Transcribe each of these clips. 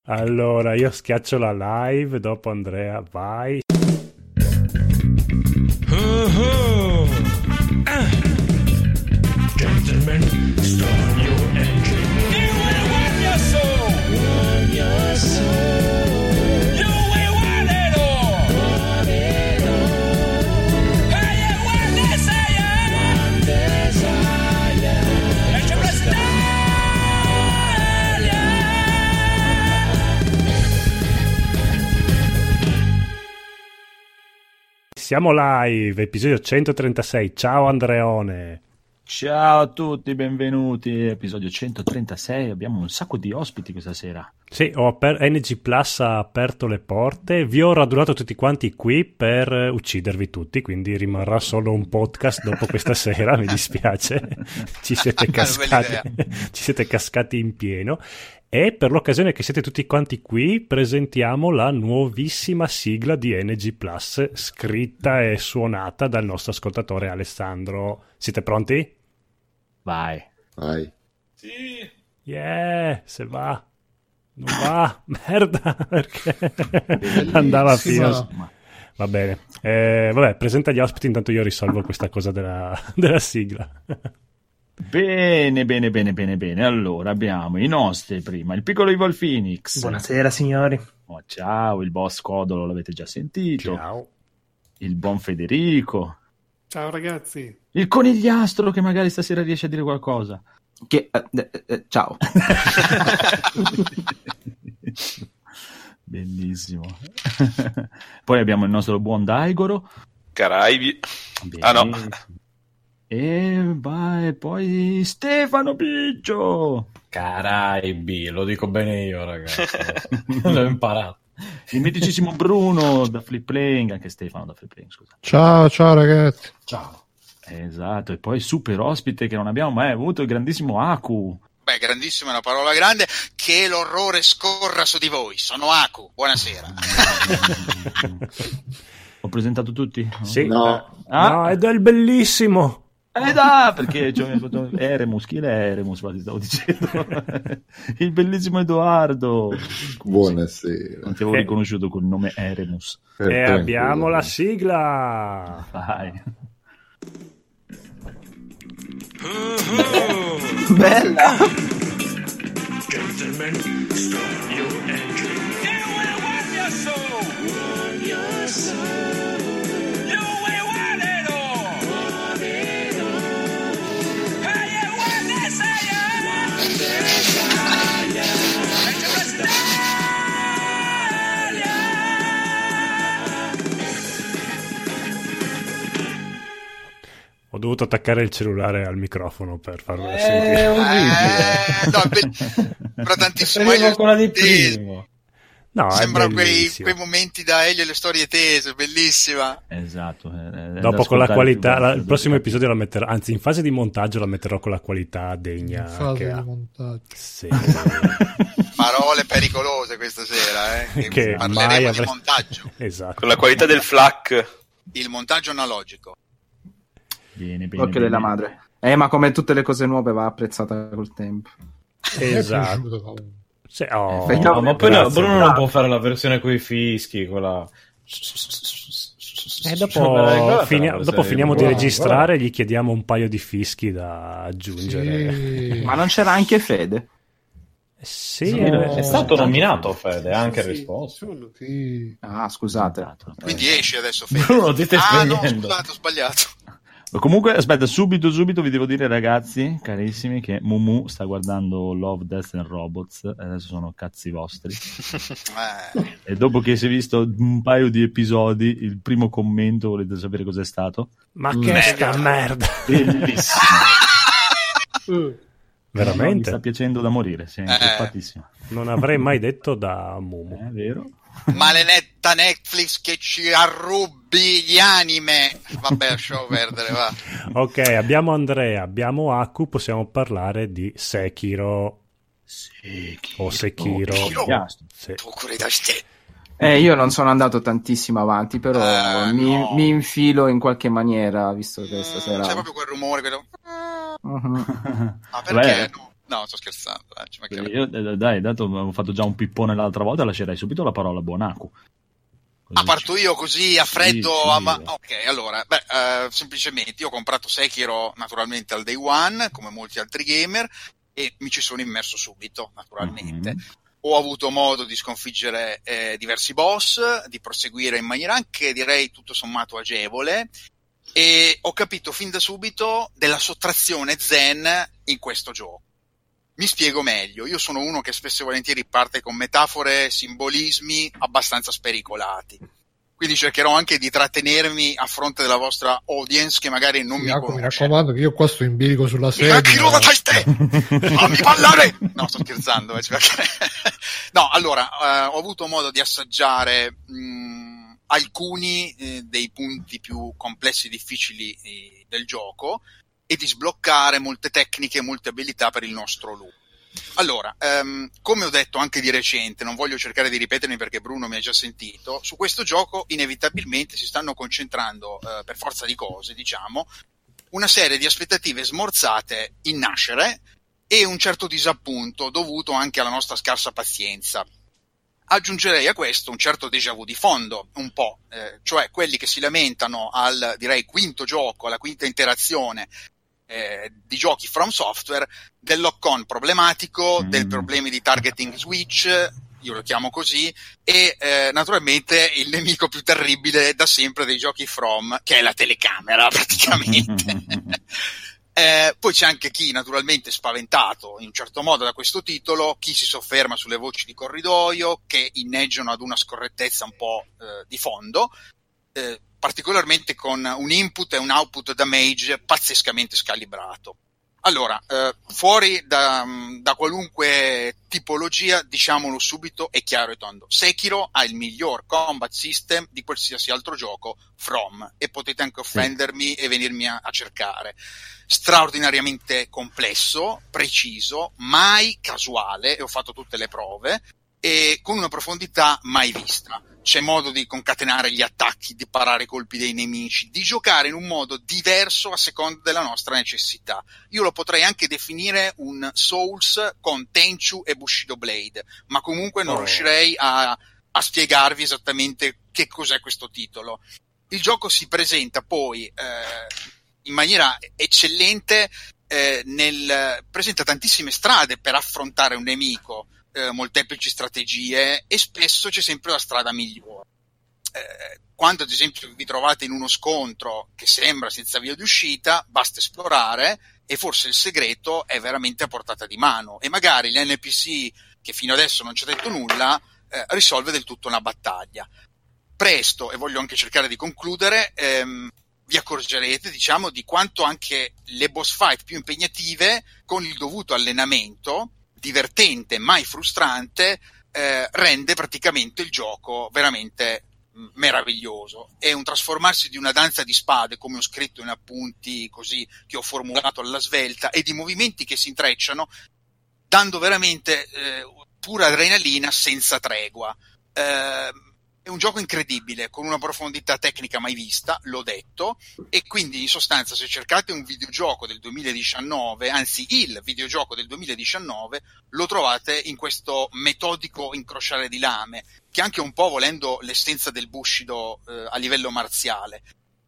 Allora, io schiaccio la live, dopo Andrea, vai. Gentlemen, start your engine. You will warm your soul. Warm your soul. You will want it all. Want it all. Hey, you want desire. Want desire. And you must Siamo live, episodio 136. Ciao Andreone. Ciao a tutti, benvenuti. Episodio 136. Abbiamo un sacco di ospiti questa sera. Sì, NG Plus ha aperto le porte. Vi ho radurato tutti quanti qui per uccidervi tutti, quindi rimarrà solo un podcast dopo questa sera. Mi dispiace, ci siete cascati in pieno. E per l'occasione che siete tutti quanti qui, presentiamo la nuovissima sigla di NG Plus, scritta e suonata dal nostro ascoltatore Alessandro. Siete pronti? Vai. Sì. Yeah, se va. Non va, merda, perché andava fino. Va bene. Vabbè, presenta gli ospiti, intanto io risolvo questa cosa della sigla. Bene. Allora, abbiamo i nostri prima, il piccolo Evil Phoenix. Buonasera signori. Oh, ciao, il boss Codolo, l'avete già sentito. Ciao. Il buon Federico. Ciao ragazzi. Il conigliastro che magari stasera riesce a dire qualcosa. Ciao. Bellissimo. Poi abbiamo il nostro buon Daigoro. Caraibi. Bene. Ah no. E poi Stefano Biggio. Caraibi, lo dico bene io, ragazzi. L'ho imparato. Il miticissimo Bruno da Flip Playing, anche Stefano da Flip Playing, scusa. Ciao ragazzi. Ciao. Esatto, e poi super ospite che non abbiamo mai avuto, il grandissimo Aku. Beh, grandissima è una parola grande. Che l'orrore scorra su di voi. Sono Aku. Buonasera. Ho presentato tutti? Sì. No. No, ed è il bellissimo. Perché Eremus, chi è Eremus? Stavo dicendo. Il bellissimo Edoardo. Buonasera. Non ti avevo riconosciuto col nome Eremus. E abbiamo la sigla. Vai. Bella. Gentlemen, start your engine. You will warm your soul. Warm your soul. You will want it all. Want it all. Hey, you want desire. Want desire. And you must Ho dovuto attaccare il cellulare al microfono per farlo sentire. No, sembra tantissimo Prendeva Elio quella di tese. primo. No, Sembra è bellissimo. quei momenti da Elio e le storie tese, bellissima. Esatto. Dopo con la qualità, il prossimo episodio la metterò, anzi in fase di montaggio la metterò con la qualità degna Fase che di ha. montaggio. Sì. Parole pericolose questa sera, Che mai parleremo di avrei- montaggio. Esatto. Con la qualità del FLAC. Il montaggio analogico. Bene. Occhio della madre. Ma come tutte le cose nuove va apprezzata col tempo. Esatto. Sì, oh, No, No, ma poi grazie. Bruno non può fare la versione con i fischi, quella. E dopo, Quella dopo finiamo di guarda, registrare, gli chiediamo un paio di fischi da aggiungere. Sì. Ma non c'era anche Fede? Sì, È stato nominato Fede, ha anche risposto. Sì. Ah, scusate. Quindi esci adesso, Fede. Bruno, ti stai no, spegnendo. scusate, ho sbagliato. Comunque, aspetta, subito vi devo dire, ragazzi, carissimi, che Mumu sta guardando Love, Death and Robots, e adesso sono cazzi vostri. E dopo che si è visto un paio di episodi, il primo commento, volete sapere cos'è stato? ma che sta merda. Bellissimo. Mi Veramente? sta piacendo da morire, sì, fatissimo. Non avrei mai detto da Mumu. È vero? Maledetta Netflix che ci arrubi gli anime. Vabbè, lasciamo perdere, va. Ok, abbiamo Andrea, abbiamo Aku, possiamo parlare di Sekiro. O Sekiro. Sì. Io non sono andato tantissimo avanti, però no. mi infilo in qualche maniera, visto che stasera... C'è proprio quel rumore, quello... Mhm. Ma perché? No, sto scherzando. Ci mancherebbe. Io, dai, dato avevo fatto già un pippone l'altra volta, lascerei subito la parola a Buonaku. Ah, parto io così a freddo? Sì. Ok, allora, semplicemente io ho comprato Sekiro naturalmente al day one, come molti altri gamer, e mi ci sono immerso subito, naturalmente. Ho avuto modo di sconfiggere diversi boss, di proseguire in maniera anche, direi, tutto sommato agevole, e ho capito fin da subito della sottrazione zen in questo gioco. Mi spiego meglio. Io sono uno che spesso e volentieri parte con metafore, simbolismi abbastanza spericolati. Quindi cercherò anche di trattenermi a fronte della vostra audience che magari non mi conosce. Mi raccomando che io qua sto in bilico sulla sedia. Fammi parlare! No, sto scherzando. No, allora, ho avuto modo di assaggiare alcuni dei punti più complessi e difficili del gioco, e di sbloccare molte tecniche e molte abilità per il nostro loop. Allora, come ho detto anche di recente, non voglio cercare di ripetermi perché Bruno mi ha già sentito, su questo gioco inevitabilmente si stanno concentrando, per forza di cose, diciamo, una serie di aspettative smorzate in nascere e un certo disappunto dovuto anche alla nostra scarsa pazienza. Aggiungerei a questo un certo déjà vu di fondo, un po', cioè quelli che si lamentano al, direi, quinto gioco, alla quinta interazione di giochi From Software, del lock-on problematico, del problemi di targeting switch, io lo chiamo così, e naturalmente il nemico più terribile da sempre dei giochi From, che è la telecamera praticamente. Poi c'è anche chi naturalmente spaventato in un certo modo da questo titolo, chi si sofferma sulle voci di corridoio che inneggiano ad una scorrettezza un po' di fondo, particolarmente con un input e un output damage pazzescamente scalibrato. Allora, fuori da qualunque tipologia, diciamolo subito e chiaro e tondo, Sekiro ha il miglior combat system di qualsiasi altro gioco From, e potete anche offendermi e venirmi a cercare. Straordinariamente complesso, preciso, mai casuale, e ho fatto tutte le prove, e con una profondità mai vista. C'è modo di concatenare gli attacchi, di parare i colpi dei nemici, di giocare in un modo diverso a seconda della nostra necessità. Io lo potrei anche definire un Souls con Tenchu e Bushido Blade, ma comunque non riuscirei a spiegarvi esattamente che cos'è questo titolo. Il gioco si presenta poi in maniera eccellente, presenta tantissime strade per affrontare un nemico, molteplici strategie, e spesso c'è sempre la strada migliore. Quando ad esempio vi trovate in uno scontro che sembra senza via di uscita, basta esplorare e forse il segreto è veramente a portata di mano, e magari l'NPC che fino adesso non ci ha detto nulla risolve del tutto una battaglia. Presto, e voglio anche cercare di concludere, vi accorgerete, diciamo, di quanto anche le boss fight più impegnative, con il dovuto allenamento, divertente, mai frustrante, rende praticamente il gioco veramente meraviglioso. È un trasformarsi di una danza di spade, come ho scritto in appunti così che ho formulato alla svelta, e di movimenti che si intrecciano, dando veramente pura adrenalina senza tregua. È un gioco incredibile, con una profondità tecnica mai vista, l'ho detto, e quindi in sostanza se cercate un videogioco del 2019, anzi il videogioco del 2019, lo trovate in questo metodico incrociare di lame, che anche un po' volendo l'essenza del Bushido a livello marziale.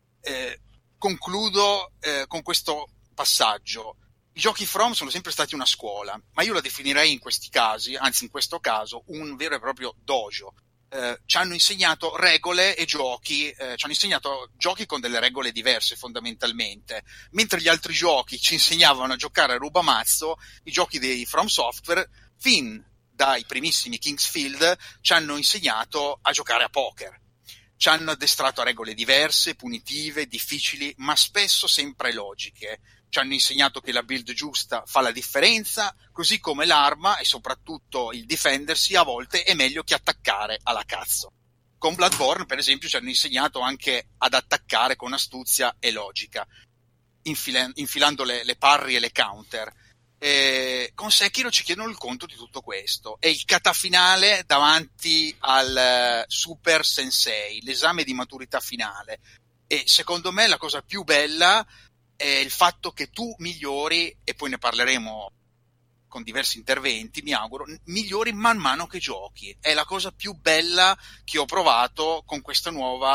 Concludo con questo passaggio. I giochi From sono sempre stati una scuola, ma io la definirei in questi casi, anzi in questo caso, un vero e proprio dojo. Ci hanno insegnato regole e giochi, ci hanno insegnato giochi con delle regole diverse fondamentalmente, mentre gli altri giochi ci insegnavano a giocare a rubamazzo. I giochi dei From Software, fin dai primissimi Kingsfield, ci hanno insegnato a giocare a poker, ci hanno addestrato a regole diverse, punitive, difficili, ma spesso sempre logiche. Ci hanno insegnato che la build giusta fa la differenza, così come l'arma e soprattutto il difendersi a volte è meglio che attaccare alla cazzo. Con Bloodborne, per esempio, ci hanno insegnato anche ad attaccare con astuzia e logica, infilando le parry e le counter. Con Sekiro ci chiedono il conto di tutto questo. È il kata finale davanti al Super Sensei, l'esame di maturità finale. E secondo me la cosa più bella è il fatto che tu migliori, e poi ne parleremo con diversi interventi, mi auguro, migliori man mano che giochi. È la cosa più bella che ho provato con questo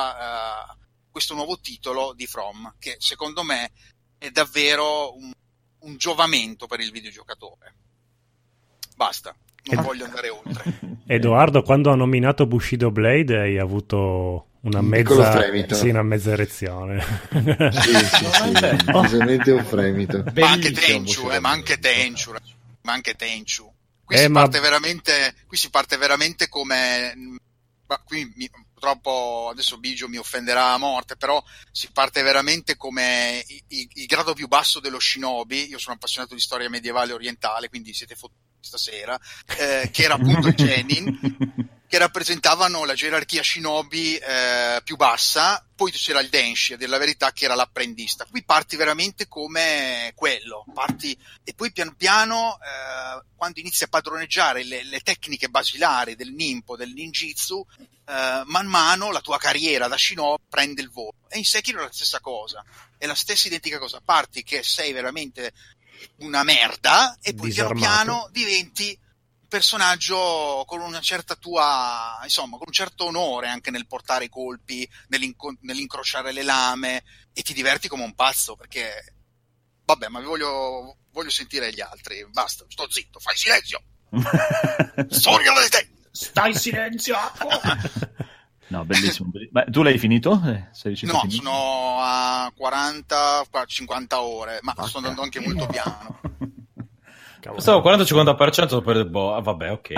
nuovo titolo di From, che secondo me è davvero un giovamento per il videogiocatore. Basta, non voglio andare oltre. Edoardo, quando ha nominato Bushido Blade hai avuto una mezza erezione. Sì, decisamente un fremito. Ma anche Tenchu. Qui si parte veramente come... purtroppo adesso Bigio mi offenderà a morte, però si parte veramente come il grado più basso dello shinobi. Io sono appassionato di storia medievale orientale, quindi siete fottuti stasera, che era appunto il Genin, che rappresentavano la gerarchia shinobi più bassa. Poi c'era il Denshi, a dire la verità, che era l'apprendista. Qui parti veramente come quello, e poi piano piano quando inizi a padroneggiare le tecniche basilari del ninpo, del ninjitsu, man mano la tua carriera da shinobi prende il volo. E in Sekiro è la stessa cosa, è la stessa identica cosa. Parti che sei veramente una merda e poi piano piano diventi un personaggio con una certa tua, insomma, con un certo onore anche nel portare i colpi, nell'incrociare le lame, e ti diverti come un pazzo, perché vabbè, ma voglio sentire gli altri. Basta, sto zitto, fai silenzio. Storia di te. Stai silenziato. No, bellissimo. Beh, tu l'hai finito? No, sono a 40-50 ore, ma sto andando anche molto piano. Stavo 40-50% per vabbè, ok.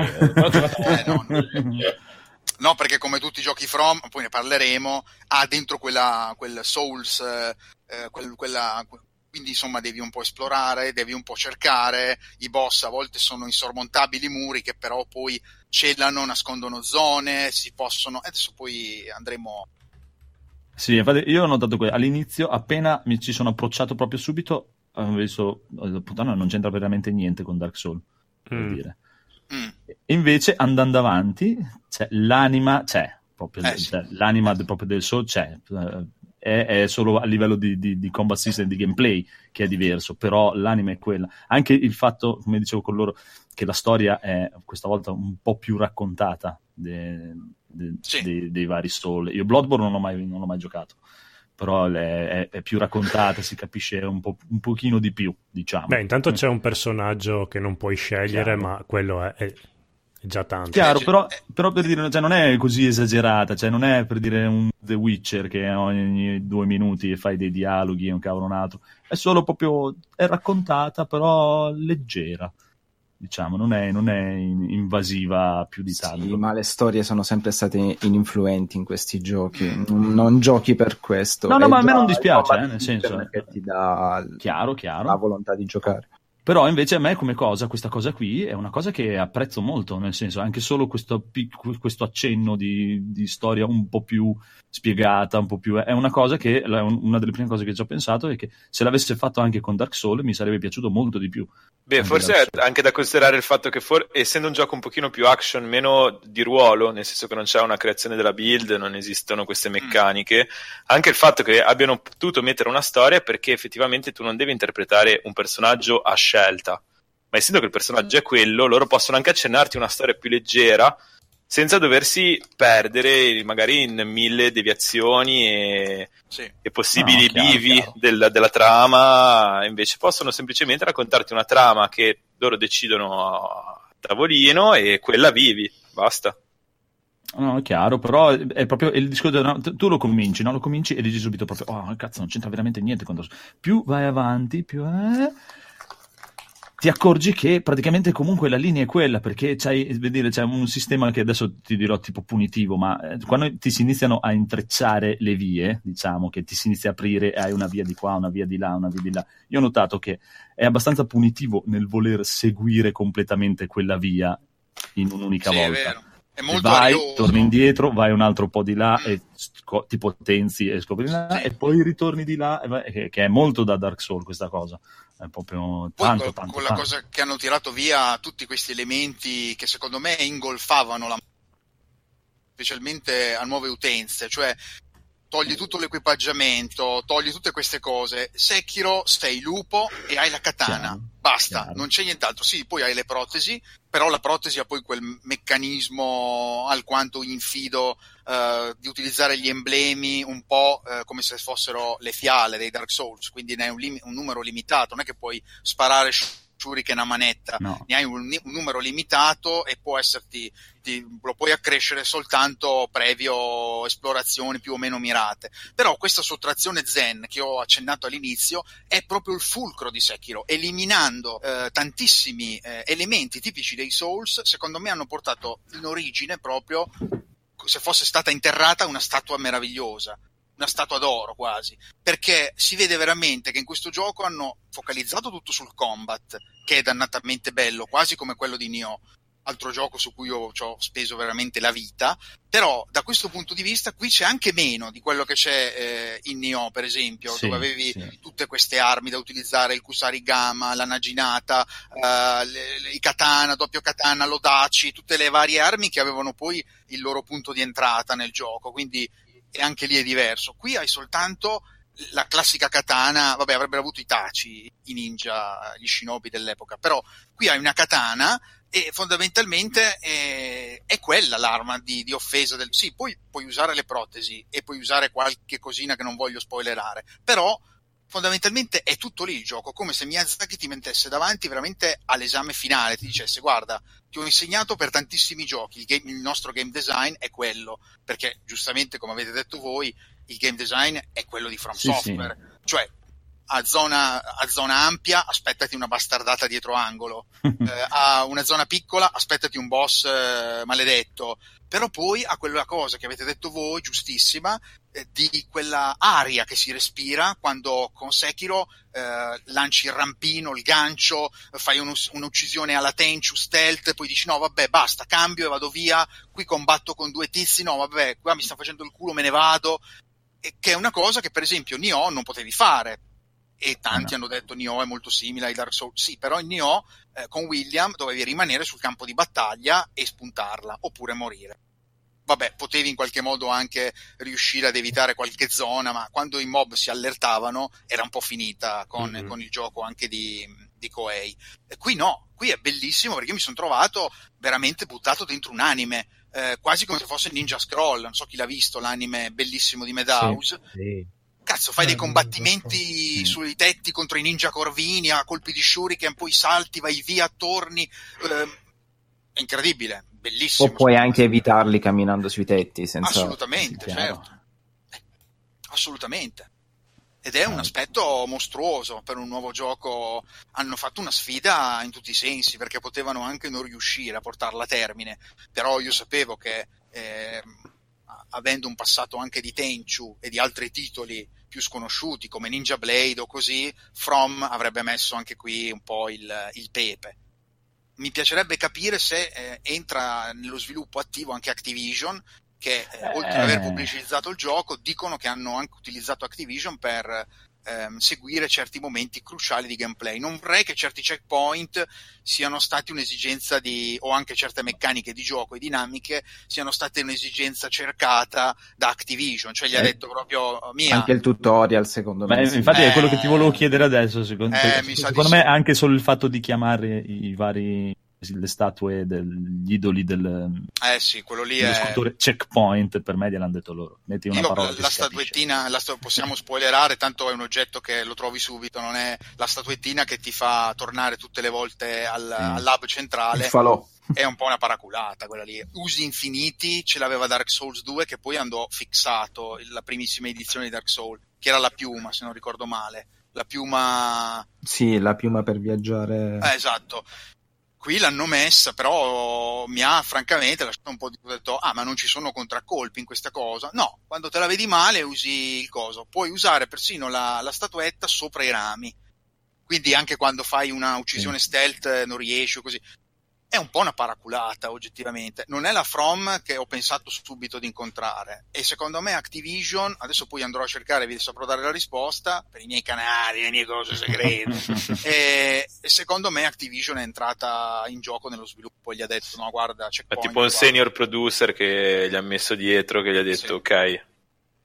No, perché come tutti i giochi From, poi ne parleremo, ha dentro quel Souls, quindi insomma devi un po' esplorare, devi un po' cercare. I boss a volte sono insormontabili muri che però poi celano, nascondono zone, si possono... Adesso poi andremo... Sì, infatti io ho notato che all'inizio, appena mi ci sono approcciato proprio subito, ho visto, puttana, non c'entra veramente niente con Dark Souls, per dire. E invece, andando avanti, l'anima c'è, proprio, l'anima proprio del Soul c'è. È solo a livello di combat system, di gameplay, che è diverso, però l'anima è quella. Anche il fatto, come dicevo con loro, che la storia è questa volta un po' più raccontata dei vari Soul. Io Bloodborne non l'ho mai giocato, però è più raccontata, si capisce un pochino di più, diciamo. Beh, intanto c'è un personaggio che non puoi scegliere, ma quello è già tanto. Chiaro, però per dire, non è così esagerata, non è per dire un The Witcher che ogni 2 minuti fai dei dialoghi e un cavolo un altro. È solo proprio, è raccontata, però leggera, diciamo, non è invasiva più di tanto. Sì, ma le storie sono sempre state ininfluenti in questi giochi, non giochi per questo. No, ma a me non dispiace, nel senso che ti dà chiaro la volontà di giocare. Però invece a me come cosa, questa cosa qui è una cosa che apprezzo molto, nel senso anche solo questo accenno di storia un po' più spiegata, un po' più... È una cosa che, una delle prime cose che ci ho pensato è che se l'avesse fatto anche con Dark Souls mi sarebbe piaciuto molto di più. Beh, forse è anche da considerare il fatto che essendo un gioco un pochino più action, meno di ruolo, nel senso che non c'è una creazione della build, non esistono queste meccaniche, anche il fatto che abbiano potuto mettere una storia, perché effettivamente tu non devi interpretare un personaggio a scelta, ma essendo che il personaggio è quello, loro possono anche accennarti una storia più leggera senza doversi perdere magari in 1000 deviazioni e possibili bivi della trama. Invece possono semplicemente raccontarti una trama che loro decidono a tavolino e quella vivi, basta. No, è chiaro, però è proprio il discorso, tu lo cominci e dici subito proprio, oh cazzo, non c'entra veramente niente. Più vai avanti, più ti accorgi che praticamente comunque la linea è quella, perché c'è un sistema che adesso ti dirò tipo punitivo, ma quando ti si iniziano a intrecciare le vie, diciamo che ti si inizia a aprire, hai una via di qua, una via di là, una via di là, io ho notato che è abbastanza punitivo nel voler seguire completamente quella via in un'unica volta. È vero. È molto vai, arioso. torni indietro, vai un altro po' di là e ti potenzi e scopri là, e poi ritorni di là, che è molto da Dark Souls questa cosa. È proprio tanto. La cosa che hanno tirato via tutti questi elementi che secondo me ingolfavano specialmente a nuove utenze, cioè togli tutto l'equipaggiamento, togli tutte queste cose. Sekiro sei lupo e hai la katana, basta, non c'è nient'altro. Sì, poi hai le protesi, però la protesi ha poi quel meccanismo alquanto infido di utilizzare gli emblemi un po' come se fossero le fiale dei Dark Souls, quindi ne hai un numero limitato, non è che puoi sparare shuriken a manetta, ne hai un numero limitato e lo puoi accrescere soltanto previo esplorazioni più o meno mirate. Però questa sottrazione zen che ho accennato all'inizio è proprio il fulcro di Sekiro, eliminando tantissimi elementi tipici dei Souls. Secondo me hanno portato in origine proprio, se fosse stata interrata, una statua meravigliosa, una statua d'oro quasi, perché si vede veramente che in questo gioco hanno focalizzato tutto sul combat, che è dannatamente bello, quasi come quello di Nioh, altro gioco su cui io ci ho speso veramente la vita. Però da questo punto di vista qui c'è anche meno di quello che c'è in Nioh, per esempio, dove avevi tutte queste armi da utilizzare, il Kusarigama, la Naginata, i katana, doppio katana, l'Odachi, tutte le varie armi che avevano poi il loro punto di entrata nel gioco, quindi e anche lì è diverso. Qui hai soltanto la classica katana, vabbè, avrebbero avuto i Tachi, i ninja, gli shinobi dell'epoca, però qui hai una katana e fondamentalmente è quella l'arma di offesa del... Sì, poi puoi usare le protesi e puoi usare qualche cosina che non voglio spoilerare, però fondamentalmente è tutto lì il gioco, come se Miyazaki ti mettesse davanti veramente all'esame finale, ti dicesse: guarda, ti ho insegnato per tantissimi giochi, il nostro game design è quello, perché giustamente, come avete detto voi, il game design è quello di From Software, cioè a zona ampia aspettati una bastardata dietro angolo, a una zona piccola aspettati un boss maledetto, però poi a quella cosa che avete detto voi, giustissima, di quella aria che si respira quando con Sekiro lanci il rampino, il gancio, fai un'uccisione alla Tenchu stealth, poi dici no vabbè basta, cambio e vado via, qui combatto con due tizi, no vabbè qua mi sta facendo il culo, me ne vado, che è una cosa che per esempio Nioh non potevi fare. E tanti hanno detto Nioh è molto simile ai Dark Souls. Sì, però in Nioh con William dovevi rimanere sul campo di battaglia e spuntarla, oppure morire. Vabbè, potevi in qualche modo anche riuscire ad evitare qualche zona, ma quando i mob si allertavano era un po' finita con il gioco anche di Koei. E qui no, qui è bellissimo perché mi sono trovato veramente buttato dentro un anime, quasi come se fosse Ninja Scroll. Non so chi l'ha visto, l'anime bellissimo di Madhouse. Sì. Cazzo, fai dei combattimenti sui tetti contro i ninja corvini a colpi di shuriken, poi salti, vai via, torni. È incredibile, bellissimo. O puoi anche evitarli camminando sui tetti senza... Assolutamente, certo. Assolutamente. Ed è un aspetto mostruoso per un nuovo gioco. Hanno fatto una sfida in tutti i sensi, perché potevano anche non riuscire a portarla a termine. Però io sapevo che... avendo un passato anche di Tenchu e di altri titoli più sconosciuti come Ninja Blade o così, From avrebbe messo anche qui un po' il pepe. Mi piacerebbe capire se entra nello sviluppo attivo anche Activision, che oltre ad aver pubblicizzato il gioco dicono che hanno anche utilizzato Activision per seguire certi momenti cruciali di gameplay. Non vorrei che certi checkpoint siano stati un'esigenza o anche certe meccaniche di gioco e dinamiche siano state un'esigenza cercata da Activision, cioè gli ha detto proprio mia. Anche il tutorial secondo me. Infatti è quello che ti volevo chiedere adesso, secondo me anche solo il fatto di chiamare i vari le statue degli idoli del sì, quello lì è scultore checkpoint, per me gliel'hanno detto loro. Metti una parola, la statuettina possiamo spoilerare, tanto è un oggetto che lo trovi subito, non è la statuettina che ti fa tornare tutte le volte al hub centrale. È un po' una paraculata quella lì. Usi infiniti ce l'aveva Dark Souls 2, che poi andò fissato la primissima edizione di Dark Souls, che era la piuma, se non ricordo male, la piuma per viaggiare. Esatto. Qui l'hanno messa, però mi ha francamente lasciato un po' ho detto, ma non ci sono contraccolpi in questa cosa. No, quando te la vedi male usi il coso. Puoi usare persino la statuetta sopra i rami. Quindi anche quando fai una uccisione stealth non riesci o così. È un po' una paraculata, oggettivamente. Non è la From che ho pensato subito di incontrare. E secondo me Activision, adesso poi andrò a cercare, vi saprò dare la risposta, per i miei canali, le mie cose segrete. e secondo me Activision è entrata in gioco nello sviluppo e gli ha detto, no guarda, checkpoint. È tipo un senior producer che gli ha messo dietro, che gli ha detto ok.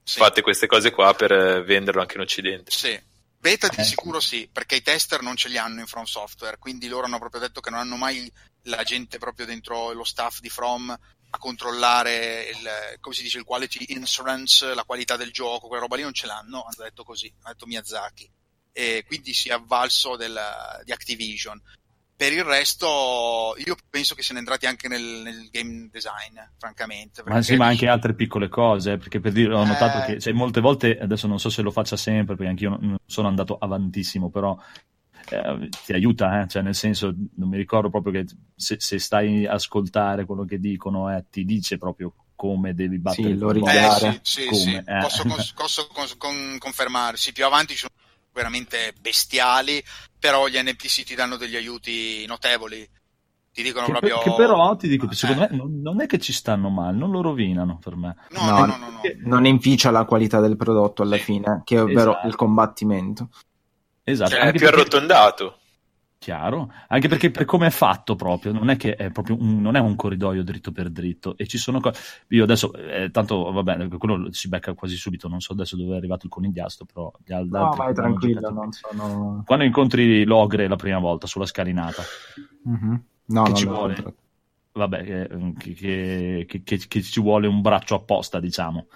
fate queste cose qua per venderlo anche in Occidente. Sì. Beta di sicuro sì, perché i tester non ce li hanno in From Software, quindi loro hanno proprio detto che non hanno mai la gente proprio dentro lo staff di From a controllare come si dice, il quality insurance, la qualità del gioco, quella roba lì non ce l'hanno, hanno detto così, ha detto Miyazaki, e quindi si è avvalso di Activision. Per il resto io penso che siano entrati anche nel game design, francamente. Ma sì, ma anche altre piccole cose, perché per dire, ho notato che molte volte, adesso non so se lo faccia sempre, perché anch'io non sono andato avantissimo, però ti aiuta, cioè nel senso, non mi ricordo proprio che se stai a ascoltare quello che dicono, ti dice proprio come devi battere il combattimento. Sì. Posso confermare, sì, più avanti ci sono veramente bestiali, però gli NPC ti danno degli aiuti notevoli, ti dicono proprio che però ti dico, secondo me non è che ci stanno male, non lo rovinano per me. No. Non inficia la qualità del prodotto alla fine, che è ovvero il combattimento. Esatto, cioè, anche è più arrotondato. Chiaro, anche perché per come è fatto proprio, non è che è proprio non è un corridoio dritto per dritto, e ci sono io adesso tanto va bene, quello si becca quasi subito, non so adesso dove è arrivato il conigliastro, però gli altri vai tranquillo, non sono... Quando incontri l'ogre la prima volta sulla scalinata, no, ci vuole, vabbè, che ci vuole un braccio apposta, diciamo,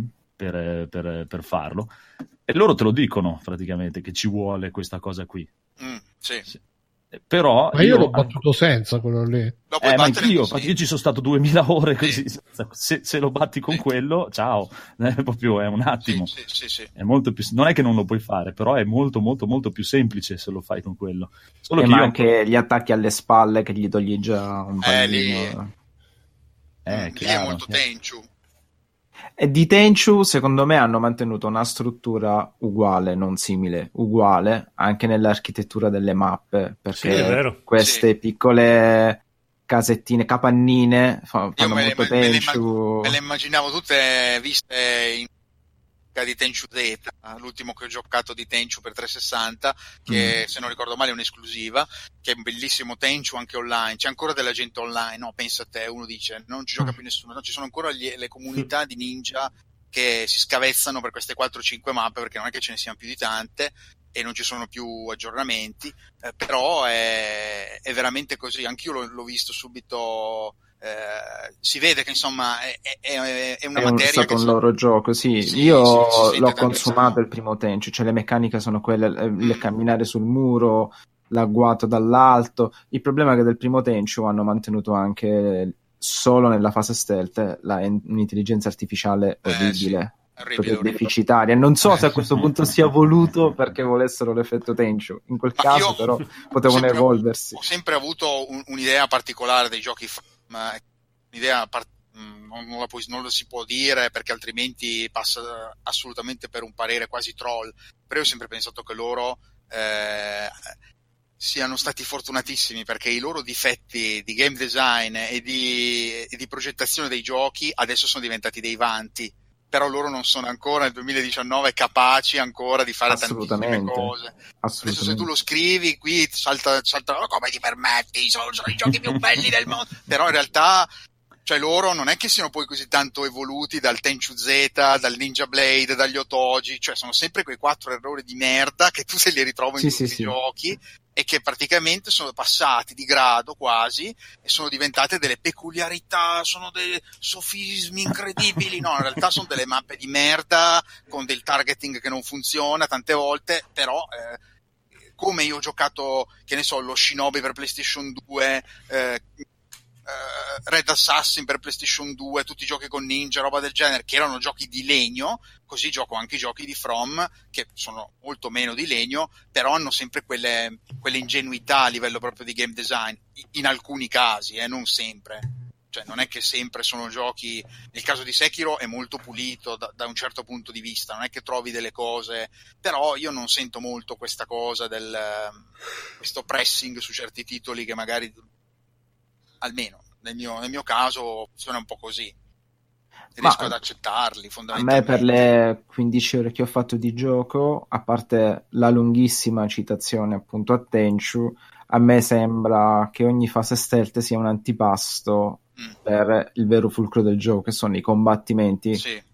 per farlo, e loro te lo dicono praticamente che ci vuole questa cosa qui. Sì. Però ma io l'ho battuto senza quello lì. Ma anch'io, perché io ci sono stato 2000 ore così, se lo batti con quello, ciao, proprio è un attimo. Sì. È molto più, non è che non lo puoi fare, però è molto molto molto più semplice se lo fai con quello. Solo che ma anche gli attacchi alle spalle che gli togli già un pallino. Lì è molto Tenchu. E di Tenchu secondo me hanno mantenuto una struttura uguale, non simile, uguale anche nell'architettura delle mappe, perché queste piccole casettine, capannine fanno molto Tenchu. Me le immaginavo tutte viste in di Tenchu Z, l'ultimo che ho giocato di Tenchu per 360, che se non ricordo male è un'esclusiva, che è un bellissimo Tenchu anche online, c'è ancora della gente online, no, pensa a te, uno dice non ci gioca più nessuno, no, ci sono ancora le comunità di ninja che si scavezzano per queste 4-5 mappe, perché non è che ce ne siano più di tante e non ci sono più aggiornamenti, però è veramente così, anch'io l'ho visto subito. Si vede che insomma è una materia, è stato un loro gioco, sì. Io l'ho consumato il primo Tenchu, cioè le meccaniche sono quelle, il camminare sul muro, l'agguato dall'alto. Il problema è che del primo Tenchu hanno mantenuto anche solo nella fase stealth un'intelligenza artificiale orribile. Proprio deficitaria. Non so se a questo punto sia voluto perché volessero l'effetto Tenchu, in quel caso però potevano evolversi. Ho sempre avuto un'idea particolare dei giochi, un'idea non lo si può dire perché altrimenti passa assolutamente per un parere quasi troll, però io ho sempre pensato che loro siano stati fortunatissimi, perché i loro difetti di game design e di progettazione dei giochi adesso sono diventati dei vanti, però loro non sono ancora nel 2019 capaci ancora di fare tantissime cose. Adesso se tu lo scrivi qui salta come ti permetti, sono i giochi più belli del mondo, però in realtà cioè loro non è che siano poi così tanto evoluti dal Tenchu Z, dal Ninja Blade, dagli Otogi, cioè sono sempre quei 4 errori di merda che tu se li ritrovi in tutti i giochi e che praticamente sono passati di grado quasi e sono diventate delle peculiarità, sono dei sofismi incredibili. No, in realtà sono delle mappe di merda con del targeting che non funziona tante volte, però come io ho giocato, che ne so, lo Shinobi per PlayStation 2, Red Assassin per PlayStation 2, tutti i giochi con ninja, roba del genere, che erano giochi di legno, così gioco anche i giochi di From, che sono molto meno di legno, però hanno sempre quelle ingenuità a livello proprio di game design, in alcuni casi, non sempre. Cioè non è che sempre sono giochi, nel caso di Sekiro è molto pulito da un certo punto di vista, non è che trovi delle cose, però io non sento molto questa cosa questo pressing su certi titoli che magari, almeno nel mio caso, suona un po' così. Riesco ad accettarli fondamentalmente. A me per le 15 ore che ho fatto di gioco, a parte la lunghissima citazione appunto a Tenchu, a me sembra che ogni fase stealth sia un antipasto per il vero fulcro del gioco, che sono i combattimenti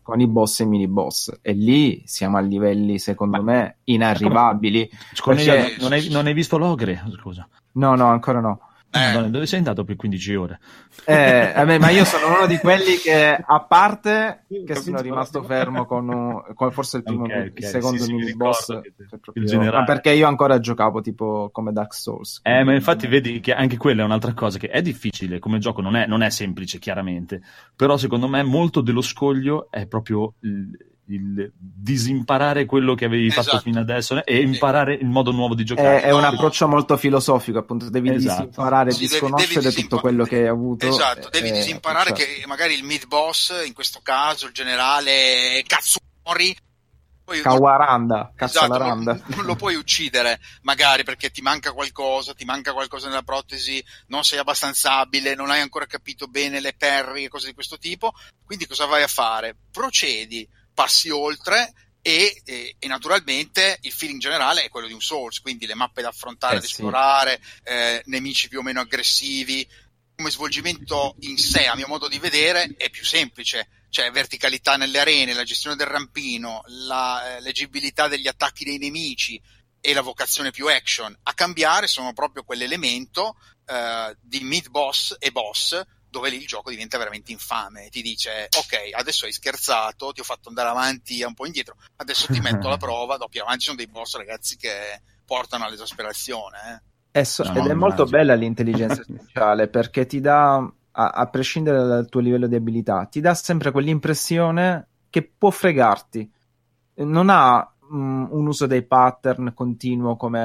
con i boss e i mini boss, e lì siamo a livelli secondo me inarrivabili. Perché... non hai visto l'Ogre? Scusa. No, ancora no. Madonna, dove sei andato per 15 ore? Ma io sono uno di quelli che, a parte che sono rimasto fermo con forse il primo, il secondo mini boss, ma perché io ancora giocavo tipo come Dark Souls. Ma infatti vedi che anche quella è un'altra cosa, che è difficile come gioco, non è semplice chiaramente, però secondo me molto dello scoglio è proprio il disimparare quello che avevi fatto fino adesso e imparare il modo nuovo di giocare. È un approccio molto filosofico, appunto, devi disimparare, disconoscere tutto quello che hai avuto. Esatto, devi disimparare che magari il mid boss, in questo caso il generale Katsumori, Kawaranda, non lo puoi uccidere magari perché ti manca qualcosa nella protesi, non sei abbastanza abile, non hai ancora capito bene le parry e cose di questo tipo, quindi cosa vai a fare? Procedi, passi oltre e naturalmente il feeling generale è quello di un Souls, quindi le mappe da affrontare, da esplorare, nemici più o meno aggressivi. Come svolgimento in sé, a mio modo di vedere, è più semplice, cioè verticalità nelle arene, la gestione del rampino, la leggibilità degli attacchi dei nemici e la vocazione più action. A cambiare sono proprio quell'elemento di mid boss e boss, dove lì il gioco diventa veramente infame, ti dice ok, adesso hai scherzato, ti ho fatto andare avanti e un po' indietro, adesso ti metto alla prova, dopo più avanti sono dei boss, ragazzi, che portano all'esasperazione. Ed è molto bella l'intelligenza artificiale, perché ti dà, a prescindere dal tuo livello di abilità, ti dà sempre quell'impressione che può fregarti, non ha un uso dei pattern continuo come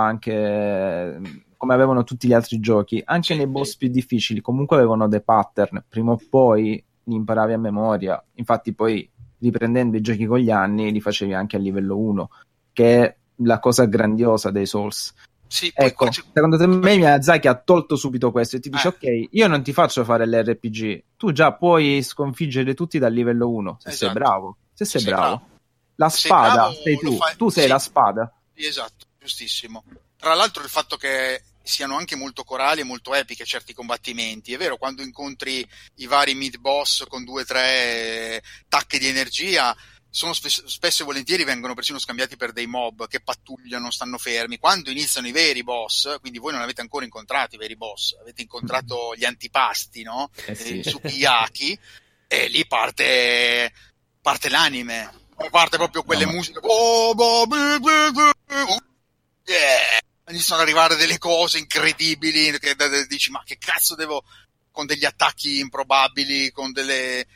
avevano tutti gli altri giochi. Anche nei boss più difficili comunque avevano dei pattern, prima o poi li imparavi a memoria, infatti poi riprendendo i giochi con gli anni li facevi anche a livello 1, che è la cosa grandiosa dei Souls. Sì, ecco, secondo me Miyazaki ha tolto subito questo e ti dice ok, io non ti faccio fare l'RPG, tu già puoi sconfiggere tutti dal livello 1 se sei bravo, bravo. La spada sei tu sei la spada. Esatto, giustissimo. Tra l'altro il fatto che siano anche molto corali e molto epiche certi combattimenti, è vero, quando incontri i vari mid boss con 2 o 3 tacche di energia, sono spesso e volentieri vengono persino scambiati per dei mob che pattugliano, stanno fermi. Quando iniziano i veri boss, quindi voi non avete ancora incontrato i veri boss, avete incontrato gli antipasti, no? I sukiyaki, e lì parte l'anime, parte proprio quelle musiche, iniziano ad arrivare delle cose incredibili che dici ma che cazzo devo, con degli attacchi improbabili, con delle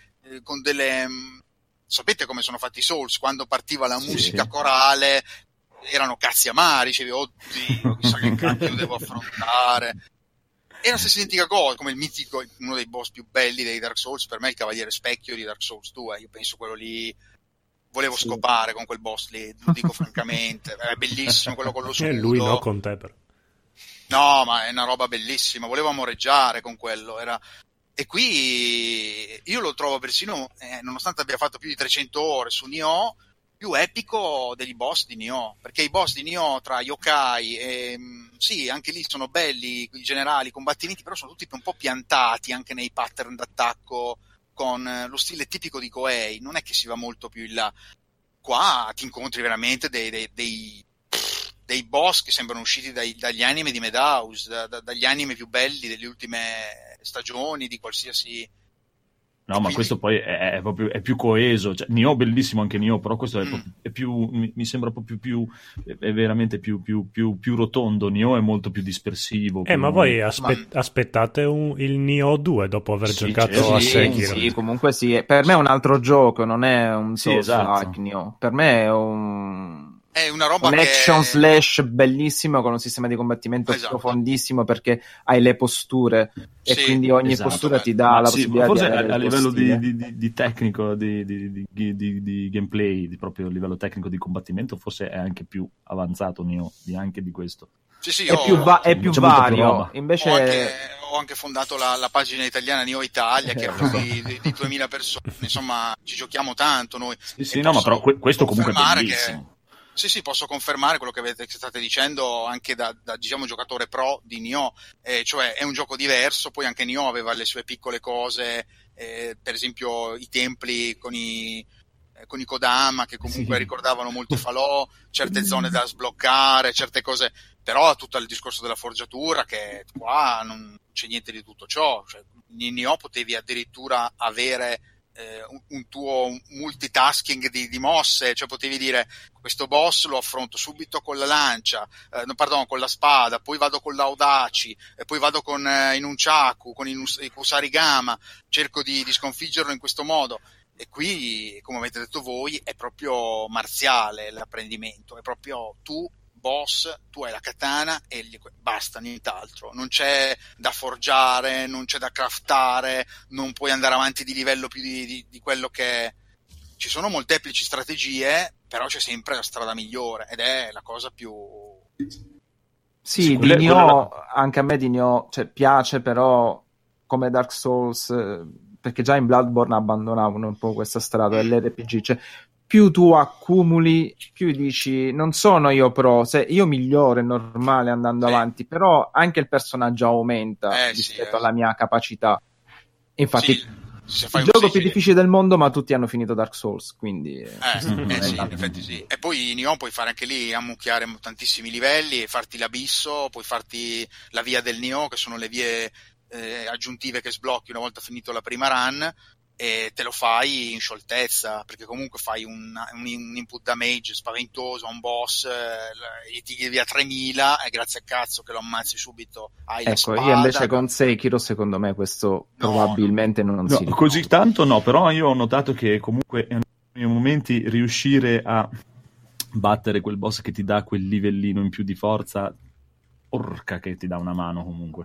sapete come sono fatti i Souls? Quando partiva la musica corale erano cazzi amari, dicevi oddio, chissà che cacchio devo affrontare. È la stessa identica cosa, come il mitico, uno dei boss più belli dei Dark Souls, per me è il Cavaliere Specchio di Dark Souls 2, io penso quello lì, volevo scopare con quel boss lì, lo dico francamente, è bellissimo quello con lo scudo. E lui no, con te però. No, ma è una roba bellissima, volevo amoreggiare con quello, E qui io lo trovo persino, nonostante abbia fatto più di 300 ore su Nioh, più epico degli boss di Nioh, perché i boss di Nioh tra yokai sì, anche lì sono belli i generali, i combattimenti, però sono tutti un po' piantati anche nei pattern d'attacco con lo stile tipico di Koei, non è che si va molto più in là. Qua ti incontri veramente dei boss che sembrano usciti dagli anime di Madhouse, dagli anime più belli delle ultime stagioni di qualsiasi. No, ma questo poi è proprio è più coeso. Cioè, Nioh bellissimo anche Nioh, però questo è più mi sembra proprio più è veramente più rotondo. Nioh è molto più dispersivo. Ma voi aspettate il Nioh 2 dopo aver giocato a Sekiro? Sì, comunque sì. Per me è un altro gioco, non è un Souls-like Nioh. Per me è una roba un action slash bellissimo con un sistema di combattimento profondissimo, perché hai le posture e quindi ogni postura ti dà la possibilità forse di avere a livello di tecnico di gameplay, di proprio livello tecnico di combattimento, forse è anche più avanzato Nioh anche di questo. Sì, è più vario. Invece ho anche fondato la pagina italiana Nioh Italia, che ha più di 2000 persone, insomma ci giochiamo tanto noi. No, ma però questo comunque è bellissimo. Sì, posso confermare quello che state dicendo anche da diciamo giocatore pro di Nioh, cioè è un gioco diverso, poi anche Nioh aveva le sue piccole cose, per esempio i templi con i con i Kodama, che comunque ricordavano molto falò, certe zone da sbloccare, certe cose, però tutto il discorso della forgiatura, che qua non c'è niente di tutto ciò. Cioè, in Nioh potevi addirittura avere un tuo multitasking di mosse, cioè potevi dire: questo boss lo affronto subito con la lancia, con la spada, poi vado con l'Audaci, e poi vado con i Nunchaku, con i Kusarigama, cerco di sconfiggerlo in questo modo. E qui, come avete detto voi, è proprio marziale l'apprendimento, è proprio tu boss, tu hai la katana e basta, nient'altro. Non c'è da forgiare, non c'è da craftare, non puoi andare avanti di livello più di quello che è. Ci sono molteplici strategie, però c'è sempre la strada migliore, ed è la cosa più... Sì, di Nioh, anche a me di Nioh, cioè, piace, però come Dark Souls, perché già in Bloodborne abbandonavano un po' questa strada dell'RPG, cioè più tu accumuli, più dici non sono io pro, se io miglioro è normale andando avanti, però anche il personaggio aumenta rispetto alla mia capacità. Infatti il gioco più difficile del mondo, ma tutti hanno finito Dark Souls, quindi sì, in effetti sì. E poi in Nioh puoi fare anche lì, ammucchiare tantissimi livelli, farti l'abisso, puoi farti la via del Nioh, che sono le vie aggiuntive che sblocchi una volta finito la prima run, e te lo fai in scioltezza, perché comunque fai un input damage spaventoso a un boss, gli tiri via 3000 e grazie a cazzo che lo ammazzi subito, hai la spada. Io invece con Sekiro, secondo me questo probabilmente non si ricorda. Così tanto no, però io ho notato che comunque nei momenti riuscire a battere quel boss che ti dà quel livellino in più di forza, porca che ti dà una mano comunque.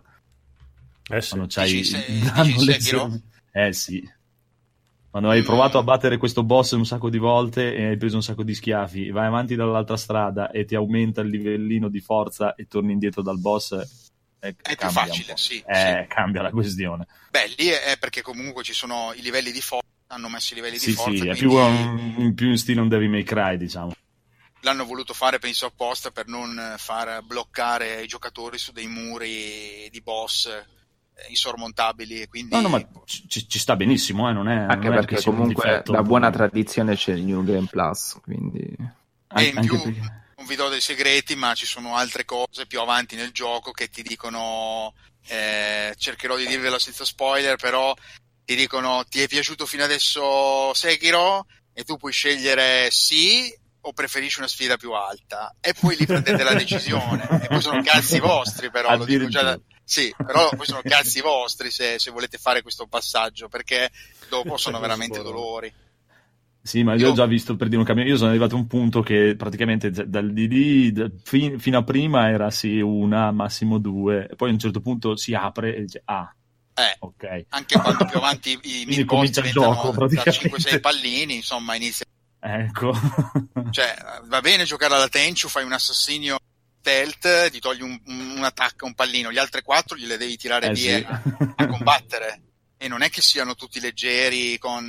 Sì. Quando c'hai danno lezioni. Sì. Quando hai provato a battere questo boss un sacco di volte e hai preso un sacco di schiaffi, vai avanti dall'altra strada e ti aumenta il livellino di forza e torni indietro dal boss, è più facile, sì. Cambia la questione. Beh, lì è perché comunque ci sono i livelli di forza, hanno messo i livelli di forza. Sì, quindi... è più in stile un Devil May Cry, diciamo. L'hanno voluto fare, penso, apposta per non far bloccare i giocatori su dei muri di boss insormontabili, e quindi no, ma ci sta benissimo, non è anche non perché è comunque da buona tradizione c'è il New Game Plus, quindi e in più non vi do dei segreti, ma ci sono altre cose più avanti nel gioco che ti dicono, cercherò di dirvelo senza spoiler, però ti dicono: ti è piaciuto fino adesso Sekiro? E tu puoi scegliere sì o preferisci una sfida più alta, e poi lì prendete la decisione, e poi sono cazzi vostri, però lo dico già sì, però poi sono cazzi vostri se volete fare questo passaggio, perché dopo sono veramente dolori. Sì, ma io ho già visto, per dire un cambio, io sono arrivato a un punto che praticamente dal DD fino a prima era sì una, massimo due, e poi a un certo punto si apre e dice ok. Anche quando più avanti i mini boss diventano da 5-6 pallini, insomma inizia. Ecco. Cioè, va bene giocare alla Tenchu, fai un assassinio stealth, ti togli un attacco, un pallino, gli altri 4 gliele devi tirare via a combattere, e non è che siano tutti leggeri con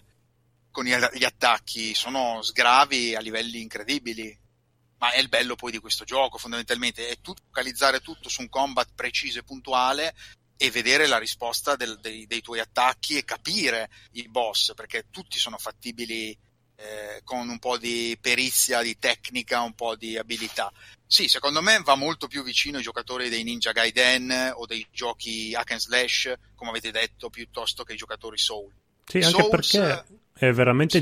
gli attacchi, sono sgravi a livelli incredibili, ma è il bello poi di questo gioco, fondamentalmente è focalizzare tutto su un combat preciso e puntuale e vedere la risposta dei tuoi attacchi e capire il boss, perché tutti sono fattibili con un po' di perizia, di tecnica, un po' di abilità. Sì, secondo me va molto più vicino ai giocatori dei Ninja Gaiden o dei giochi hack and slash, come avete detto, piuttosto che ai giocatori Soul. Sì, anche perché è veramente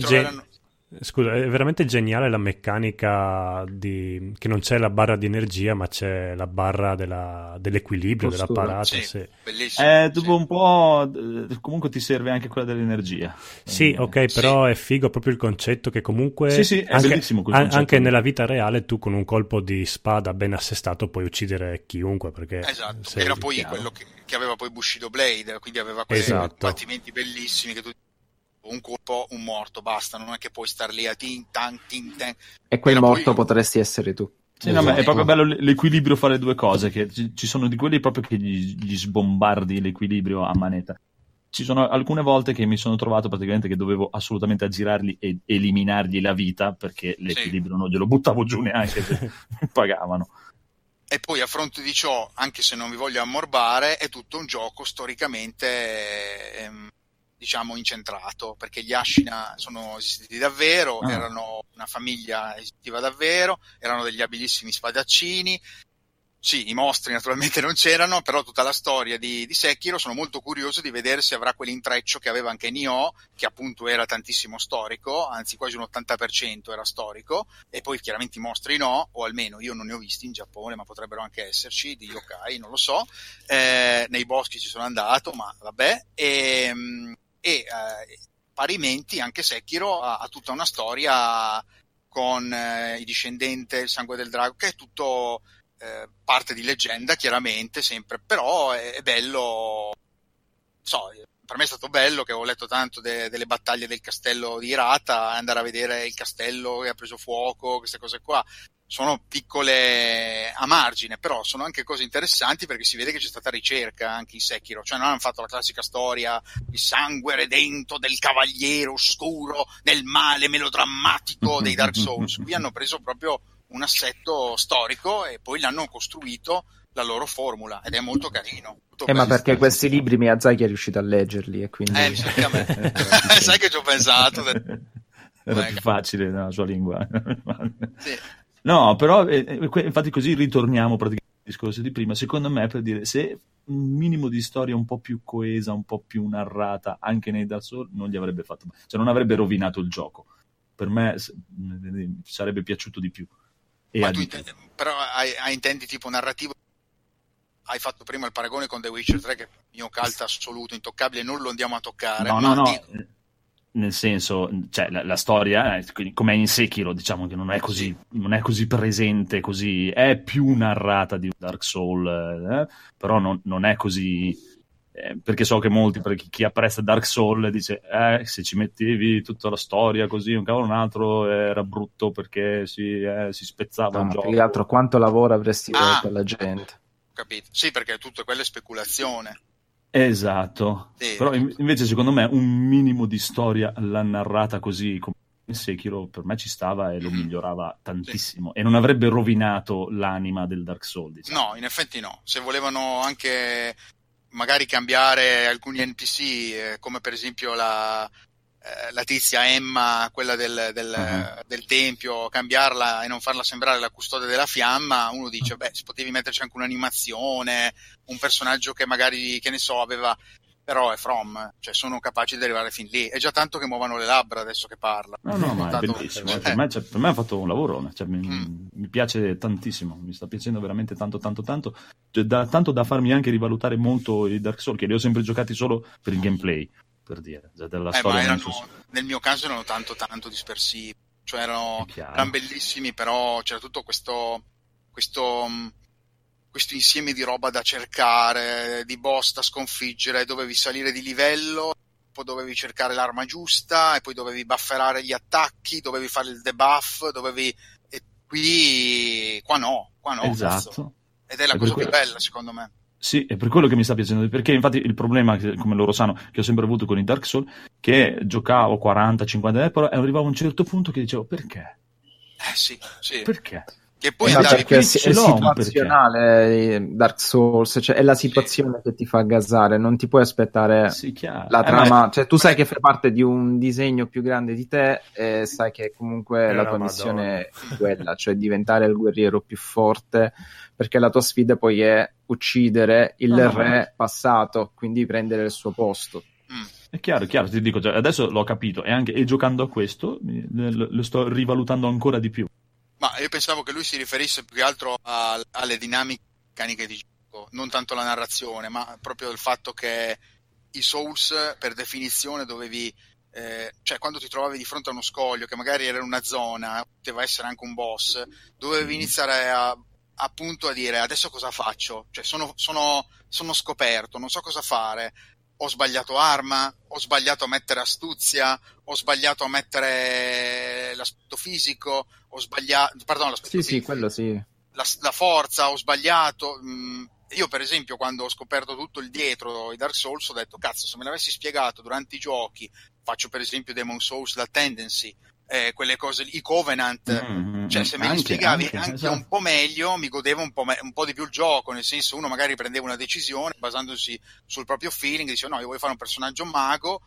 è veramente geniale la meccanica che non c'è la barra di energia, ma c'è la barra dell'equilibrio, dell'apparato. Sì, bellissimo. Dopo un po' comunque ti serve anche quella dell'energia. Sì, ok, però è figo proprio il concetto che comunque è bellissimo quel concetto. Anche nella vita reale tu con un colpo di spada ben assestato puoi uccidere chiunque, perché era poi quello che aveva poi Bushido Blade, quindi aveva quei combattimenti bellissimi che tu un colpo, un morto, basta, non è che puoi star lì a tin tan. E quel morto potresti essere tu. Sì, no, ma è proprio bello l'equilibrio fra le due cose, che ci sono di quelli proprio che gli sbombardi l'equilibrio a manetta. Ci sono alcune volte che mi sono trovato praticamente che dovevo assolutamente aggirarli e eliminargli la vita, perché l'equilibrio non glielo buttavo giù neanche se pagavano. E poi a fronte di ciò, anche se non vi voglio ammorbare, è tutto un gioco storicamente diciamo incentrato, perché gli Ashina sono esistiti davvero, erano una famiglia esistiva davvero, erano degli abilissimi spadaccini. Sì, i mostri naturalmente non c'erano, però tutta la storia di Sekiro sono molto curioso di vedere se avrà quell'intreccio che aveva anche Nioh, che appunto era tantissimo storico, anzi quasi un 80% era storico, e poi chiaramente i mostri no, o almeno io non ne ho visti in Giappone, ma potrebbero anche esserci, di yokai, non lo so, nei boschi ci sono andato, ma vabbè, e parimenti anche Sekiro ha tutta una storia con i discendenti, il sangue del drago, che è tutto... parte di leggenda chiaramente sempre, però è bello, per me è stato bello che ho letto tanto delle battaglie del castello di Hirata, andare a vedere il castello che ha preso fuoco, queste cose qua sono piccole a margine, però sono anche cose interessanti perché si vede che c'è stata ricerca anche in Sekiro, cioè non hanno fatto la classica storia il sangue redento del cavaliere oscuro nel male melodrammatico dei Dark Souls, qui hanno preso proprio un assetto storico e poi l'hanno costruito la loro formula ed è molto carino. Ma perché questi libri Miyazaki è riuscito a leggerli e quindi... mi sa che a me. Sai che ci ho pensato. Era più facile nella sua lingua. Sì. No, però infatti così ritorniamo praticamente al discorso di prima. Secondo me, per dire, se un minimo di storia un po' più coesa, un po' più narrata anche nei Dark Souls non gli avrebbe fatto, cioè non avrebbe rovinato il gioco. Per me sarebbe piaciuto di più. Ma tu però intendi tipo narrativo? Hai fatto prima il paragone con The Witcher 3 che è il mio cult assoluto, intoccabile, non lo andiamo a toccare. No. Nel senso, cioè la storia, come è in Sekiro, diciamo che non è così presente, così è più narrata di Dark Souls, però non è così... perché so che molti, perché chi apprezza Dark Souls dice se ci mettevi tutta la storia così un cavolo un altro era brutto perché si spezzava il gioco. Più che altro quanto lavoro avresti detto alla gente, capito? Sì, perché tutto quello è speculazione. Esatto, sì. Però invece secondo me un minimo di storia l'ha narrata così come in Sekiro per me ci stava e lo migliorava tantissimo, e non avrebbe rovinato l'anima del Dark Souls, diciamo. No, in effetti no, se volevano anche magari cambiare alcuni NPC, come per esempio la tizia Emma, quella del tempio, cambiarla e non farla sembrare la custode della fiamma, uno dice, se potevi metterci anche un'animazione, un personaggio che magari, che ne so, aveva... Però è From, cioè sono capaci di arrivare fin lì. È già tanto che muovono le labbra adesso che parla. No, ma è bellissimo. Per me ha fatto un lavoro, cioè, mi piace tantissimo, mi sta piacendo veramente tanto, cioè, tanto da farmi anche rivalutare molto i Dark Souls, che li ho sempre giocati solo per il gameplay, per dire, cioè, della storia. Nel mio caso erano tanto dispersivi, cioè erano bellissimi, però c'era tutto questo insieme di roba da cercare, di boss da sconfiggere, dovevi salire di livello, poi dovevi cercare l'arma giusta e poi dovevi bufferare gli attacchi, dovevi fare il debuff, qua no. Esatto. Cazzo. Ed è la cosa più bella, secondo me. Sì, è per quello che mi sta piacendo, perché infatti il problema, come loro sanno, che ho sempre avuto con i Dark Souls, che giocavo 40-50 però arrivavo a un certo punto che dicevo, perché? Sì. Perché? Che poi perché è situazionale Dark Souls, cioè è la situazione che ti fa gasare, non ti puoi aspettare la trama, cioè tu sai che fai parte di un disegno più grande di te e sai che comunque la tua missione è quella, cioè diventare il guerriero più forte, perché la tua sfida poi è uccidere il re passato, quindi prendere il suo posto. È chiaro, ti dico, cioè, adesso l'ho capito e giocando a questo lo sto rivalutando ancora di più. Ma io pensavo che lui si riferisse più che altro alle dinamiche meccaniche di gioco, non tanto alla narrazione, ma proprio il fatto che i Souls per definizione dovevi, cioè quando ti trovavi di fronte a uno scoglio che magari era in una zona, poteva essere anche un boss, dovevi iniziare appunto a dire adesso cosa faccio? Cioè sono scoperto, non so cosa fare. Ho sbagliato arma, ho sbagliato a mettere astuzia, ho sbagliato a mettere l'aspetto fisico, ho sbagliato, l'aspetto fisico, quello sì. La forza, ho sbagliato. Io per esempio quando ho scoperto tutto il dietro i Dark Souls ho detto cazzo, se me l'avessi spiegato durante i giochi, faccio per esempio Demon Souls, la Tendency, quelle cose, i Covenant, cioè se me li spiegavi anche un po' meglio mi godevo un po' di più il gioco, nel senso uno magari prendeva una decisione basandosi sul proprio feeling, diceva no, io voglio fare un personaggio mago,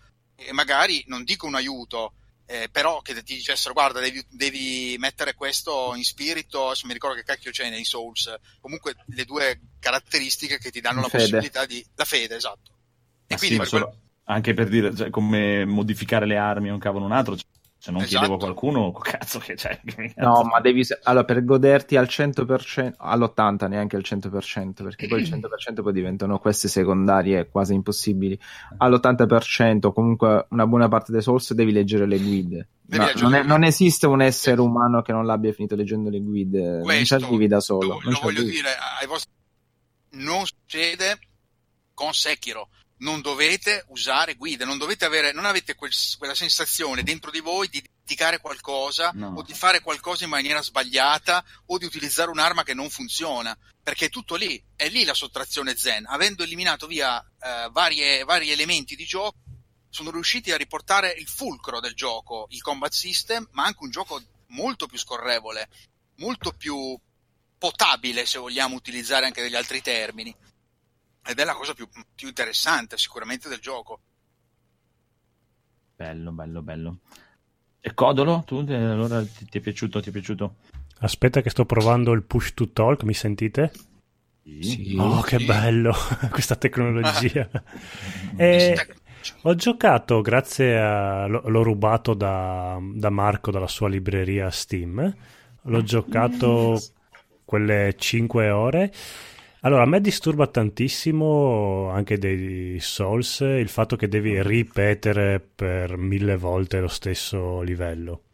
magari, non dico un aiuto, però che ti dicessero guarda devi mettere questo in spirito, adesso mi ricordo che cacchio c'è nei Souls, comunque le due caratteristiche che ti danno la possibilità di... La fede, esatto. E quindi anche per dire, cioè, come modificare le armi o un cavolo un altro, se non chiedevo a qualcuno, cazzo che c'è. No, ma devi... Allora, per goderti al 100%, all'80%, neanche al 100%, perché poi il 100% poi diventano queste secondarie quasi impossibili. All'80%, comunque una buona parte dei Souls, devi leggere le guide. Non esiste un essere umano che non l'abbia finito leggendo le guide. Questo, non ci arrivi da solo. Lo voglio dire ai vostri... Non succede con Sekiro. Non dovete usare guide, non avete quella sensazione dentro di voi di dimenticare qualcosa o di fare qualcosa in maniera sbagliata o di utilizzare un'arma che non funziona, perché è tutto lì, è lì la sottrazione zen. Avendo eliminato via vari elementi di gioco, sono riusciti a riportare il fulcro del gioco, il combat system, ma anche un gioco molto più scorrevole, molto più potabile, se vogliamo utilizzare anche degli altri termini. Ed è la cosa più interessante sicuramente del gioco. Bello. E Codolo, tu allora ti è piaciuto? Aspetta che sto provando il push to talk, mi sentite? Sì. Oh, che bello questa tecnologia. Ho giocato grazie a... l'ho rubato da Marco dalla sua libreria Steam. L'ho giocato quelle 5 ore. Allora, a me disturba tantissimo anche dei Souls il fatto che devi ripetere per 1000 volte lo stesso livello.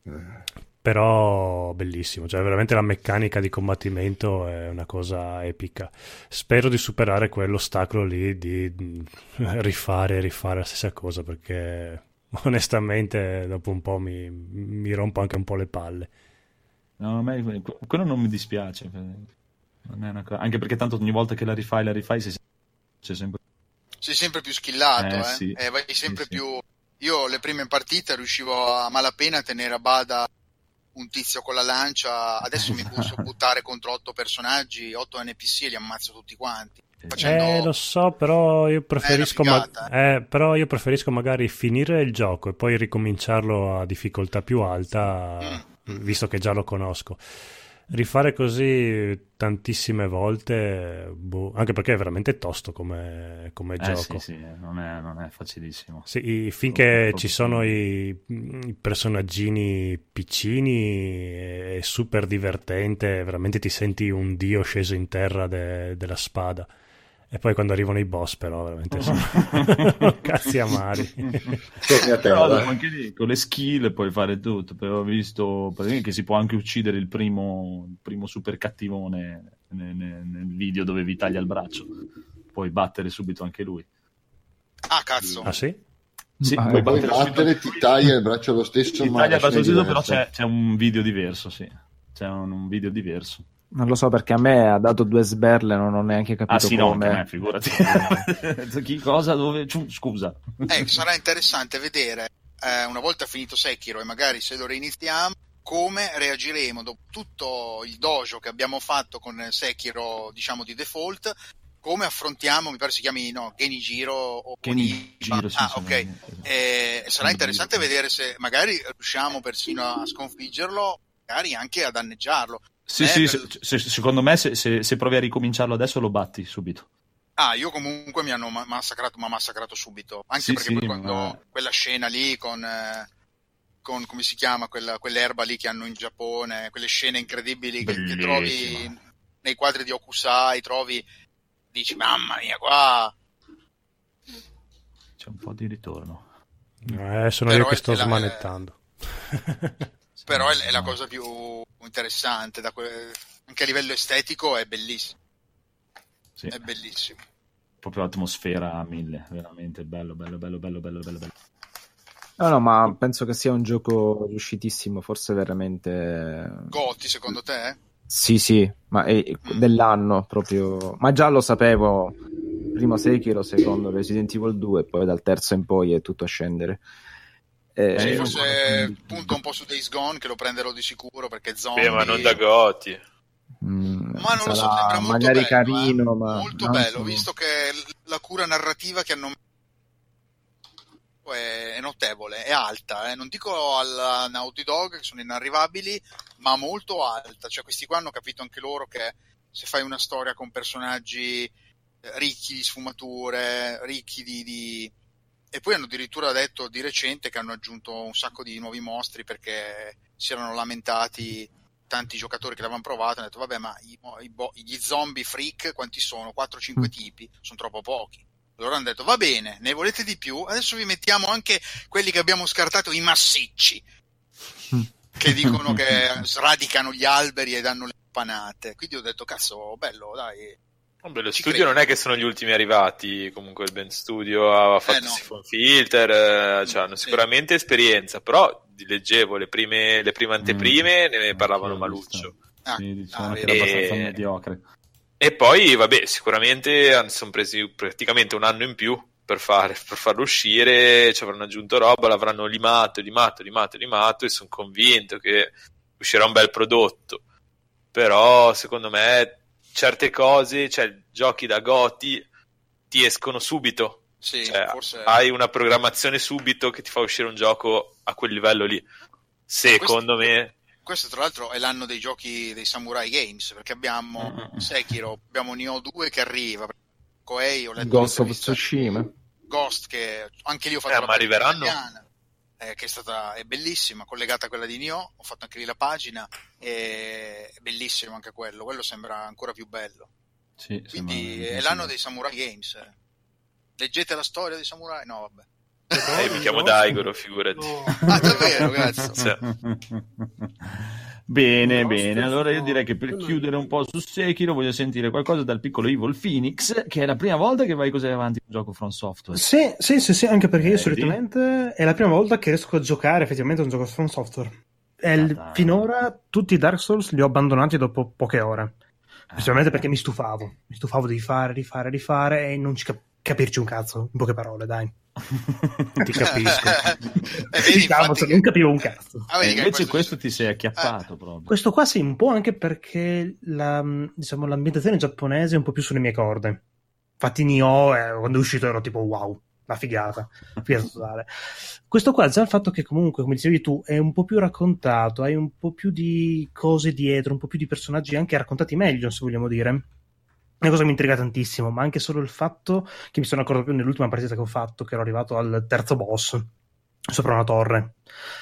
Però bellissimo, cioè veramente la meccanica di combattimento è una cosa epica. Spero di superare quell'ostacolo lì di rifare la stessa cosa, perché onestamente dopo un po' mi rompo anche un po' le palle. No, a me quello non mi dispiace. Non è una cosa... Anche perché tanto ogni volta che la rifai sei sempre più schillato, sì. Vai sempre più... Io le prime partite riuscivo a malapena a tenere a bada un tizio con la lancia, adesso mi posso buttare contro 8 personaggi, 8 NPC e li ammazzo tutti quanti. Lo so, però io preferisco però io preferisco magari finire il gioco e poi ricominciarlo a difficoltà più alta, visto che già lo conosco. Rifare così tantissime volte, anche perché è veramente tosto come gioco. Sì, non è facilissimo. Sì, finché ci sono i personaggini piccini è super divertente, veramente ti senti un dio sceso in terra della spada. E poi quando arrivano i boss, però, veramente sono cazzi amari. Però anche lì, con le skill puoi fare tutto. Però ho visto che si può anche uccidere il primo super cattivone nel video dove vi taglia il braccio. Puoi battere subito anche lui. Ah, cazzo. Ah, sì? Sì, puoi battere, ti taglia il braccio lo stesso. Ti taglia il braccio lo stesso, però c'è un video diverso, sì. C'è un video diverso. Non lo so, perché a me ha dato 2 sberle, non ho neanche capito come. No, figurati. Chi, cosa, dove? Scusa. Sarà interessante vedere, una volta finito Sekiro, e magari se lo reiniziamo, come reagiremo dopo tutto il dojo che abbiamo fatto con Sekiro, diciamo di default, come affrontiamo, mi pare si chiami Genijiro o Genijiro, sì, ok. Sarà interessante vedere se magari riusciamo persino a sconfiggerlo, magari anche a danneggiarlo. Sì, secondo me se provi a ricominciarlo adesso lo batti subito. Io comunque mi hanno massacrato subito, anche perché poi quando quella scena lì con come si chiama quell'erba lì che hanno in Giappone, quelle scene incredibili che trovi nei quadri di Okusai, dici mamma mia, qua c'è un po' di ritorno. Sono però io che sto smanettando. Però è la cosa più interessante, anche a livello estetico è bellissimo. Sì. È bellissimo. Proprio l'atmosfera a 1000, veramente bello. No, ma penso che sia un gioco riuscitissimo, forse veramente... Gotti, secondo te? Sì, ma è dell'anno proprio. Ma già lo sapevo, primo Sekiro, secondo Resident Evil 2, poi dal terzo in poi è tutto a scendere. Forse punto un po' su Days Gone, che lo prenderò di sicuro, perché zombie... ma non da Gotti. Ma non lo so, sembra molto magari bello, carino, ma molto bello, visto che la cura narrativa che hanno è notevole, è alta, non dico alla Naughty Dog che sono inarrivabili, ma molto alta. Cioè questi qua hanno capito anche loro che se fai una storia con personaggi ricchi di sfumature, ricchi di... E poi hanno addirittura detto di recente che hanno aggiunto un sacco di nuovi mostri perché si erano lamentati tanti giocatori che l'avevano provato, hanno detto vabbè, ma gli zombie freak quanti sono? 4-5 tipi? Sono troppo pochi. Allora hanno detto va bene, ne volete di più? Adesso vi mettiamo anche quelli che abbiamo scartato, i massicci, che dicono che sradicano gli alberi e danno le panate. Quindi ho detto cazzo, bello, dai. Vabbè, lo studio non è che sono gli ultimi arrivati, comunque il Ben Studio ha fatto Siphon Filter, cioè hanno sicuramente esperienza, però leggevo le prime anteprime, ne parlavano maluccio. Sì, diciamo che era abbastanza mediocre. E poi, vabbè, sicuramente sono presi praticamente un anno in più per farlo uscire, ci avranno aggiunto roba, l'avranno limato e sono convinto che uscirà un bel prodotto. Però, secondo me, certe cose, cioè giochi da GOTY ti escono subito. Sì, cioè, forse... hai una programmazione subito che ti fa uscire un gioco a quel livello lì. Secondo me... Questo tra l'altro è l'anno dei giochi dei Samurai Games, perché abbiamo Sekiro, abbiamo Nioh 2 che arriva, Koei, ho letto Ghost of Tsushima, Ghost, che anche lì ho fatto la ma arriveranno italiana, che è bellissima, collegata a quella di Nioh, ho fatto anche lì la pagina, è bellissimo anche quello sembra ancora più bello. Sì, quindi è l'anno dei Samurai Games. Leggete la storia dei Samurai? No, vabbè. Mi chiamo Daigoro, figurati. Ah, davvero, cazzo. Sì. Bene. Allora io direi che per chiudere un po' su Sekiro voglio sentire qualcosa dal piccolo Evil Phoenix, che è la prima volta che vai così avanti con un gioco From Software. Sì, anche perché io solitamente è la prima volta che riesco a giocare effettivamente un gioco From Software. Finora tutti i Dark Souls li ho abbandonati dopo poche ore. Specialmente perché mi stufavo di rifare e non capirci un cazzo, in poche parole, dai. Ti capisco. Non capivo un cazzo. Invece questo ti sei acchiappato proprio. Questo qua sì, un po' anche perché l'ambientazione giapponese è un po' più sulle mie corde. Infatti Nioh, quando è uscito ero tipo wow, una figata totale. Questo qua già il fatto che comunque, come dicevi tu, è un po' più raccontato, hai un po' più di cose dietro, un po' più di personaggi anche raccontati meglio, se vogliamo dire. Una cosa che mi intriga tantissimo, ma anche solo il fatto che mi sono accorto più nell'ultima partita che ho fatto, che ero arrivato al terzo boss sopra una torre.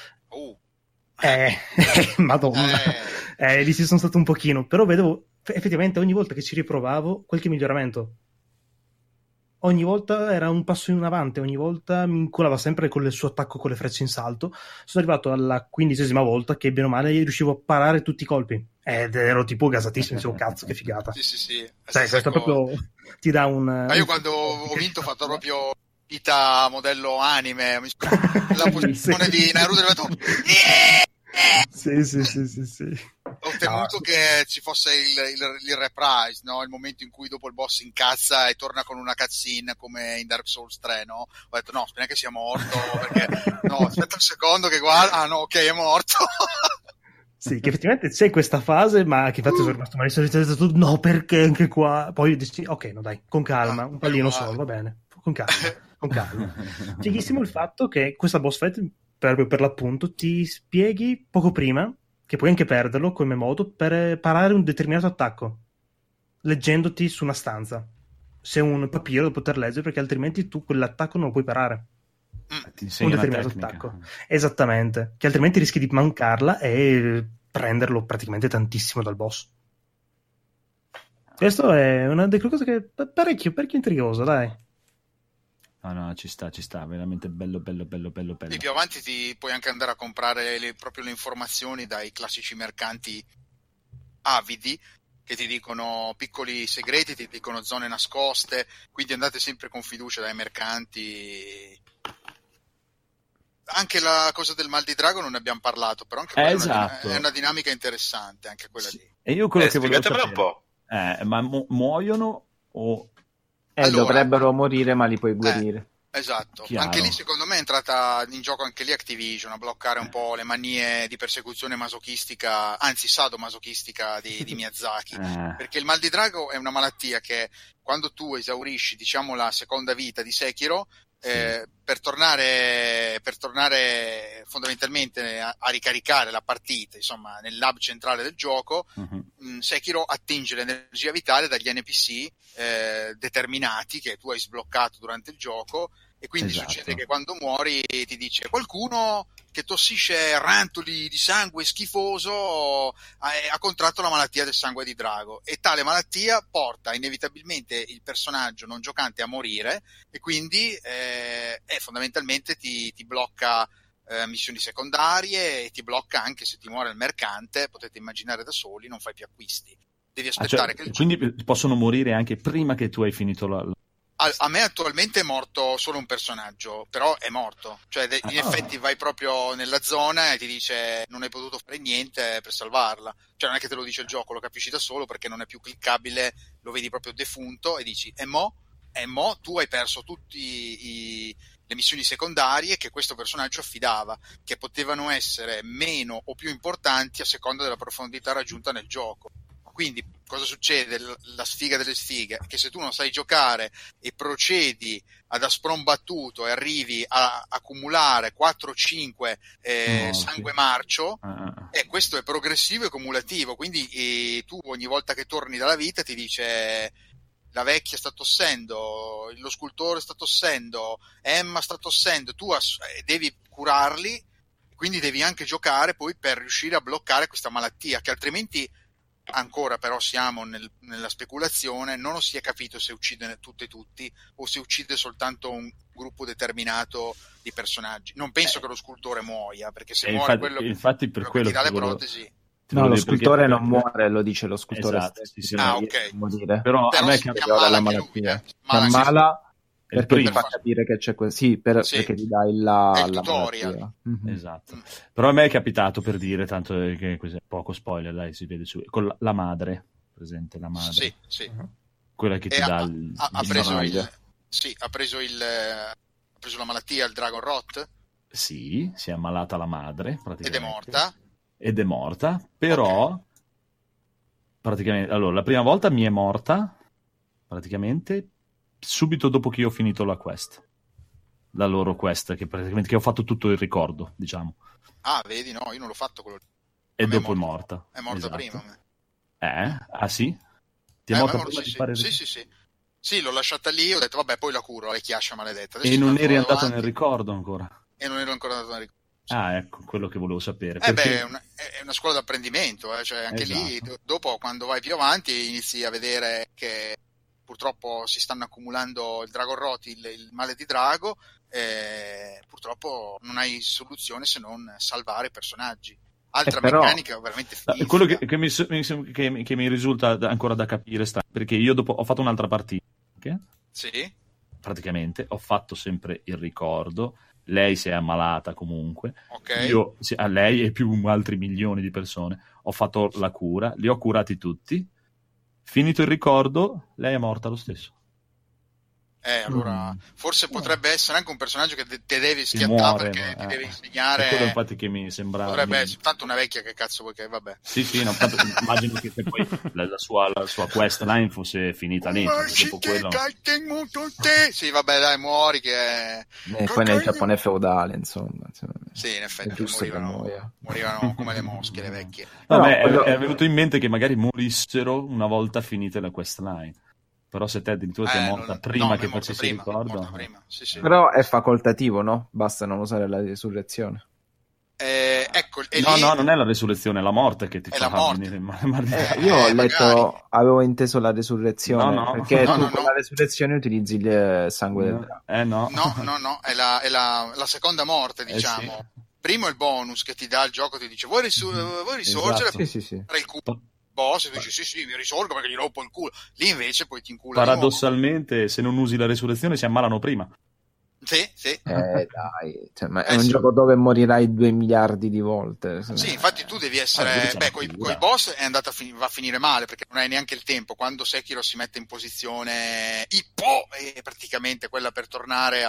Madonna, lì ci sono stato un pochino, però vedevo effettivamente ogni volta che ci riprovavo qualche miglioramento. Ogni volta era un passo in avanti, ogni volta mi inculava sempre con il suo attacco con le frecce in salto. Sono arrivato alla 15ª volta che bene o male riuscivo a parare tutti i colpi ed ero tipo gasatissimo, dicevo cazzo che figata. Sì. Questo proprio ti dà un... Ma io quando ho vinto ho fatto proprio vita modello anime, la posizione di Naruto è arrivato... Sì. Ho temuto che ci fosse il reprise, no? Il momento in cui dopo il boss incazza e torna con una cutscene come in Dark Souls 3, no? Ho detto no, speriamo che sia morto, perché no, aspetta un secondo che guarda, no, ok, è morto. Sì, che effettivamente c'è questa fase, ma che infatti sono rimasto malissimo, no, perché anche qua? Poi dici, ok, no dai, con calma, un pallino solo, va bene, con calma. Fighissimo il fatto che questa boss fight, per l'appunto, ti spieghi poco prima che puoi anche perderlo come modo per parare un determinato attacco, leggendoti su una stanza. C'è un papiro da poter leggere, perché altrimenti tu quell'attacco non lo puoi parare. Un determinato attacco. Esattamente. Che altrimenti rischi di mancarla e prenderlo praticamente tantissimo dal boss. Questo è una delle cose che è parecchio intrigosa, dai. No, ci sta, veramente bello. E più avanti ti puoi anche andare a comprare proprio le informazioni dai classici mercanti avidi che ti dicono piccoli segreti, ti dicono zone nascoste, quindi andate sempre con fiducia dai mercanti. Anche la cosa del mal di drago non ne abbiamo parlato, però anche quella è una dinamica interessante, anche quella lì. E io quello che volevo sapere un po'. Ma muoiono o... Allora, dovrebbero morire, ma li puoi guarire. Esatto. Chiaro. Anche lì secondo me è entrata in gioco anche lì Activision a bloccare un po' le manie di persecuzione masochistica, anzi sadomasochistica di Miyazaki, perché il mal di drago è una malattia che quando tu esaurisci, diciamo, la seconda vita di Sekiro, per tornare fondamentalmente a ricaricare la partita, insomma, nell'hub centrale del gioco, Sekiro attinge l'energia vitale dagli NPC determinati che tu hai sbloccato durante il gioco, e quindi succede che quando muori ti dice: qualcuno che tossisce rantoli di sangue schifoso ha contratto la malattia del sangue di drago, e tale malattia porta inevitabilmente il personaggio non giocante a morire, e quindi fondamentalmente ti blocca missioni secondarie, e ti blocca anche se ti muore il mercante. Potete immaginare da soli, non fai più acquisti, devi aspettare che il quindi possono morire anche prima che tu hai finito la... A me attualmente è morto solo un personaggio, però è morto. Cioè, in effetti vai proprio nella zona e ti dice non hai potuto fare niente per salvarla. Cioè, non è che te lo dice il gioco, lo capisci da solo, perché non è più cliccabile, lo vedi proprio defunto e dici e mo tu hai perso tutte le missioni secondarie che questo personaggio affidava, che potevano essere meno o più importanti a seconda della profondità raggiunta nel gioco. Quindi cosa succede? La sfiga delle sfighe è che se tu non sai giocare e procedi ad aspron battuto e arrivi a accumulare 4-5 sangue marcio, questo è progressivo e cumulativo, quindi tu ogni volta che torni dalla vita ti dice la vecchia sta tossendo, lo scultore sta tossendo, Emma sta tossendo, tu devi curarli, quindi devi anche giocare poi per riuscire a bloccare questa malattia, che altrimenti ancora però siamo nella speculazione, non si è capito se uccide tutti o se uccide soltanto un gruppo determinato di personaggi. Non penso che lo scultore muoia, perché se muore infatti per quello che ti dà le protesi. No, lo scultore non muore, lo dice lo scultore stesso. Ok. Però a me capita la malattia. Si ammala perché ti fa capire che c'è perché ti dai la tutorial. Esatto. Però a me è capitato, per dire, tanto che poco spoiler, dai, si vede su con la madre, presente la madre. Sì. Quella che ti dà ha preso la malattia, il Dragon Rot? Sì, si è ammalata la madre, praticamente. Ed è morta, però praticamente, allora, la prima volta mi è morta praticamente subito dopo che io ho finito la loro quest, che ho fatto tutto il ricordo, diciamo. Ah, vedi, no, io non l'ho fatto quello. E dopo è morta. È morta prima. Ah, sì? Ti è morta prima di fare il ricordo? Sì, l'ho lasciata lì, ho detto vabbè, poi la curo, la chiascia maledetta. E non eri andato nel ricordo ancora? E non ero ancora andato nel ricordo. Ah, ecco, quello che volevo sapere. È una scuola d'apprendimento, cioè anche lì, dopo quando vai più avanti inizi a vedere che purtroppo si stanno accumulando il Dragon Rot, il male di drago, purtroppo non hai soluzione se non salvare i personaggi. Altra meccanica veramente finita. Quello che mi risulta ancora da capire perché io dopo ho fatto un'altra partita. Sì. Praticamente ho fatto sempre il ricordo. Lei si è ammalata comunque, io a lei e più altri milioni di persone ho fatto la cura, li ho curati tutti, finito il ricordo lei è morta lo stesso. Allora forse potrebbe essere anche un personaggio che te devi schiattare, perché ti deve insegnare. È quello infatti che mi sembrava. Potrebbe essere tanto una vecchia, che cazzo vuoi che vabbè. Sì, no, immagino che poi la sua quest line fosse finita lì. Dopo quello... Sì, vabbè, dai, muori che poi nel Giappone feudale, insomma. Sì, in effetti morivano come le mosche, le vecchie. È venuto in mente che magari morissero una volta finite la quest line. Però se te addirittura ti è morta prima che facessi il ricordo. Sì. Però è facoltativo, no? Basta non usare la risurrezione. Ecco, no, non è la risurrezione, è la morte che ti fa venire il male. Io ho letto, avevo inteso la risurrezione, perché tu con la risurrezione utilizzi il sangue del drago. No, è la seconda morte, diciamo. Sì. Primo è il bonus che ti dà il gioco, ti dice vuoi risorgere? Esatto. Sì. Tra il culo. Boss, e tu dici sì, mi risolgo perché gli rompo il culo. Lì invece poi ti incula. Paradossalmente, se non usi la risurrezione si ammalano prima. Sì. Dai, cioè, ma è un gioco dove morirai 2 miliardi di volte. Sì, infatti tu devi essere. Coi boss è andata va a finire male, perché non hai neanche il tempo. Quando Sekiro si mette in posizione Ippo, è praticamente quella per tornare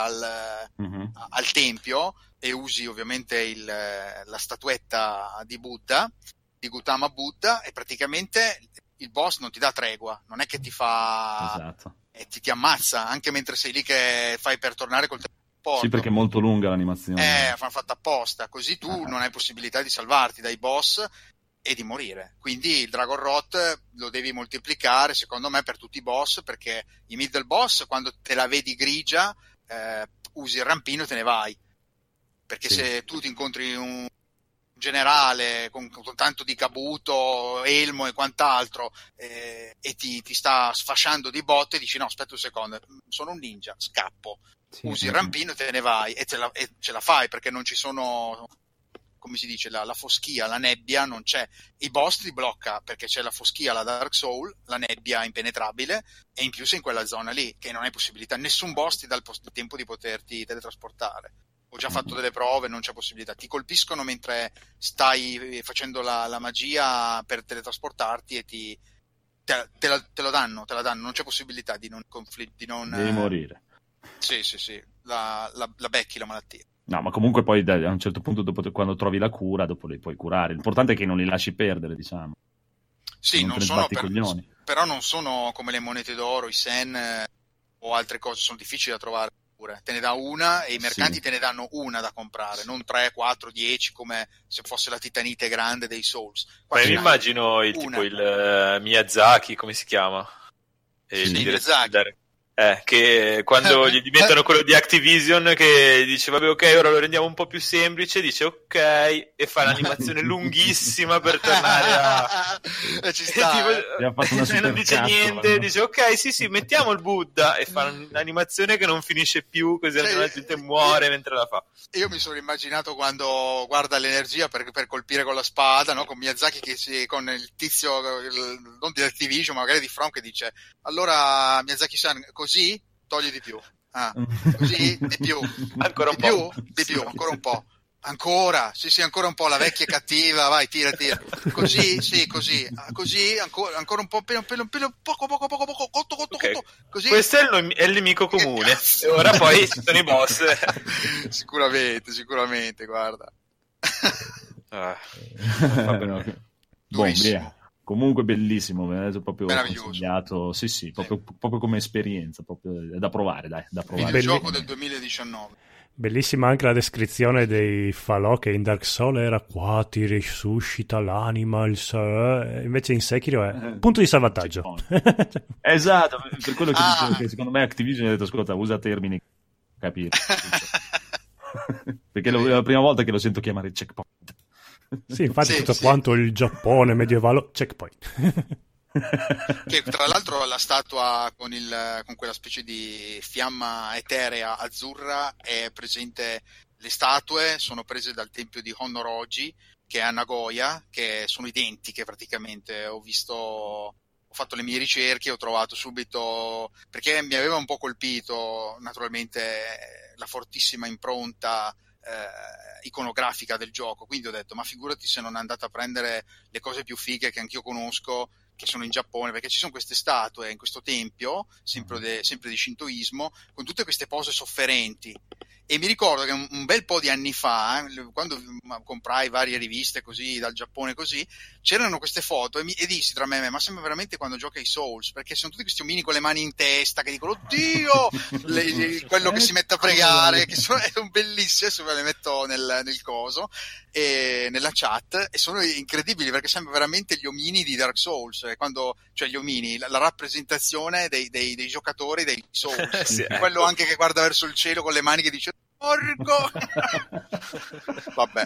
al tempio, e usi ovviamente la statuetta di Buddha, di Gautama Buddha, e praticamente il boss non ti dà tregua, non è che ti fa esatto. E ti ammazza anche mentre sei lì che fai per tornare col supporto. Sì, perché è molto lunga l'animazione. Fanno fatta apposta, così tu non hai possibilità di salvarti dai boss e di morire. Quindi il Dragon Rot lo devi moltiplicare, secondo me, per tutti i boss, perché i middle boss, quando te la vedi grigia, usi il rampino e te ne vai. Perché se tu ti incontri un generale con tanto di cabuto, elmo e quant'altro, e ti sta sfasciando di botte, dici no, aspetta un secondo, sono un ninja, scappo. Usi il rampino e te ne vai e ce la fai, perché non ci sono, come si dice, la foschia, la nebbia non c'è. I boss ti blocca perché c'è la foschia, la Dark Soul, la nebbia impenetrabile, e in più sei in quella zona lì che non hai possibilità, nessun boss ti dà il tempo di poterti teletrasportare. Ho già fatto delle prove, non c'è possibilità, ti colpiscono mentre stai facendo la magia per teletrasportarti e te la danno, non c'è possibilità di non Devi morire. Sì, la becchi la malattia. No, ma comunque poi a un certo punto, dopo, quando trovi la cura, dopo li puoi curare. L'importante è che non li lasci perdere, diciamo. Sì, non sono però non sono come le monete d'oro, i sen o altre cose, sono difficili da trovare. Te ne dà una e i mercanti te ne danno una da comprare, non 3, 4, 10 come se fosse la titanite grande dei Souls. Ma mi immagino tipo il Miyazaki, come si chiama? Miyazaki. Che quando gli diventano quello di Activision, che dice vabbè, ok, ora lo rendiamo un po' più semplice, dice ok, e fa l'animazione lunghissima per tornare a ci sta, e non dice niente, dice ok, sì, mettiamo il Buddha, e fa un'animazione che non finisce più, così la gente muore mentre la fa. Io mi sono immaginato quando guarda l'energia per colpire con la spada, no? Con Miyazaki con il tizio, non di Activision, ma magari di From, che dice allora Miyazaki-san, così togli di più, così di più, ancora un po', di più, ancora un po', ancora, sì, ancora un po', la vecchia cattiva, vai, tira, così, così, ancora un po', poco, okay. Così. Questo è il nemico comune, e ora poi ci sono i boss. Sicuramente, guarda. Vabbè, no. Via. Comunque bellissimo, mi ha proprio consigliato, sì, proprio come esperienza, proprio da provare, dai, da provare. Il gioco del 2019. Bellissima anche la descrizione dei falò, che in Dark Souls era qua ti risuscita l'anima, invece in Sekiro è punto di salvataggio. Esatto, per quello che dicevo, che secondo me Activision ha detto ascolta, usa termini capire. Perché è la prima volta che lo sento chiamare checkpoint. Sì, infatti tutto quanto il Giappone medievale, checkpoint. Che tra l'altro la statua con quella specie di fiamma eterea azzurra è presente. Le statue sono prese dal tempio di Honoroji, che è a Nagoya, che sono identiche praticamente. Ho fatto le mie ricerche, ho trovato subito, perché mi aveva un po' colpito naturalmente la fortissima impronta iconografica del gioco, quindi ho detto ma figurati se non è andata a prendere le cose più fighe che anch'io conosco, che sono in Giappone, perché ci sono queste statue in questo tempio sempre di Shintoismo, con tutte queste pose sofferenti. E mi ricordo che un bel po' di anni fa, quando comprai varie riviste così dal Giappone così, c'erano queste foto e dissi tra me, ma sembra veramente quando gioca ai Souls, perché sono tutti questi omini con le mani in testa che dicono oddio, quello che si mette a pregare, che sono bellissime, adesso ve le metto nel coso e nella chat, e sono incredibili perché sembra veramente gli omini di Dark Souls, quando, cioè gli omini, la rappresentazione dei giocatori dei Souls, sì, quello anche che guarda verso il cielo con le mani che dice porco. Vabbè,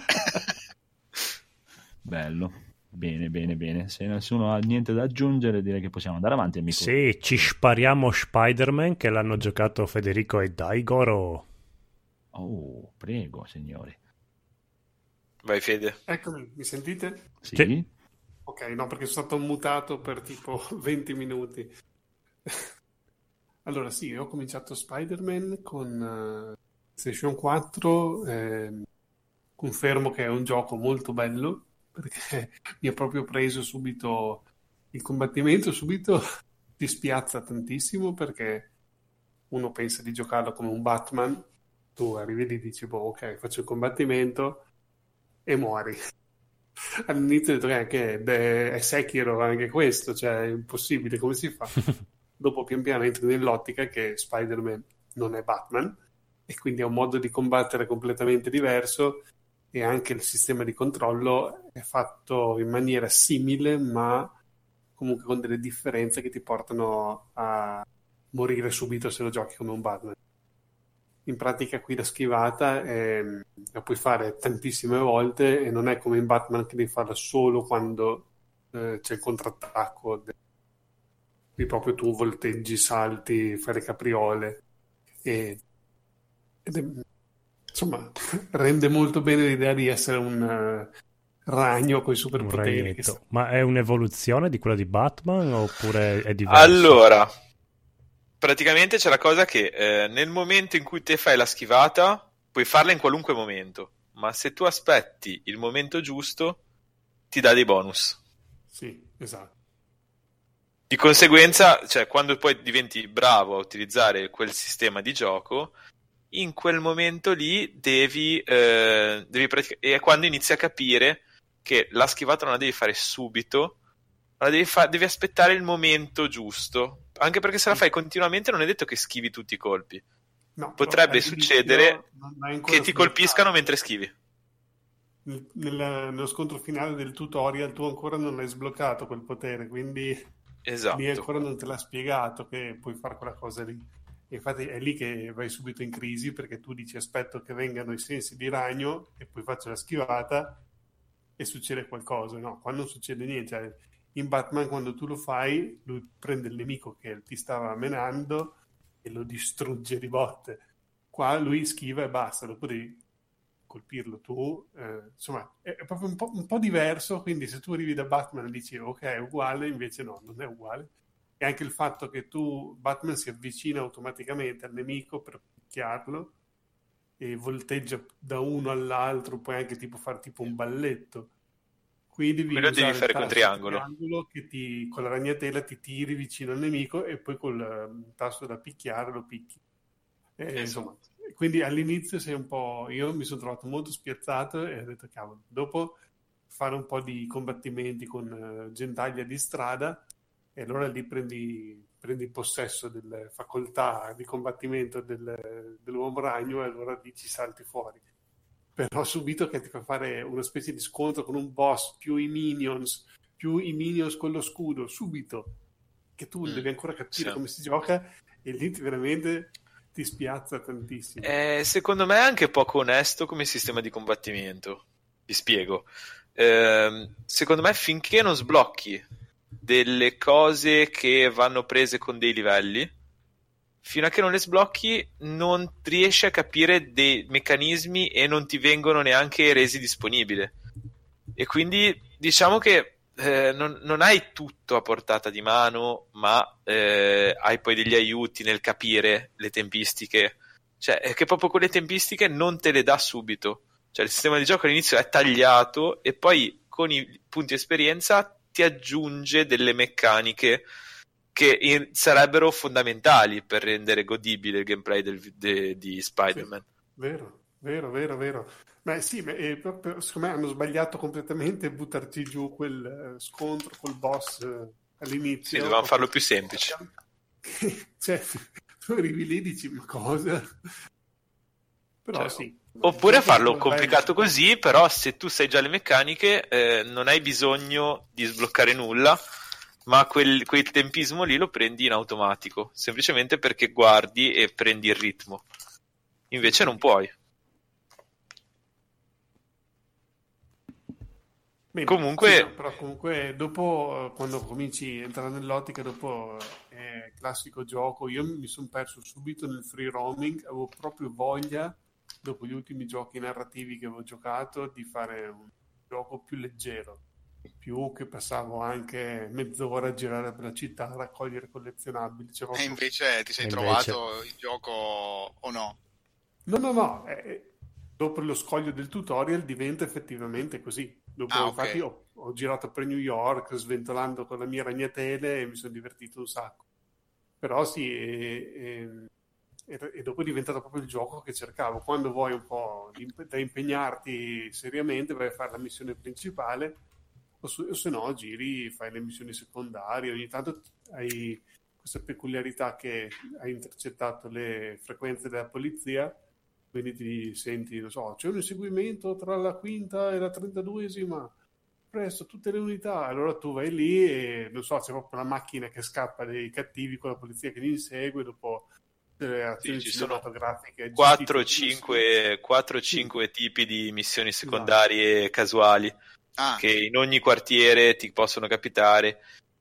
bello, bene. Se nessuno ha niente da aggiungere, direi che possiamo andare avanti, amico. Sì, ci spariamo Spider-Man, che l'hanno giocato Federico e Daigoro. Oh, prego, signori. Vai, Fede. Eccomi, mi sentite? Sì. Ok, no, perché sono stato mutato per tipo 20 minuti. Allora sì, ho cominciato Spider-Man con PlayStation 4, confermo che è un gioco molto bello, perché mi ha proprio preso subito il combattimento, subito ti spiazza tantissimo, perché uno pensa di giocarlo come un Batman, tu arrivi lì e dici, boh, ok, faccio il combattimento e muori. All'inizio ho detto che è Sekiro anche questo, cioè è impossibile, come si fa? Dopo pian piano entri nell'ottica che Spider-Man non è Batman e quindi è un modo di combattere completamente diverso, e anche il sistema di controllo è fatto in maniera simile, ma comunque con delle differenze che ti portano a morire subito se lo giochi come un Batman. In pratica qui la schivata la puoi fare tantissime volte, e non è come in Batman che devi farla solo quando c'è il contrattacco. Qui proprio tu volteggi, salti, fai le capriole. Insomma, rende molto bene l'idea di essere un ragno con i superpoteri. Ma è un'evoluzione di quella di Batman oppure è diverso? Allora, praticamente c'è la cosa che nel momento in cui te fai la schivata puoi farla in qualunque momento, ma se tu aspetti il momento giusto ti dà dei bonus. Sì, esatto. Di conseguenza, cioè, quando poi diventi bravo a utilizzare quel sistema di gioco, in quel momento lì devi è quando inizi a capire che la schivata non la devi fare subito, ma devi aspettare il momento giusto, anche perché se la fai continuamente non è detto che schivi tutti i colpi. No, potrebbe succedere che ti colpiscano mentre schivi. Nello scontro finale del tutorial tu ancora non hai sbloccato quel potere, quindi esatto. lì ancora non te l'ha spiegato che puoi fare quella cosa lì. Infatti è lì che vai subito in crisi, perché tu dici aspetto che vengano i sensi di ragno e poi faccio la schivata e succede qualcosa. No, qua non succede niente. Cioè, in Batman quando tu lo fai, lui prende il nemico che ti stava menando e lo distrugge di botte. Qua lui schiva e basta, dopo devi colpirlo tu. Insomma, è proprio un po' diverso, quindi se tu arrivi da Batman e dici ok, è uguale, invece no, non è uguale. E anche il fatto che Batman si avvicina automaticamente al nemico per picchiarlo e volteggia da uno all'altro, puoi anche fare tipo un balletto. Quindi quello devi fare con triangolo che con la ragnatela ti tiri vicino al nemico e poi col tasto da picchiare lo picchi. Insomma, quindi all'inizio sei un po'... Io mi sono trovato molto spiazzato e ho detto cavolo, dopo fare un po' di combattimenti con gentaglia di strada, e allora lì prendi possesso delle facoltà di combattimento dell'uomo ragno, e allora lì ci salti fuori. Però subito che ti fa fare una specie di scontro con un boss, più i minions con lo scudo, subito, che tu devi ancora capire come si gioca, e lì veramente ti spiazza tantissimo. Secondo me è anche poco onesto come sistema di combattimento. Vi spiego. Secondo me finché non sblocchi delle cose che vanno prese con dei livelli, fino a che non le sblocchi non riesci a capire dei meccanismi e non ti vengono neanche resi disponibili, e quindi diciamo che non hai tutto a portata di mano, ma hai poi degli aiuti nel capire le tempistiche, cioè è che proprio quelle tempistiche non te le dà subito, cioè il sistema di gioco all'inizio è tagliato e poi con i punti esperienza ti aggiunge delle meccaniche che sarebbero fondamentali per rendere godibile il gameplay di Spider-Man. Sì, vero. Beh sì, proprio, secondo me hanno sbagliato completamente buttarci giù quel scontro col boss all'inizio. Sì, dovevamo farlo più semplice. Cioè, tu arrivi lì e dici, ma cosa? Però cioè, sì. Oppure farlo complicato così, però se tu sai già le meccaniche non hai bisogno di sbloccare nulla, ma quel tempismo lì lo prendi in automatico, semplicemente perché guardi e prendi il ritmo. Invece non puoi. Bene, comunque... Sì, no, però comunque dopo, quando cominci a entrare nell'ottica, dopo è classico gioco. Io mi sono perso subito nel free roaming, avevo proprio voglia, dopo gli ultimi giochi narrativi che avevo giocato, di fare un gioco più leggero, più che passavo anche mezz'ora a girare per la città a raccogliere collezionabili. E invece ti sei trovato il gioco o no? No. Dopo lo scoglio del tutorial diventa effettivamente così. Dopo, infatti ho girato per New York sventolando con la mia ragnatele e mi sono divertito un sacco. Però sì, e dopo è diventato proprio il gioco che cercavo. Quando vuoi un po' da impegnarti seriamente, vai a fare la missione principale, o se no giri, fai le missioni secondarie. Ogni tanto hai questa peculiarità che hai intercettato le frequenze della polizia quindi ti senti, non so, c'è un inseguimento tra la quinta e la 32esima, presto tutte le unità, allora tu vai lì e non so, c'è proprio la macchina che scappa dei cattivi con la polizia che li insegue dopo delle azioni ci sono cinematografiche 4-5 tipi di missioni secondarie casuali che in ogni quartiere ti possono capitare,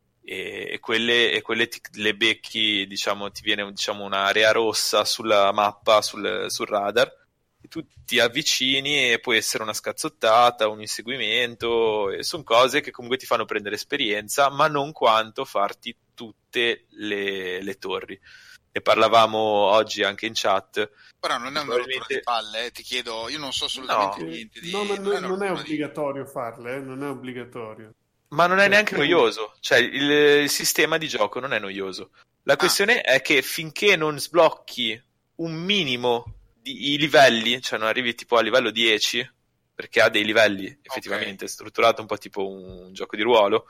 e quelle le becchi, diciamo, ti viene un'area rossa sulla mappa, sul radar, e tu ti avvicini e può essere una scazzottata, un inseguimento, e sono cose che comunque ti fanno prendere esperienza, ma non quanto farti tutte le torri. Ne parlavamo oggi anche in chat. Però non è una rottura di palle, ti chiedo, io non so assolutamente niente di... non è obbligatorio farle, non è obbligatorio. Ma non è neanche noioso, cioè il sistema di gioco non è noioso. La questione è che finché non sblocchi un minimo di livelli, cioè non arrivi tipo a livello 10, perché ha dei livelli effettivamente, strutturato un po' tipo un gioco di ruolo,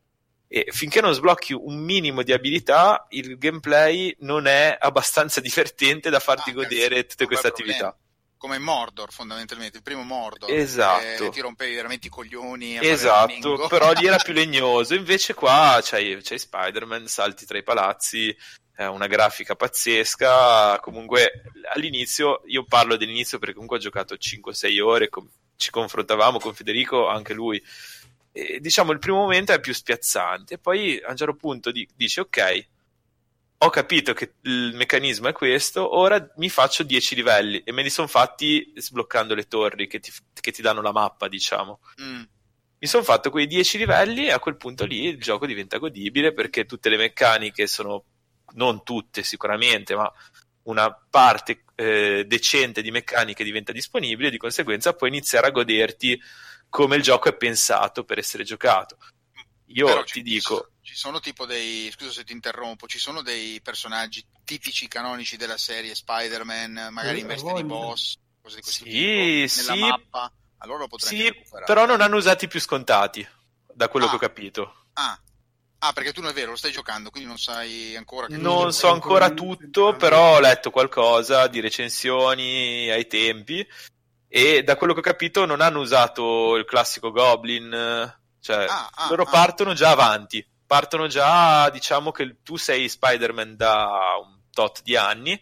e finché non sblocchi un minimo di abilità, il gameplay non è abbastanza divertente da farti godere tutte queste attività. Come Mordor, fondamentalmente, il primo Mordor. Esatto. Ti rompevi veramente i coglioni. Esatto, però lì era più legnoso. Invece qua c'hai Spider-Man, salti tra i palazzi, una grafica pazzesca. Comunque, all'inizio, io parlo dell'inizio perché comunque ho giocato 5-6 ore, ci confrontavamo con Federico, anche lui. E, diciamo, il primo momento è più spiazzante. Poi, a un certo punto, dici, ok, ho capito che il meccanismo è questo, ora mi faccio 10 livelli, e me li sono fatti sbloccando le torri che ti danno la mappa, diciamo. Mi sono fatto quei 10 livelli e a quel punto lì il gioco diventa godibile, perché tutte le meccaniche sono, non tutte sicuramente, ma una parte decente di meccaniche diventa disponibile, e di conseguenza puoi iniziare a goderti come il gioco è pensato per essere giocato. Io ti dico... Ci sono tipo scusa se ti interrompo, ci sono dei personaggi tipici canonici della serie Spider-Man, magari in veste di boss, cose di questo tipo, nella mappa? Allora lo potrei recuperare. Però non hanno usati più scontati, da quello che ho capito. Perché tu non è vero, lo stai giocando, quindi non sai ancora che... Non so ancora tutto, però ho letto qualcosa di recensioni ai tempi, e da quello che ho capito non hanno usato il classico Goblin, cioè loro partono già avanti. Partono già, diciamo che tu sei Spider-Man da un tot di anni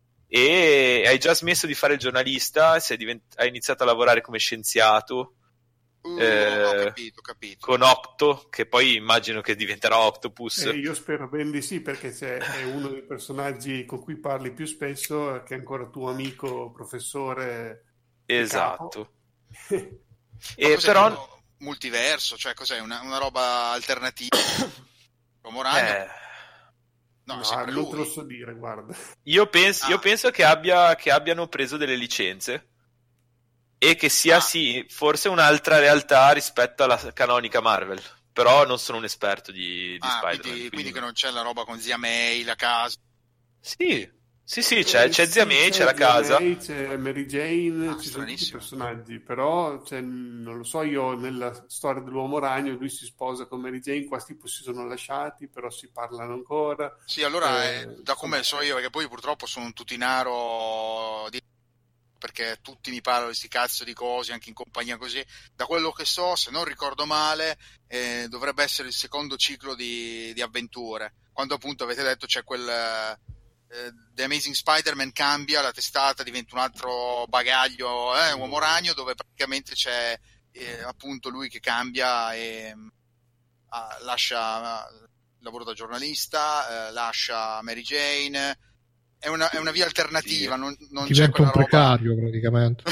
e hai già smesso di fare il giornalista, hai iniziato a lavorare come scienziato, ho capito. con Octo, che poi immagino che diventerà Octopus. Io spero ben di sì, perché è uno dei personaggi con cui parli più spesso, che è ancora tuo amico, professore. Esatto. E però... multiverso, cioè cos'è? Una roba alternativa? L'Uomo Ragno? No, sempre non lui. te lo so dire, guarda. Io penso che abbiano preso delle licenze e che sia sì, forse un'altra realtà rispetto alla canonica Marvel, però non sono un esperto di Spider-Man. Quindi che non c'è la roba con Zia May, la casa. Sì, c'è Zia May, c'è la casa. C'è Mary Jane, ci sono tutti i personaggi, però non lo so, io nella storia dell'Uomo Ragno lui si sposa con Mary Jane, qua tipo si sono lasciati, però si parlano ancora. Sì, allora da come so io, perché poi purtroppo sono un tutinaro perché tutti mi parlano di sti cazzo di cose, anche in compagnia così. Da quello che so, se non ricordo male, dovrebbe essere il secondo ciclo di avventure, quando appunto avete detto c'è quel... The Amazing Spider-Man cambia, la testata diventa un altro bagaglio, Uomo Ragno, dove praticamente c'è appunto lui che cambia e lascia il lavoro da giornalista, lascia Mary Jane. È una via alternativa, non diventa un precario praticamente.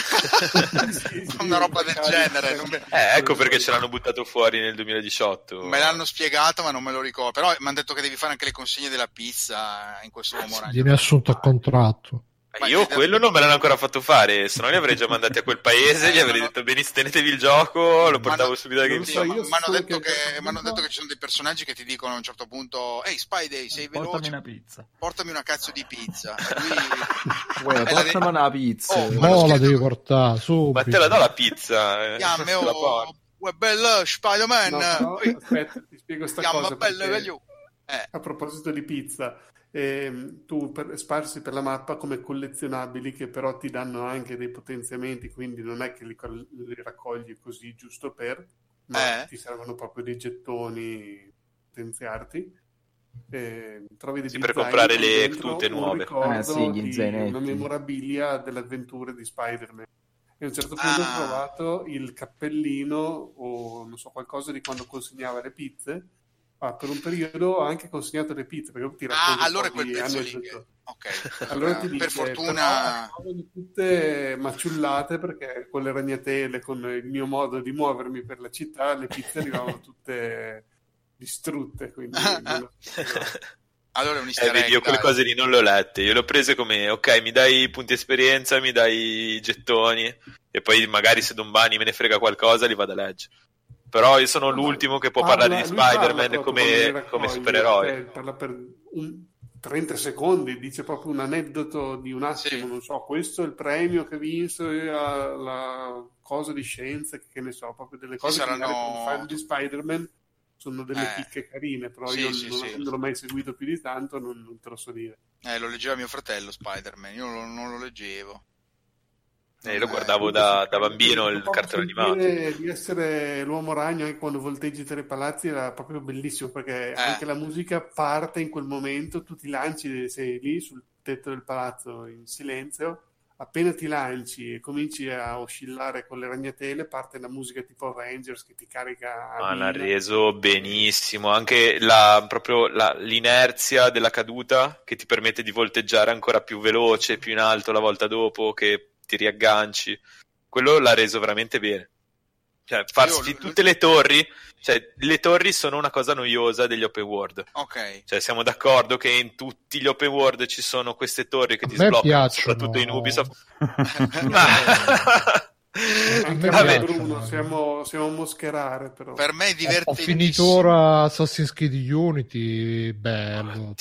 Una roba del genere. Ecco perché ce l'hanno buttato fuori nel 2018. Me l'hanno spiegato, ma non me lo ricordo. Però mi hanno detto che devi fare anche le consegne della pizza in questo Uomo Ragno. Viene assunto a contratto. Io quello non me l'hanno ancora fatto fare, se no li avrei già mandati a quel paese, gli avrei detto benissimo, tenetetevi il gioco, lo portavo subito da GameStop. Mi hanno detto che ci sono dei personaggi che ti dicono a un certo punto: ehi Spidey, sei veloce, portami una pizza, portami una cazzo di pizza. Portami una pizza. La devi portare subito. Ma te la do la pizza. Uè bella Spider-Man. Aspetta, ti spiego sta cosa. Bella, A proposito di pizza, tu sparsi per la mappa come collezionabili che però ti danno anche dei potenziamenti, quindi non è che li raccogli così giusto ma ti servono proprio dei gettoni per potenziarti. Trovi dei per comprare le tute nuove. Gli zainetti. Una memorabilia delle avventure di Spider-Man. E a un certo punto ho trovato il cappellino o non so qualcosa di quando consegnava le pizze. Per un periodo ho anche consegnato le pizze perché ti racconto allora è quel pezzo lì allora ti dice, per fortuna tutte maciullate perché con le ragnatele, con il mio modo di muovermi per la città, le pizze arrivavano tutte distrutte, quindi allora è un easter egg, io quelle cose lì non le ho lette, io le ho prese come ok, mi dai i punti esperienza, mi dai i gettoni e poi magari se domani me ne frega qualcosa li vado a leggere. Però io sono l'ultimo che può parlare di Spider-Man come supereroe. Parla per 30 secondi, dice proprio un aneddoto di un attimo, non so, questo è il premio che vinse la cosa di scienze, che ne so, proprio delle cose che magari per un fan di Spider-Man sono delle picche carine, però io non l'ho mai seguito più di tanto, non te lo so dire. Lo leggeva mio fratello Spider-Man, io non lo leggevo. Lo guardavo da bambino il cartone animato. Di essere l'uomo ragno anche quando volteggi tra i palazzi era proprio bellissimo perché anche la musica parte in quel momento, tu ti lanci, sei lì sul tetto del palazzo in silenzio, appena ti lanci e cominci a oscillare con le ragnatele parte la musica tipo Avengers che ti carica l'ha reso benissimo, anche proprio l'inerzia della caduta che ti permette di volteggiare ancora più veloce, più in alto la volta dopo, che ti riagganci, quello l'ha reso veramente bene. Cioè, farsi tutte le torri, cioè le torri sono una cosa noiosa degli open world. Ok. Cioè siamo d'accordo che in tutti gli open world ci sono queste torri che ti sbloccano, soprattutto in Ubisoft. Anche Bruno, siamo moscherare, però. Per me è divertentissimo. Ho finito ora Assassin's Creed Unity, bello.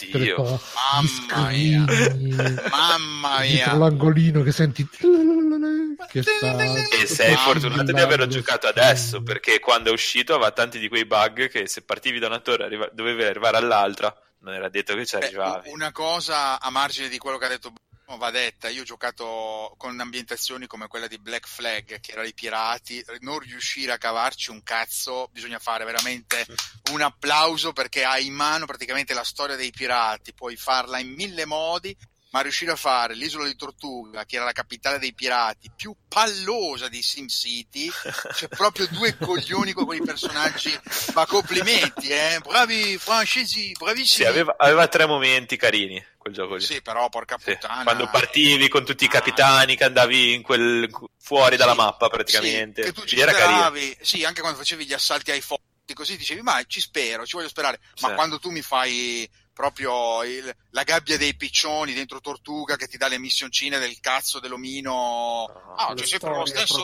Mamma mia. Dietro l'angolino che senti che e sei fortunato di averlo giocato adesso, perché quando è uscito aveva tanti di quei bug che se partivi da una torre dovevi arrivare all'altra, non era detto che ci arrivavi. Una cosa a margine di quello che ha detto va detta, io ho giocato con ambientazioni come quella di Black Flag, che era i pirati, non riuscire a cavarci un cazzo, bisogna fare veramente un applauso perché hai in mano praticamente la storia dei pirati, puoi farla in 1000 modi, ma riuscire a fare l'isola di Tortuga, che era la capitale dei pirati, più pallosa di SimCity, c'è proprio due coglioni con quei personaggi, ma complimenti, bravi francesi, bravissimi. Sì, aveva 3 momenti carini quel gioco lì. Sì, però porca puttana. Quando partivi con tutti i capitani che andavi in fuori dalla mappa praticamente. Che tu ci era speravi, sì, anche quando facevi gli assalti ai forti, così dicevi, ma ci voglio sperare. Ma quando tu mi fai proprio la gabbia dei piccioni dentro Tortuga che ti dà le missioncine del cazzo dell'omino, c'è sempre lo stesso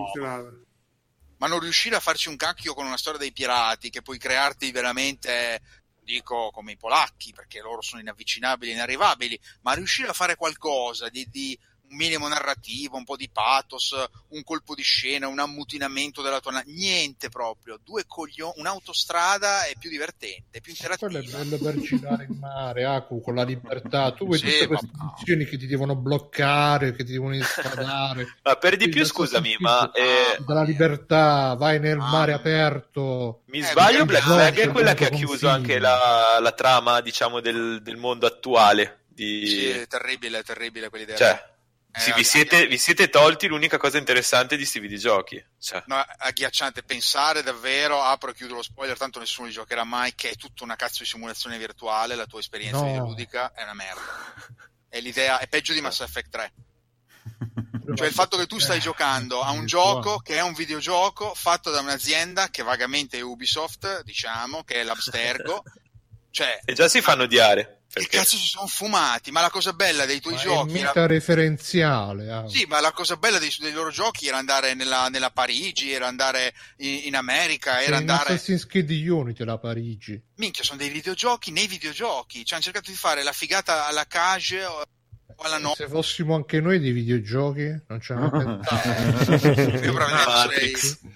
ma non riuscire a farci un cacchio con una storia dei pirati che puoi crearti veramente, dico come i polacchi perché loro sono inavvicinabili, inarrivabili, ma riuscire a fare qualcosa di un minimo narrativo, un po' di pathos, un colpo di scena, un ammutinamento della tua niente proprio, un'autostrada è più divertente, più interattiva. Quello è bello per girare in mare, con la libertà, tu vedi tutte queste missioni che ti devono bloccare, che ti devono instradare. Ma per di più scusami, ma dalla libertà, vai nel mare aperto. Mi sbaglio, Black Flag è quella che ha chiuso anche la trama, diciamo, del mondo attuale. Sì, è terribile quell'idea. Cioè, vi siete tolti l'unica cosa interessante di sti videogiochi. Cioè. No, agghiacciante pensare davvero, apro e chiudo lo spoiler, tanto nessuno li giocherà mai, che è tutta una cazzo di simulazione virtuale, la tua esperienza videoludica è una merda. E l'idea è peggio di Mass Effect 3. Cioè il fatto che tu stai giocando a un gioco che è un videogioco fatto da un'azienda che vagamente è Ubisoft, diciamo, che è l'Abstergo. Cioè, e già si fanno odiare. Che cazzo si sono fumati? Ma la cosa bella dei tuoi giochi è meta-referenziale. Sì, ma la cosa bella dei loro giochi era andare nella Parigi, era andare in America, era andare... Assassin's Creed Unity la Parigi. Minchia, sono dei videogiochi nei videogiochi. Cioè hanno cercato di fare la figata alla cage o alla no. Se fossimo anche noi dei videogiochi, non ce l'hanno pensato. Io probabilmente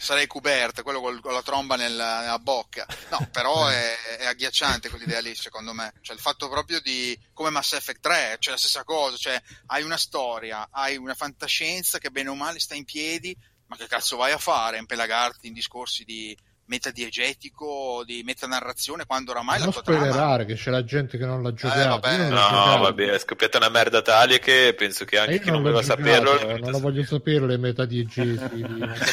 sarei Kubert, quello con la tromba nella bocca. No, però è agghiacciante quell'idea lì, secondo me. Cioè il fatto proprio di, come Mass Effect 3, cioè la stessa cosa, cioè hai una storia, hai una fantascienza che bene o male sta in piedi, ma che cazzo vai a fare? Impelagarti in discorsi di metadiegetico, di metanarrazione, quando oramai non la tua trama... spoilerare che c'è la gente che non l'ha giocato. Vabbè, è scoppiata una merda tale che penso che anche chi non voleva saperlo... Non lo voglio sapere le metadiegesi.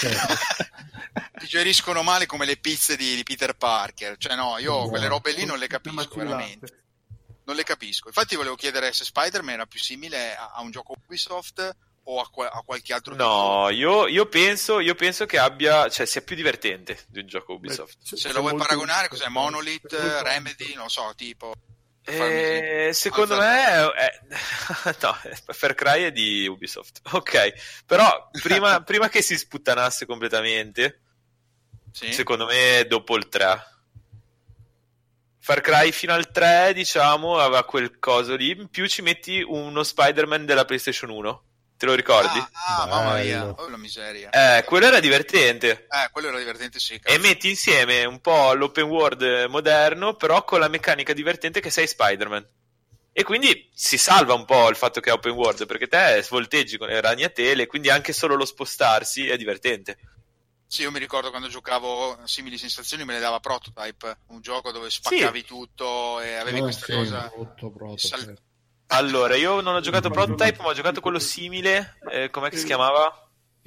Digeriscono male come le pizze di Peter Parker. Cioè no, io quelle robe lì non le capisco veramente. Non le capisco. Infatti volevo chiedere se Spider-Man era più simile a un gioco Ubisoft o a qualche altro no, io penso che abbia, cioè sia più divertente di un gioco Ubisoft. Se lo vuoi paragonare, cos'è? Monolith, Remedy, non so, tipo secondo me no, Far Cry è di Ubisoft, ok, però prima che si sputtanasse completamente, sì? Secondo me dopo il 3 Far Cry fino al 3, diciamo, aveva quel coso lì, in più ci metti uno Spider-Man della PlayStation 1. Te lo ricordi? Mamma mia, oh la miseria. Quello era divertente. Quello era divertente, sì. Cazzo. E metti insieme un po' l'open world moderno, però con la meccanica divertente che sei Spider-Man. E quindi si salva un po' il fatto che è open world, perché te svolteggi con le ragnatele, quindi anche solo lo spostarsi è divertente. Sì, io mi ricordo quando giocavo simili sensazioni me le dava Prototype, un gioco dove spaccavi tutto e avevi questa cosa... Allora, io non ho giocato Prototype, ma ho giocato quello simile, com'è che si chiamava?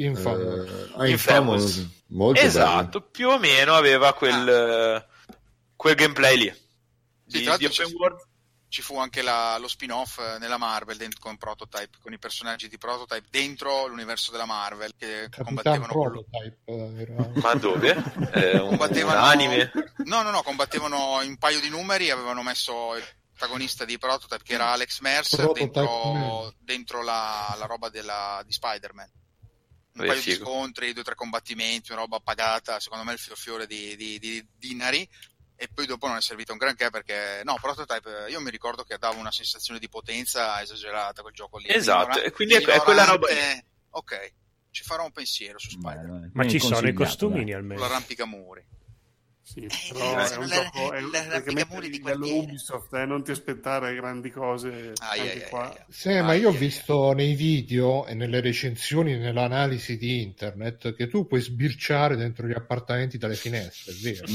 Infamous. Molto esatto, bello. Più o meno aveva quel gameplay lì. Sì, tra l'altro open world. Ci fu anche lo spin-off nella Marvel con Prototype, con i personaggi di Prototype dentro l'universo della Marvel che combattevano Prototype Ma dove? Combattevano un anime? No, combattevano in un paio di numeri, avevano messo il protagonista di Prototype che era Alex Mercer dentro la roba di Spider-Man. Un paio di scontri, 2 o 3 combattimenti, una roba pagata, secondo me il fiore di dinari. E poi dopo non è servito un granché perché Prototype io mi ricordo che dava una sensazione di potenza esagerata quel gioco lì. Esatto, e quindi è quella roba. Ok, ci farò un pensiero su Spider-Man. Ma ci sono i costumini almeno. L'arrampicamuri. Sì, però è un gioco praticamente livello Ubisoft, non ti aspettare grandi cose anche qua. Sì, ma io ho visto nei video e nelle recensioni, nell'analisi di internet, che tu puoi sbirciare dentro gli appartamenti dalle finestre, è vero?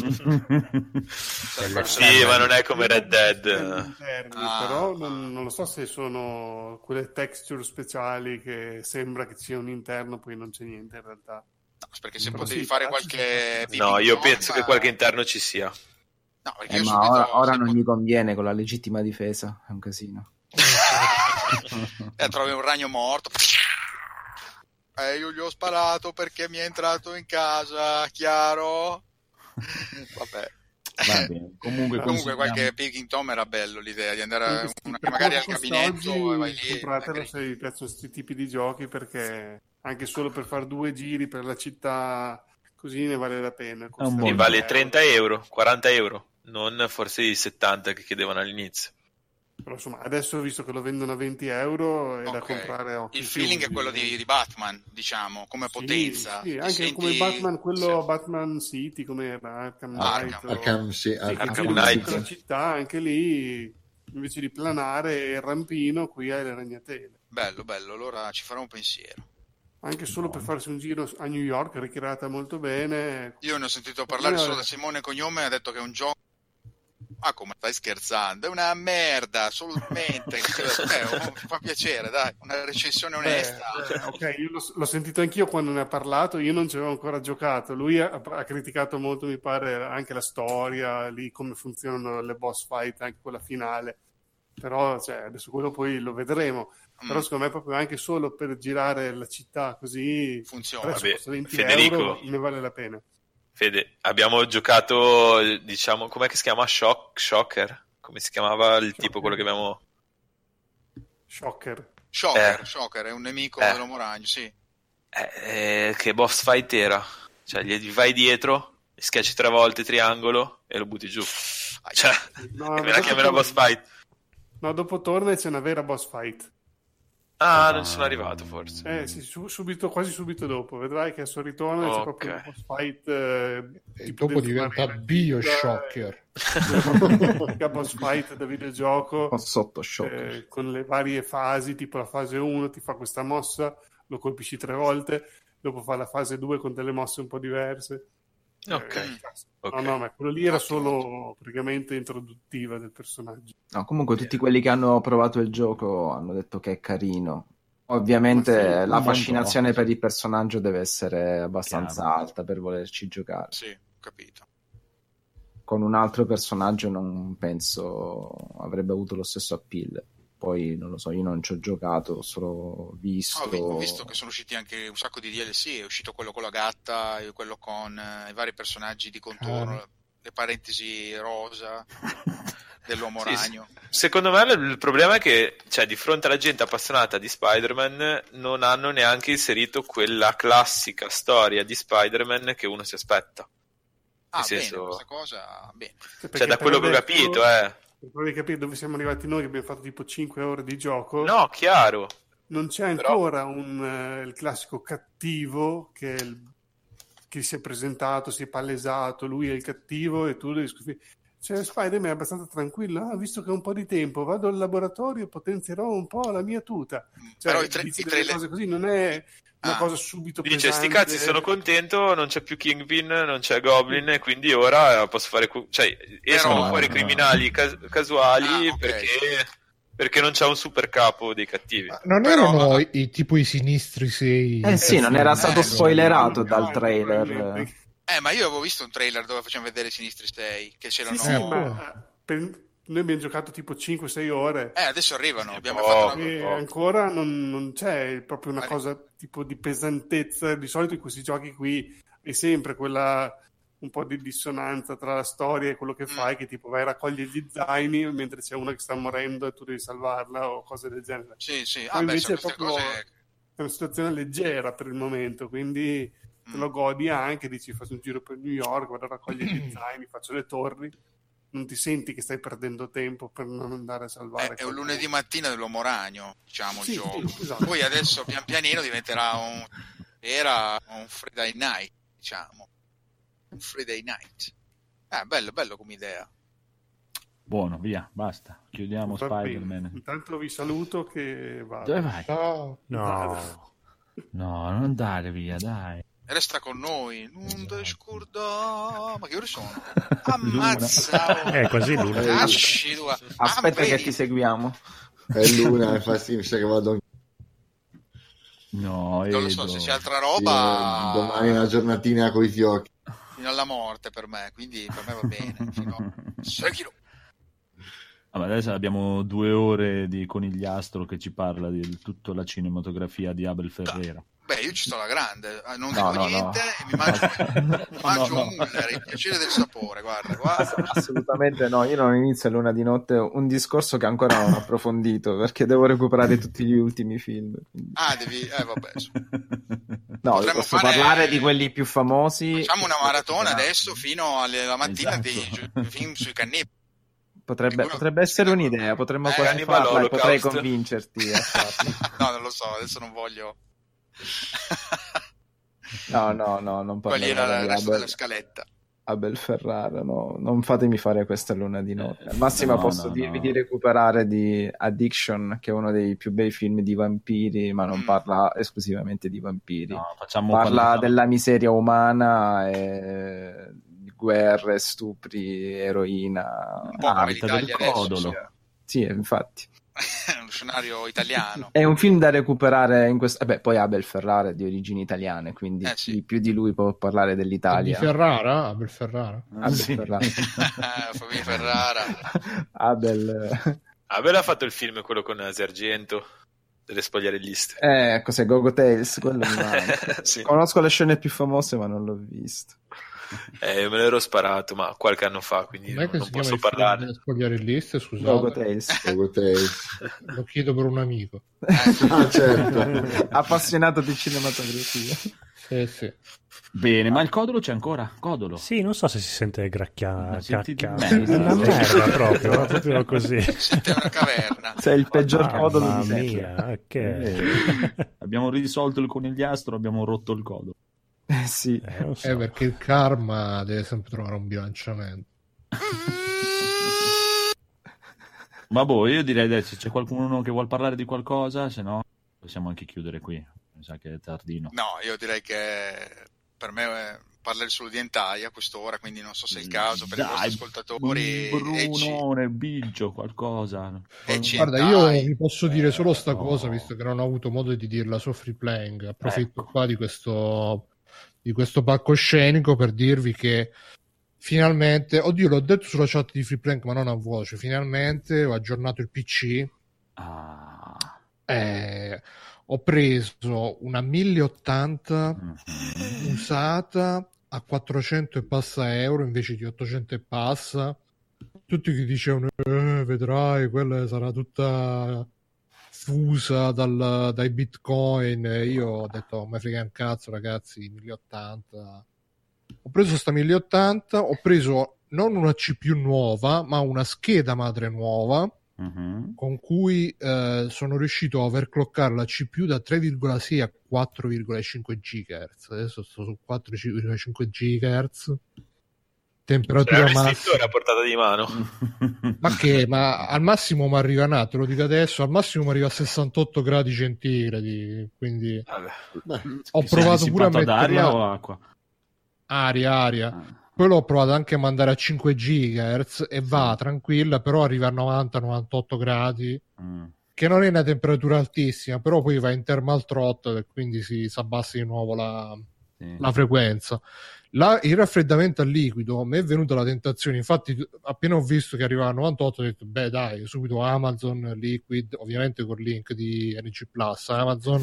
Sì, ma non è come Red Dead. Però non lo so se sono quelle texture speciali che sembra che ci sia un interno, poi non c'è niente in realtà. No, perché se potevi fare qualche... No, io penso che qualche interno ci sia. No, perché ma ora non gli conviene con la legittima difesa, è un casino. Trovi un ragno morto. Io gli ho sparato perché mi è entrato in casa, chiaro? Vabbè. Va bene. Comunque qualche Peking Tom era bello l'idea di andare magari al gabinetto e vai lì. Compratelo se vi piacciono questi tipi di giochi, perché anche solo per fare 2 giri per la città così ne vale la pena. E vale 30 euro, 40 euro, non forse i 70 che chiedevano all'inizio. Però insomma adesso visto che lo vendono a 20 euro è da comprare a occhi il feeling è quello di Batman, diciamo, come potenza. Sì, anche come Batman, quello Batman City, come era Arkham Knight. Arkham Knight. La città, anche lì, invece di planare il rampino, qui hai le ragnatele. Bello, allora ci farò un pensiero. Anche solo per farsi un giro a New York, ricreata molto bene. Io ne ho sentito parlare solo da Simone Cognome, ha detto che è un gioco. Ah, come stai scherzando? È una merda, assolutamente. Mi fa piacere, dai, una recensione onesta. Ok, io l'ho sentito anch'io quando ne ha parlato, io non ci avevo ancora giocato. Lui ha criticato molto, mi pare, anche la storia, lì come funzionano le boss fight, anche quella finale. Però, adesso quello poi lo vedremo. Però secondo me proprio anche solo per girare la città così funziona. 20 Federico, euro ne vale la pena. Fede, abbiamo giocato, diciamo, com'è che si chiama? Shocker? Come si chiamava il tipo, quello che abbiamo... Shocker, è un nemico dell'uomo ragno, sì. Che boss fight era? Cioè, gli vai dietro, schiacci 3 volte triangolo e lo butti giù. Cioè, me la chiamerà boss fight. No, dopo torna e c'è una vera boss fight. Ah, non sono arrivato forse. Sì, subito, quasi subito dopo. Vedrai che al suo ritorno c'è proprio un boss fight. E dopo diventa BioShocker. Boss fight da videogioco. Sotto shock. Con le varie fasi, tipo la fase 1 ti fa questa mossa, lo colpisci 3 volte, dopo fa la fase 2 con delle mosse un po' diverse. Ok. No, ma quello lì era solo praticamente introduttiva del personaggio. No, comunque tutti quelli che hanno provato il gioco hanno detto che è carino. Ovviamente la fascinazione per il personaggio deve essere abbastanza alta per volerci giocare. Sì, capito. Con un altro personaggio non penso avrebbe avuto lo stesso appeal. Poi non lo so, io non ci ho giocato, ho solo visto. Ho visto che sono usciti anche un sacco di DLC, è uscito quello con la gatta, quello con i vari personaggi di contorno, le parentesi rosa dell'uomo ragno. Secondo me il problema è che, cioè, di fronte alla gente appassionata di Spider-Man non hanno neanche inserito quella classica storia di Spider-Man che uno si aspetta. Nel senso, questa cosa, bene. Cioè, da quello che ho capito, Provi a capire dove siamo arrivati noi, che abbiamo fatto tipo 5 ore di gioco. No, chiaro. Non c'è ancora il classico cattivo che si è presentato, si è palesato, lui è il cattivo e tu devi sconfiggere. Cioè, Spider-Man è abbastanza tranquillo, visto che ho un po' di tempo, vado al laboratorio e potenzierò un po' la mia tuta. Cioè, però delle cose così non è una cosa subito pesante. Dice, sti cazzi, sono contento, non c'è più Kingpin, non c'è Goblin, e quindi ora posso fare... Cioè, escono fuori criminali casuali perché non c'è un super capo dei cattivi. Non erano tipo i sinistri 6? Sì, non era stato spoilerato dal trailer. Ma io avevo visto un trailer dove facevano vedere i sinistri 6, che c'erano... Noi abbiamo giocato tipo 5-6 ore. Adesso arrivano. Abbiamo fatto ancora non c'è proprio una cosa tipo di pesantezza. Di solito in questi giochi qui è sempre quella un po' di dissonanza tra la storia e quello che fai, che tipo vai a raccogliere gli zaini mentre c'è una che sta morendo e tu devi salvarla o cose del genere. Sì. Invece è proprio una situazione leggera per il momento, quindi te lo godi anche, dici faccio un giro per New York, vado a raccogliere gli zaini, faccio le torri. Non ti senti che stai perdendo tempo per non andare a salvare. È un lunedì mattina dell'uomo ragno, diciamo, il gioco. Esatto. Poi adesso pian pianino diventerà un Friday night, diciamo. Un Friday night. Bello come idea. Buono, via, basta. Chiudiamo Spider-Man. Intanto vi saluto che vado. Dove vai? No, non andare via, dai. Resta con noi, non te scordare. Ma che ore sono? Ammazza! Quasi l'una. Aspetta che ti seguiamo. È l'una, infatti mi sa che vado. No, non lo so, se c'è altra roba. Domani è una giornatina coi fiocchi. Fino alla morte per me, quindi per me va bene. Seguilo. Adesso abbiamo 2 ore di Conigliastro che ci parla di tutta la cinematografia di Abel Ferrera. Beh, io ci sto alla grande, non dico niente e mi mangio un Muller, il piacere del sapore, guarda. Assolutamente no, io non inizio a luna di notte un discorso che ancora non ho approfondito, perché devo recuperare tutti gli ultimi film. Quindi... devi... vabbè. No, posso parlare di quelli più famosi. Facciamo una maratona adesso fino alla mattina dei film sui cannibali. Potrebbe essere un'idea, potremmo quasi farla e potrei convincerti a farlo. No, non lo so, adesso non voglio... No, non parlo. Qual era il resto della scaletta? Abel Ferrara, no, non fatemi fare questa luna di notte. Al massimo posso dirvi di recuperare di Addiction, che è uno dei più bei film di vampiri, ma non parla esclusivamente di vampiri. Parla della miseria umana e di guerre, stupri, eroina. Un po' come l'Italia adesso. Sì, infatti. Uno scenario italiano. È un film da recuperare in questo. Poi Abel Ferrara è di origini italiane, quindi più di lui può parlare dell'Italia. Di Ferrara? Abel Ferrara? Ferrara. Famiglia Ferrara. Abel ha fatto il film quello con Sergento delle spogliarelliste. Cos'è? Go-Go Tales? Quello mi manca. Sì. Conosco le scene più famose, ma non l'ho visto. Me l'ero sparato, ma qualche anno fa, quindi non posso parlare. Spogliarelliste, scusate. Logo Tales. Lo chiedo per un amico. Certo. Appassionato di cinematografia. Sì. Bene, ma il codolo c'è ancora? Codolo? Sì, non so se si sente gracchiare. Una merda proprio così. Sente una caverna. Sei il peggior codolo di sempre. Mia, ok. Abbiamo risolto il conigliastro, abbiamo rotto il codolo. Sì. Non so. Perché il karma deve sempre trovare un bilanciamento. Ma io direi adesso c'è qualcuno che vuol parlare di qualcosa, se no possiamo anche chiudere qui. Mi sa che è tardino. No, io direi che per me parlare solo di hentai a quest'ora, quindi non so se è il caso per i vostri ascoltatori. Brunone, Biggio, qualcosa. Guarda, io vi posso dire solo sta cosa, visto che non ho avuto modo di dirla su Free Playing. Approfitto qua di questo palcoscenico per dirvi che finalmente, oddio, l'ho detto sulla chat di Free Playing ma non a voce, finalmente ho aggiornato il PC. Ho preso una 1080 usata a 400 e passa euro invece di 800 e passa. Tutti che dicevano vedrai, quella sarà tutta fusa dai bitcoin. Io ho detto ma frega un cazzo ragazzi, 1080. Ho preso sta 1080, ho preso non una CPU nuova ma una scheda madre nuova, con cui sono riuscito a overclockare la CPU da 3,6 a 4,5 GHz. Adesso sto su 4,5 GHz. Temperatura massima a portata di mano. Ma al massimo mi arriva, te lo dico adesso, al massimo mi arriva a 68 gradi centigradi, quindi ho provato pure a metterla aria o acqua? Aria. Poi l'ho provato anche a mandare a 5 GHz e va tranquilla, però arriva a 90-98 gradi, che non è una temperatura altissima, però poi va in thermal throttle e quindi si abbassa di nuovo la frequenza. Il raffreddamento a liquido, mi è venuta la tentazione, infatti appena ho visto che arrivava a 98 ho detto beh dai, subito Amazon Liquid, ovviamente col link di NG Plus, Amazon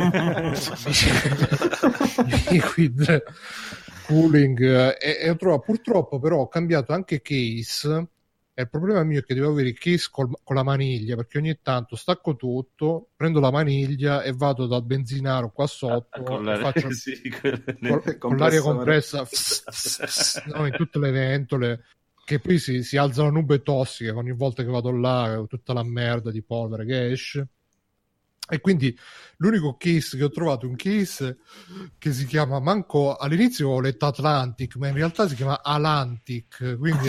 Liquid Cooling, e ho trovato, purtroppo però ho cambiato anche case, e il problema mio è che devo avere il case con la maniglia, perché ogni tanto stacco tutto, prendo la maniglia e vado dal benzinaro qua sotto con e faccio con l'aria compressa no, in tutte le ventole, che poi si alza la nube tossica ogni volta che vado là, tutta la merda di polvere che esce. E quindi l'unico case che ho trovato è un case che si chiama, manco all'inizio ho letto Atlantic, ma in realtà si chiama Alantic, quindi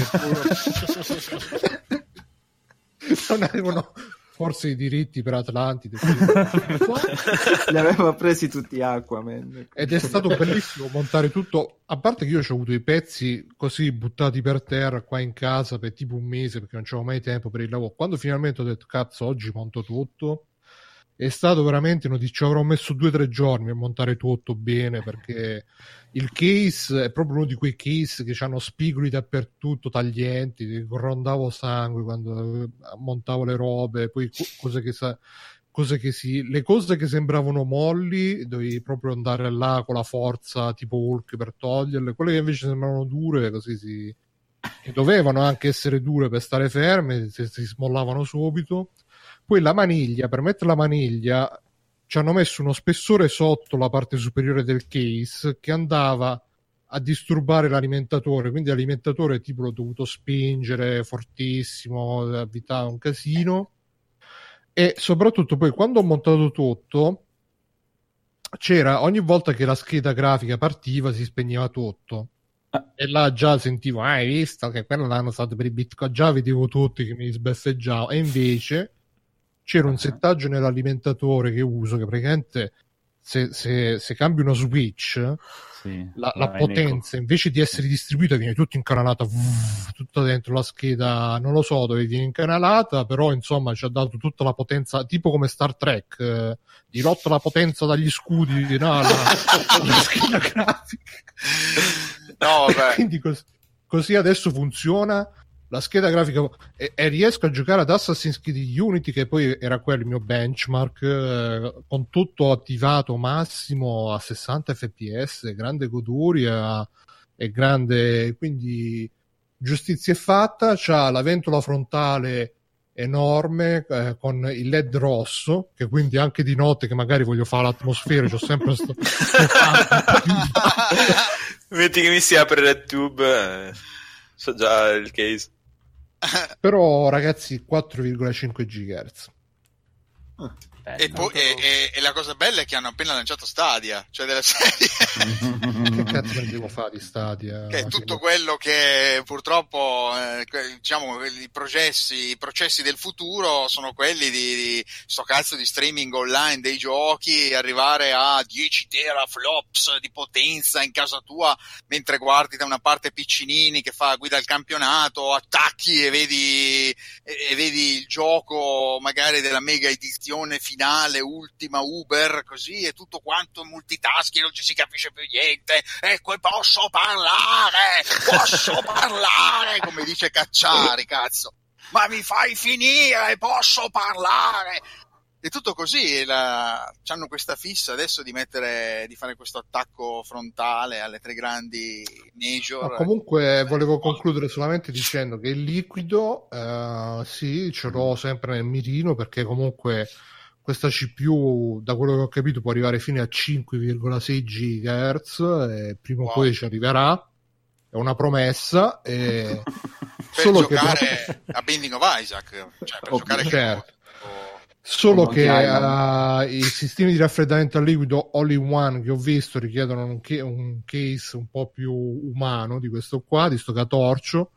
non avevano forse i diritti per Atlantide, li aveva presi tutti Aquaman, ed è stato bellissimo montare tutto, a parte che io ho avuto i pezzi così buttati per terra qua in casa per tipo un mese perché non c'avevo mai tempo per il lavoro. Quando finalmente ho detto cazzo oggi monto tutto, è stato veramente, ci avrò messo 2 o 3 giorni a montare tutto bene, perché il case è proprio uno di quei case che hanno spigoli dappertutto, taglienti, rondavo sangue quando montavo le robe, poi le cose che sembravano molli dovevi proprio andare là con la forza tipo Hulk per toglierle, quelle che invece sembravano dure così che dovevano anche essere dure per stare ferme, si smollavano subito. Poi la maniglia, per mettere la maniglia ci hanno messo uno spessore sotto la parte superiore del case che andava a disturbare l'alimentatore, quindi l'alimentatore tipo l'ho dovuto spingere fortissimo, avvitare un casino. E soprattutto poi quando ho montato tutto c'era, ogni volta che la scheda grafica partiva si spegneva tutto, e là già sentivo hai visto che quello l'hanno usato per i bitcoin, già vedevo tutti che mi sbeffeggiavano, e invece c'era un settaggio nell'alimentatore che uso, che praticamente se cambi uno switch la potenza invece di essere distribuita viene tutta incanalata, tutta dentro la scheda, non lo so dove viene incanalata, però insomma ci ha dato tutta la potenza, tipo come Star Trek, dirotta la potenza dagli scudi, no, la scheda grafica. No, vabbè. Quindi così adesso funziona la scheda grafica, e riesco a giocare ad Assassin's Creed Unity, che poi era quello il mio benchmark, con tutto attivato massimo a 60 fps, grande goduria, è grande, quindi giustizia è fatta. C'ha la ventola frontale enorme con il LED rosso, che quindi anche di notte che magari voglio fare l'atmosfera c'ho sempre metti che mi si apre RedTube, so già il case. Però ragazzi 4,5 GHz. E la cosa bella è che hanno appena lanciato Stadia, cioè della serie. Che cazzo ne devo fare di Stadia? Che è tutto quello che purtroppo diciamo i processi del futuro sono quelli di sto cazzo di streaming online dei giochi, arrivare a 10 teraflops di potenza in casa tua mentre guardi da una parte Piccinini che guida il campionato, attacchi e vedi il gioco magari della mega edizione finale, ultima Uber, così, e tutto quanto multitasking, non ci si capisce più niente, ecco, e posso parlare, come dice Cacciari, cazzo, ma mi fai finire, posso parlare, e tutto così, c'hanno questa fissa adesso di fare questo attacco frontale alle tre grandi major. No, comunque volevo concludere solamente dicendo che il liquido sì, ce l'ho sempre nel mirino, perché comunque questa CPU, da quello che ho capito, può arrivare fino a 5,6 GHz e prima o poi ci arriverà, è una promessa. Per solo giocare a Binding of Isaac, cioè per giocare certo. Solo che i sistemi di raffreddamento a liquido all-in-one che ho visto richiedono un case un po' più umano di questo qua, di sto catorcio,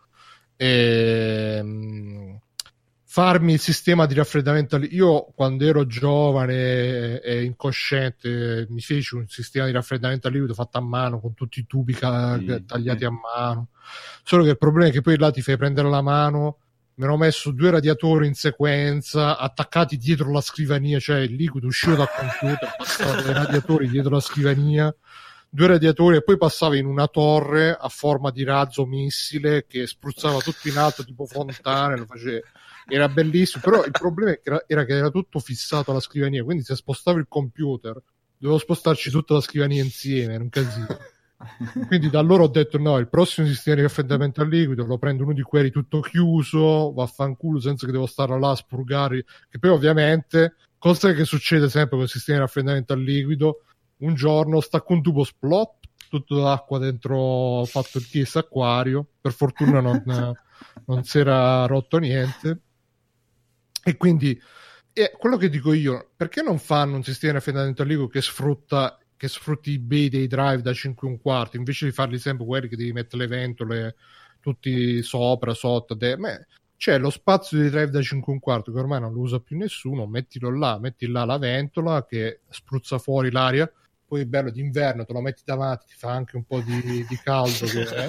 e farmi il sistema di raffreddamento io quando ero giovane e incosciente mi feci un sistema di raffreddamento a liquido fatto a mano con tutti i tubi tagliati a mano, solo che il problema è che poi là ti fai prendere la mano. Mi hanno messo 2 radiatori in sequenza attaccati dietro la scrivania, cioè il liquido usciva dal computer, passava dai radiatori dietro la scrivania, 2 radiatori, e poi passava in una torre a forma di razzo missile che spruzzava tutto in alto tipo fontane, era bellissimo, però il problema era che era tutto fissato alla scrivania, quindi se spostavo il computer dovevo spostarci tutta la scrivania insieme, era un casino. Quindi da allora ho detto no, il prossimo sistema di raffreddamento al liquido lo prendo uno di quelli tutto chiuso, vaffanculo, senza che devo stare là a spurgare, che poi ovviamente cosa che succede sempre con il sistema di raffreddamento al liquido, un giorno stacco un tubo, splop, tutto l'acqua dentro, ho fatto il case acquario, per fortuna non si era rotto niente, e quindi quello che dico io, perché non fanno un sistema di raffreddamento al liquido che sfrutti i bei dei drive da 5 1/4 invece di farli sempre quelli che devi mettere le ventole tutti sopra, sotto, c'è lo spazio di drive da 5 1/4 che ormai non lo usa più nessuno, metti là la ventola che spruzza fuori l'aria, poi bello d'inverno te lo metti davanti, ti fa anche un po' di caldo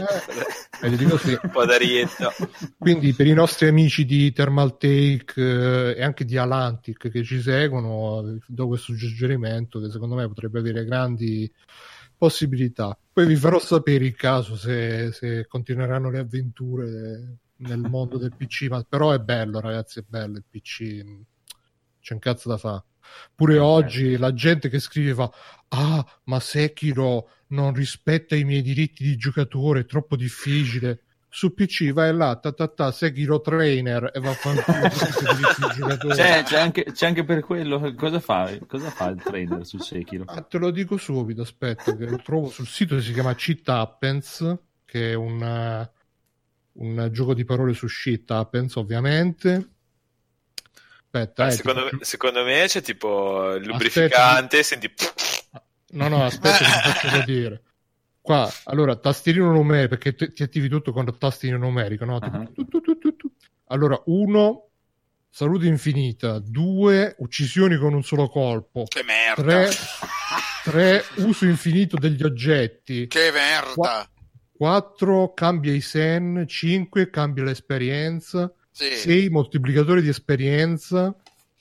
un po' d'arietta. Quindi per i nostri amici di Thermaltake e anche di Alantic che ci seguono do questo suggerimento che secondo me potrebbe avere grandi possibilità. Poi vi farò sapere in caso se continueranno le avventure nel mondo del PC, ma però è bello ragazzi, è bello il PC, c'è un cazzo da fare. Pure oggi la gente che scriveva ma Sekiro non rispetta i miei diritti di giocatore, è troppo difficile. Su PC vai là, Sekiro Trainer e va a fare i diritti di giocatore. C'è anche per quello. Cosa fa il trainer su Sekiro? Te lo dico subito, aspetta che lo trovo sul sito che si chiama Shit Happens, che è un gioco di parole su Shit Happens ovviamente. Aspetta, secondo me c'è tipo il lubrificante, senti. No, aspetta che ti faccio vedere. Qua, allora, tastierino numerico, perché ti attivi tutto con il tastino numerico, no? Allora, 1, salute infinita, 2, uccisioni con un solo colpo. Che merda. 3, uso infinito degli oggetti. Che merda. 4, cambia i sen. 5, cambia l'esperienza. Sì. 6 moltiplicatori di esperienza,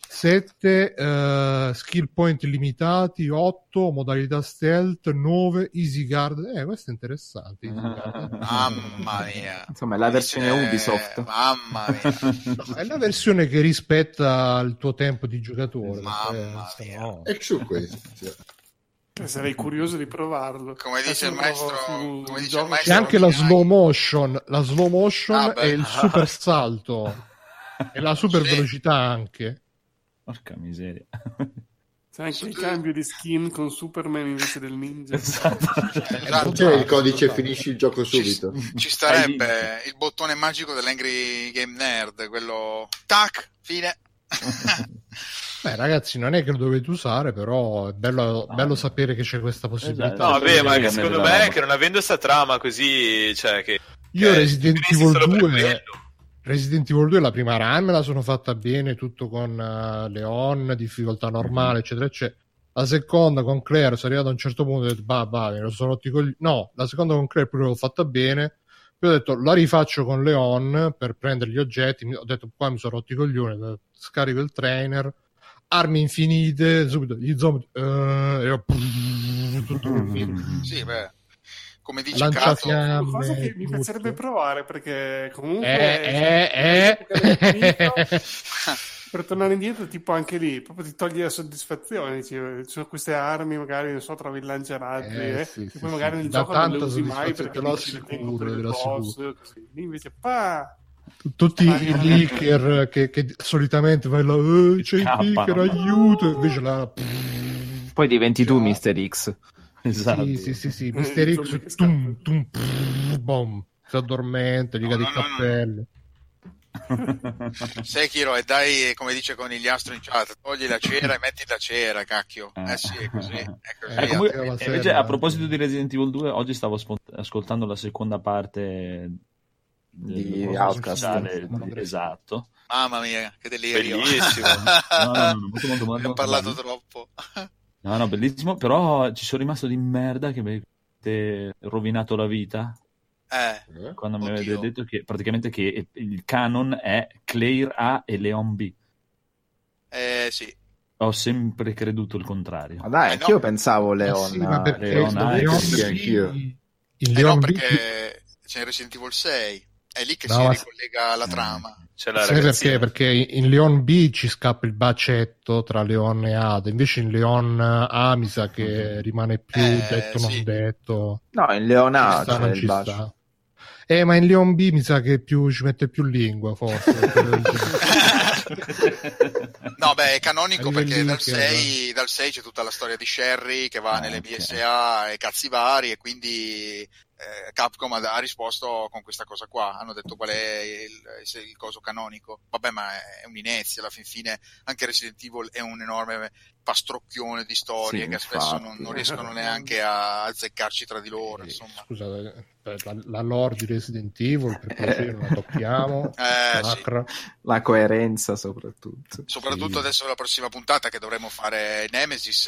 7 skill point limitati, 8 modalità stealth, 9 easy guard. Questo è interessante. Mamma mia, insomma è la versione Ubisoft. Mamma mia. No, è la versione che rispetta il tuo tempo di giocatore. Mamma mia. È su questo. Sarei curioso di provarlo. Come dice il maestro, come dice il C'è maestro anche la Minai. slow motion. La slow motion Ah, beh. e il super salto. E la super Sì. velocità anche. Porca miseria. C'è anche il cambio di skin con Superman invece del ninja. Esatto. Esatto. C'è il codice finisci il gioco subito. Ci starebbe il bottone magico dell'Angry Game Nerd, quello tac, fine. Beh, ragazzi, non è che lo dovete usare, però è bello sapere che c'è questa possibilità. Esatto. No, vabbè, ma Che che secondo della me roba. che non avendo sta trama così, cioè che Io Resident utilizzi Evil solo per 2 quello. Resident Evil 2 la prima run me la sono fatta bene, tutto con Leon, difficoltà normale, eccetera, eccetera. La seconda con Claire sono arrivato a un certo punto e ho detto, me lo sono rotti no, la seconda con Claire pure l'ho fatta bene. Poi ho detto, la rifaccio con Leon per prendere gli oggetti. Ho detto, qua mi sono rotti i coglioni, scarico il trainer, armi infinite, subito gli zombie, e io, tutto Sì, beh, come dice lanciafiamme, Una cosa che mi tutto. piacerebbe provare, perché comunque per tornare indietro, tipo anche lì, proprio ti toglie la soddisfazione. Ci sono queste armi, magari non so, trovi il lanciarazzi, sì, che sì, poi magari sì. nel Da gioco non le tanta usi mai soddisfazione, perché te lo dici, le tengo per assicuro, il te lo boss, assicuro. così. Lì invece Tutti i leaker che solitamente vai là, c'è il Scappano. leaker, aiuto, invece là, Poi diventi tu Mr. X. Esatto. sì, Mr. X, boom, si addormenta, gli cade il cappello. Sekiro, e dai, come dice Conigliastro in chat, togli la cera e metti la cera, cacchio. Sì, è così. È così. Comunque, invece, a proposito di Resident Evil 2, oggi stavo ascoltando la seconda parte di del Outcast. Esatto. Mamma mia, che delirio. Bellissimo. No, molto, Abbiamo parlato troppo. No, bellissimo, però ci sono rimasto di merda che mi avete rovinato la vita. Quando mi avete detto che praticamente che il canon è Claire A e Leon B. Sì. Ho sempre creduto il contrario. Ma dai, anch'io pensavo Leon. Sì, ma perché Leon A e Leon sì, anch'io. Il No, Leon B, perché c'è Resident Evil 6. È lì che No, si ma- ricollega alla trama. C'è la sai ragazzina. perché? Perché in Leon B ci scappa il bacetto tra Leon e Ada, invece in Leon A mi sa che rimane più detto sì. non detto. No, in Leon A Ci sta, c'è non il ci bacio. sta. Ma in Leon B mi sa che ci mette più lingua, forse. No, beh, è canonico Arriva perché il dal link, 6 c'è tutta la storia di Sherry che va nelle BSA e cazzi vari, e quindi Capcom ha risposto con questa cosa qua. Hanno detto qual è il coso canonico. Vabbè, ma è un'inezia, alla fin fine anche Resident Evil è un enorme pastrocchione di storie Sì, che spesso infatti. non riescono neanche a azzeccarci tra di loro, insomma. Scusate, la lore di Resident Evil, per piacere, non la tocchiamo. Sì. Sacra. La coerenza soprattutto. Soprattutto Sì. adesso la prossima puntata che dovremo fare Nemesis,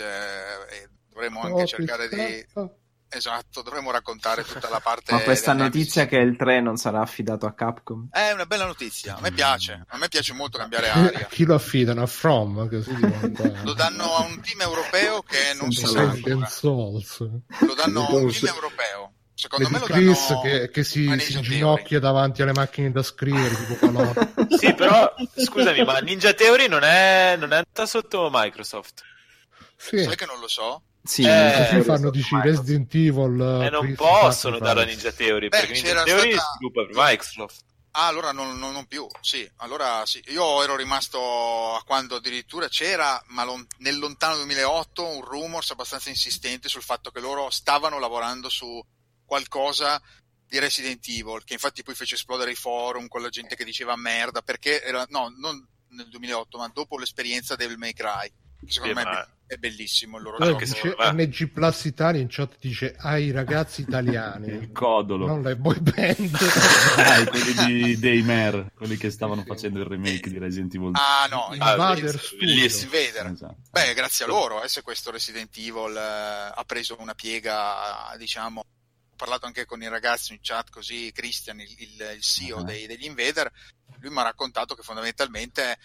e dovremo anche cercare di... Esatto, dovremmo raccontare tutta la parte. Ma questa del notizia Nemesis. che il 3 non sarà affidato a Capcom? È una bella notizia, a me piace molto cambiare aria. Chi lo affidano? A From? Così diventa... Lo danno a un team europeo che non si sa Senza ancora. Resident Souls. Lo danno a un team europeo. Secondo Vedi me lo Chris danno che a si Ninja Theory. inginocchia davanti alle macchine da scrivere tipo Paloro. Sì, però scusami, ma Ninja Theory non è andata sotto Microsoft. Sì, Sai che non lo so? Sì, così fanno dici Microsoft. Resident Evil. E non Chris possono Sacrifice. darla a Ninja Theory, Beh, perché Ninja c'era Theory stata- sviluppa per Microsoft. Ah, allora non più, sì, allora sì. Io ero rimasto a quando addirittura c'era, ma nel lontano 2008, un rumors abbastanza insistente sul fatto che loro stavano lavorando su qualcosa di Resident Evil, che infatti poi fece esplodere i forum con la gente che diceva merda, perché era, no, non nel 2008, ma dopo l'esperienza Devil May Cry, che secondo me ma- è bellissimo il loro Allora, gioco. dice NG Plus Italia in chat dice ai ragazzi italiani, Il codolo. non le boy band. Quelli di Daymare, quelli che stavano facendo il remake di Resident Evil. Ah no, Invader Studio. bellissimo. Invader. Esatto. Beh, grazie a loro, se questo Resident Evil ha preso una piega, diciamo, ho parlato anche con i ragazzi in chat, così Christian, il CEO degli Invader, lui mi ha raccontato che fondamentalmente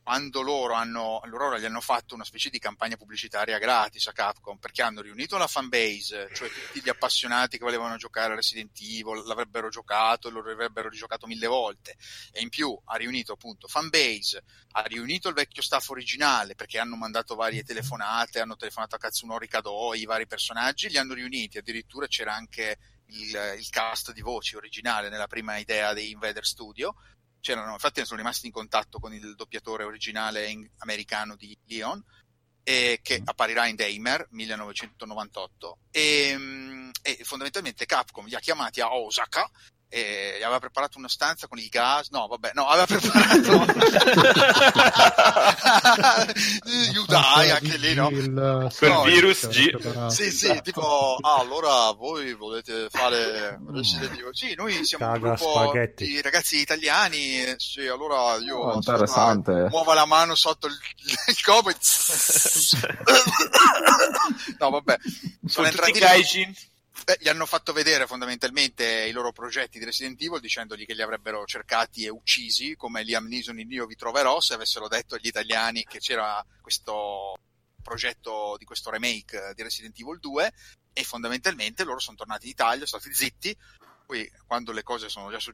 quando loro gli hanno fatto una specie di campagna pubblicitaria gratis a Capcom, perché hanno riunito la fanbase, cioè tutti gli appassionati che volevano giocare a Resident Evil, l'avrebbero giocato e lo avrebbero rigiocato 1000 volte, e in più ha riunito appunto fanbase, ha riunito il vecchio staff originale, perché hanno mandato varie telefonate, hanno telefonato a Katsunori Kadoi, i vari personaggi, li hanno riuniti, addirittura c'era anche il cast di voci originale nella prima idea dei Invader Studio. Infatti sono rimasti in contatto con il doppiatore originale americano di Leon, che apparirà in Daimer 1998, e fondamentalmente Capcom li ha chiamati a Osaka e gli aveva preparato una stanza con il gas, aveva preparato Yudai, anche lì, no? Quel virus G. Sì, tipo, allora voi volete fare Resident Evil? Sì, noi siamo un gruppo di ragazzi italiani, sì, allora io interessante. muova la mano sotto il copo e no, vabbè, sono entrati Gaijin. Gli hanno fatto vedere fondamentalmente i loro progetti di Resident Evil, dicendogli che li avrebbero cercati e uccisi, come Liam Neeson in Io vi troverò, se avessero detto agli italiani che c'era questo progetto di questo remake di Resident Evil 2, e fondamentalmente loro sono tornati in Italia, sono stati zitti. Poi quando le cose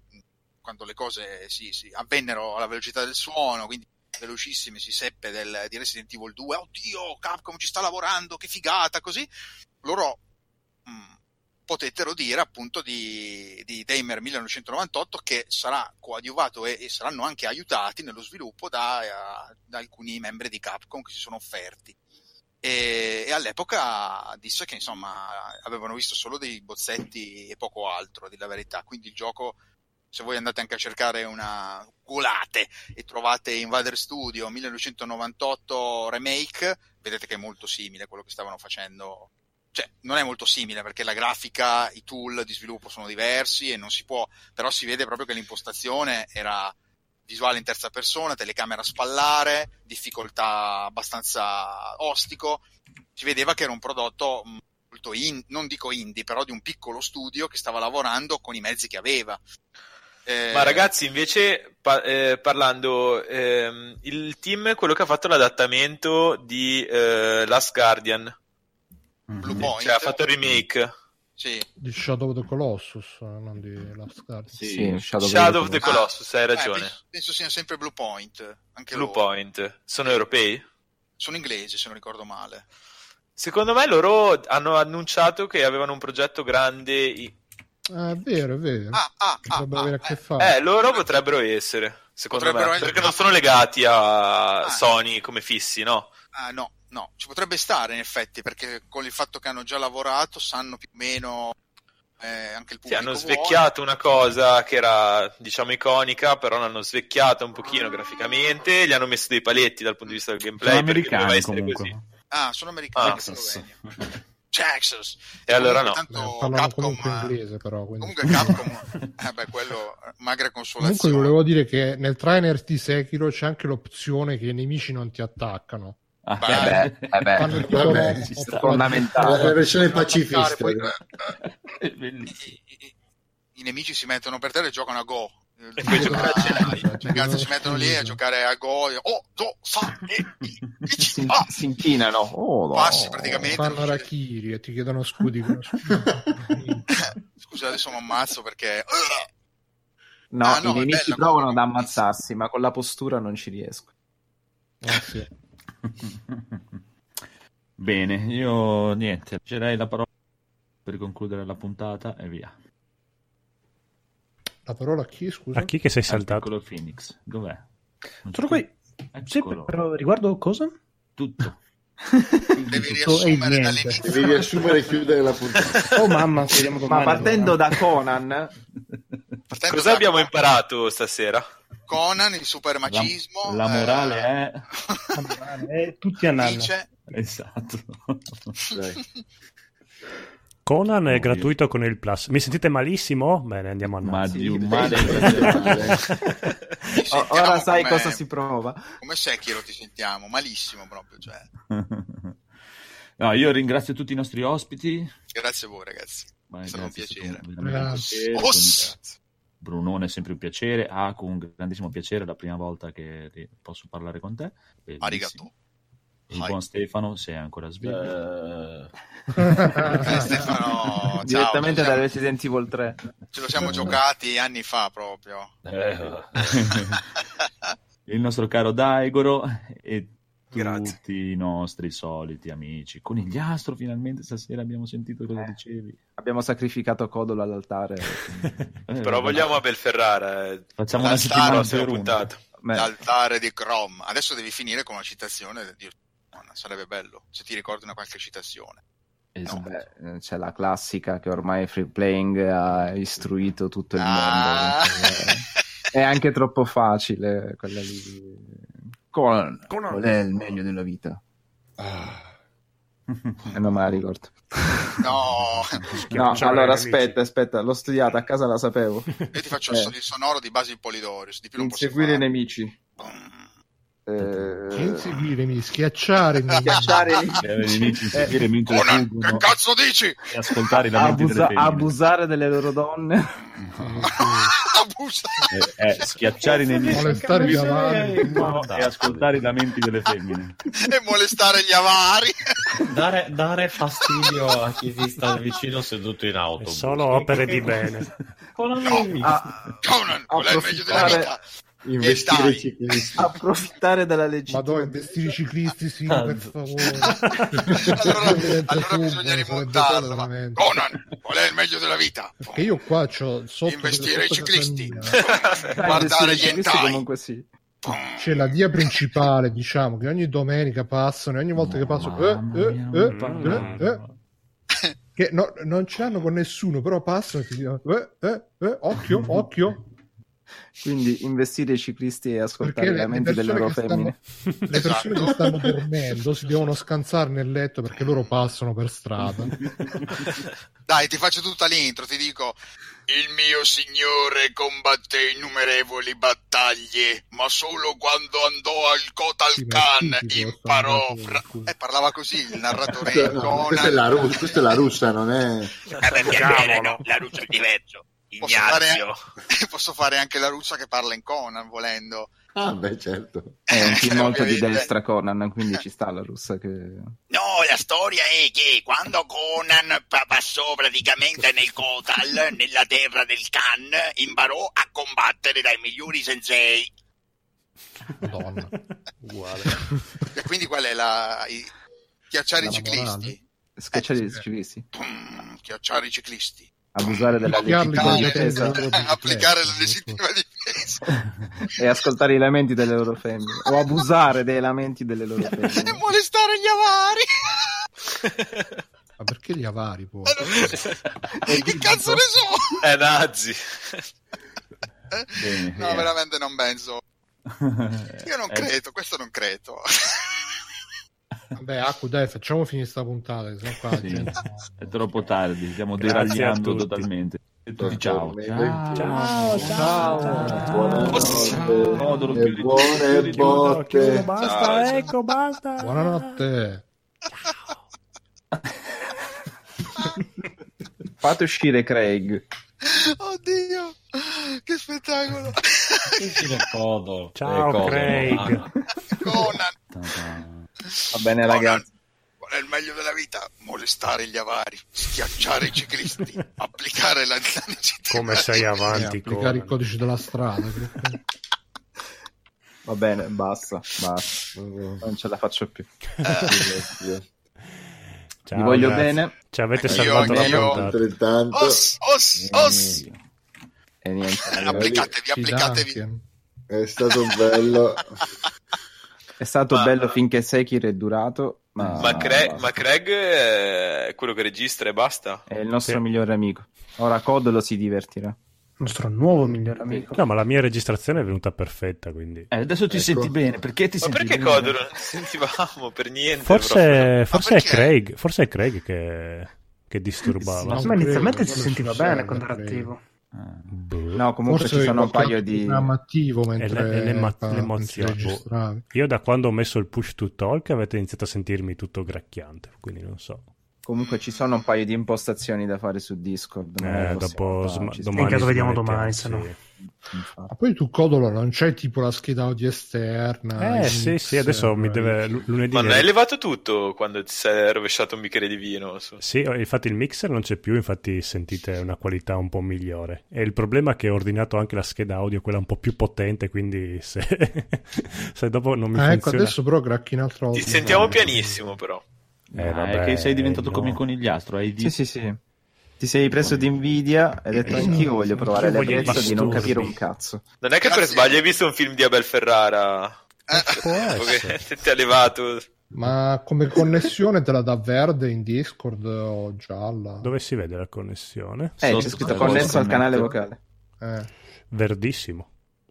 si avvennero alla velocità del suono, quindi velocissime, si seppe di Resident Evil 2, oddio, Capcom ci sta lavorando, che figata, così loro potettero dire appunto di Daimer 1998 che sarà coadiuvato e saranno anche aiutati nello sviluppo da alcuni membri di Capcom che si sono offerti, e all'epoca disse che insomma avevano visto solo dei bozzetti e poco altro, a dire la verità. Quindi il gioco, se voi andate anche a cercare googolate e trovate Invader Studio 1998 Remake, vedete che è molto simile a quello che stavano facendo. Cioè, non è molto simile perché la grafica, i tool di sviluppo sono diversi e non si può, però si vede proprio che l'impostazione era visuale in terza persona, telecamera a spallare, difficoltà abbastanza ostico. Si vedeva che era un prodotto molto non dico indie, però di un piccolo studio che stava lavorando con i mezzi che aveva. Ma ragazzi, invece parlando, il team, quello che ha fatto l'adattamento di Last Guardian, Blue Point, cioè ha fatto il remake di Shadow of the Colossus, non di Last Guardian. Sì, Shadow of the Colossus, hai ragione. Penso siano sempre Blue Point, anche Blue loro. Point sono europei? Sono inglesi, se non ricordo male. Secondo me loro hanno annunciato che avevano un progetto grande. È vero. Potrebbe avere a che fare. Loro potrebbero essere, secondo me, perché non sono legati a Sony come fissi, no? No, ci potrebbe stare in effetti, perché con il fatto che hanno già lavorato sanno più o meno anche il pubblico. Hanno svecchiato una cosa che era, diciamo, iconica, però l'hanno svecchiata un pochino graficamente, gli hanno messo dei paletti dal punto di vista del gameplay. Sono americani comunque. Così. Sono americani. Texas. E allora no. Parlano Capcom, comunque inglese, però. Quindi. Comunque Capcom, quello magra consolazione. Comunque volevo dire che nel trainer di Sekiro c'è anche l'opzione che i nemici non ti attaccano. Vabbè, fondamentale. La versione pacifista. I nemici si mettono per terra e giocano a Go. Ragazzi, si mettono lì a giocare a Go. Si inchinano. Passi praticamente. Fanno Harakiri e ti chiedono scudi. Scusa, adesso mi ammazzo perché. No, i nemici provano ad ammazzarsi, ma con la postura non ci riesco. Sì. Bene, io niente, leggerei la parola per concludere la puntata e via. La parola a chi, scusa? A chi che sei saltato? Piccolo Phoenix, dov'è? Sono qui. Sì, però riguardo cosa? Tutto. Devi riassumere dall'inizio. Devi riassumere e chiudere la puntata. Oh mamma, ma partendo da Conan, cosa abbiamo imparato stasera? Conan, il super macismo. La morale è tutti a nanna. Esatto. Conan è gratuito con il Plus. Mi sentite malissimo? Bene, andiamo a Ma di un ora sai cosa si prova. Come Sekiro ti sentiamo, malissimo proprio. Cioè. No, io ringrazio tutti i nostri ospiti. Grazie a voi ragazzi, è stato un piacere. Brunone è sempre un piacere. Aku, un grandissimo piacere, la prima volta che posso parlare con te. Bellissimo. Arigato. Il buon Stefano, sei ancora sveglio. Stefano, Direttamente ciao. da Resident Evil 3. Ce lo siamo giocati anni fa proprio. Il nostro caro Daigoro e Grazie. tutti i nostri soliti amici. Conigliastro, finalmente stasera abbiamo sentito cosa dicevi. Abbiamo sacrificato Codolo all'altare. Però vogliamo Abel Ferrara. Facciamo una L'altare, settimana prossima per uno. puntata. Beh, L'altare di Chrome. Adesso devi finire con una citazione di... Sarebbe bello se ti ricordi una qualche citazione. Esatto. beh, c'è la classica che ormai Free Playing ha istruito tutto il Ah. mondo. È anche troppo facile quella lì. Qual è il meglio della vita? Non me la ricordo. No, No, Ciao, allora amici. aspetta, l'ho studiata, a casa la sapevo. io ti faccio il sonoro di Basil Polidorius. Di più non posso Inseguire i fare. nemici. Inseguiremi, schiacciare i nemici. Schiacciare i I nemici inseguire mentre Conan, che fuggono cazzo dici? e ascoltare i lamenti delle femmine. abusare delle loro donne. Abusa. Schiacciare i nemici Molestare gli avanti. e ascoltare i lamenti delle femmine. E molestare gli avari. Dare fastidio a chi ti sta vicino seduto in È autobus. solo opere di bene. Con amici. Conan, qual è il meglio della vita? Investire dai. i ciclisti. Approfittare della legittimità. Madonna, investire i ciclisti, sì, per favore. Allora bisogna rimontarlo. Ma Conan, qual è il meglio della vita? Perché io qua c'ho sotto Investire i ciclisti. Investire Guardare i gli ciclisti hentai. comunque sì. c'è la via principale, diciamo, che ogni domenica passano, e ogni volta che passano che non ce l'hanno con nessuno, però passano e ti dicono occhio. Quindi investire i ciclisti e ascoltare Perché i lamenti delle loro femmine. le persone che stanno dormendo si devono scansare nel letto perché loro passano per strada. Dai, ti faccio tutta l'intro, ti dico: il mio signore combatté innumerevoli battaglie, ma solo quando andò al Kotal Sì, ma Khan è tipico, imparò. sto narratore. Parlava così il narratore. No, questa è la russa, non è... La russa è diverso. Posso fare anche la russa che parla in Conan, volendo. Ah, beh, certo. È un film molto di Ovviamente. destra Conan, quindi ci sta la russa che... No, la storia è che quando Conan passò praticamente nel Kotal, nella terra del Khan, imparò a combattere dai migliori sensei. Madonna. Uguale. E quindi qual è schiacciare i La ciclisti? Schiacciare i ciclisti. Schiacciare i ciclisti. Abusare della Picchiarli con le legittima tende. difesa Applicare la legittima difesa. e ascoltare i lamenti delle loro femmine. O abusare dei lamenti delle loro E femmine. molestare gli avari. Ma perché gli avari poi? Che cazzo ne so? È nazi. Bene, No, veramente non penso. Io non credo, questo non credo. Vabbè, Acqua, dai, facciamo finire sta puntata, che sennò qua la Sì, gente- è troppo tardi, stiamo Grazie a deragliando tutti. totalmente. E tutti ciao. Buonanotte. Codolo, E buone botte. Basta, Ciao, ciao. ecco, basta. Buonanotte. Fate uscire Craig. Oddio, che spettacolo. Codolo. Ciao, Craig. Conan. Va bene, ragazzi. Qual è il meglio della vita? Molestare gli avari, schiacciare i ciclisti, applicare la legittima. Come sei avanti, Applicare Conan. il codice della strada. Va bene, basta. Non ce la faccio più. Ciao, Vi voglio ragazzi. bene. Ci avete Anch'io, salvato la anch'io. puntata. Altrettanto. Os. E niente. Applicatevi. È stato bello. È stato bello finché Sekiro è durato. Ma Craig è quello che registra e basta? È il nostro Sì. migliore amico. Ora Codolo si divertirà. Il nostro nuovo migliore amico. No, ma la mia registrazione è venuta perfetta, quindi... Adesso ti senti bene, perché ti Ma senti perché bene? Codolo? Non ci sentivamo per niente. proprio. Forse è perché? Craig, forse è Craig che disturbava. Ma inizialmente si quello sentiva succede, bene quando era credo. attivo. Boh. No, comunque Forse ci sono un qualche paio di... programma attivo mentre l'emozione. registravi. Io da quando ho messo il push to talk avete iniziato a sentirmi tutto gracchiante, quindi non so. Comunque ci sono un paio di impostazioni da fare su Discord. Dopo In caso vediamo domani, se no. Ma poi tu Codolo non c'è tipo la scheda audio esterna? Sì, adesso mi deve lunedì. Ma non hai levato tutto quando ti sei rovesciato un bicchiere di vino? Sì, infatti il mixer non c'è più, infatti sentite una qualità un po' migliore. E il problema è che ho ordinato anche la scheda audio, quella un po' più potente, quindi se dopo non mi funziona. Ecco, adesso però cracchi in altro. Ti sentiamo pianissimo però. È che sei diventato come il conigliastro. Sì. Ti sei preso di Nvidia e hai detto anch'io voglio provare l'ebbrezza di non capire un cazzo. Non è che per sbaglio hai visto un film di Abel Ferrara? Ti ha levato. Ma come connessione te la dà verde in Discord o gialla? Dove si vede la connessione? C'è scritto connesso al canale vocale. Verdissimo.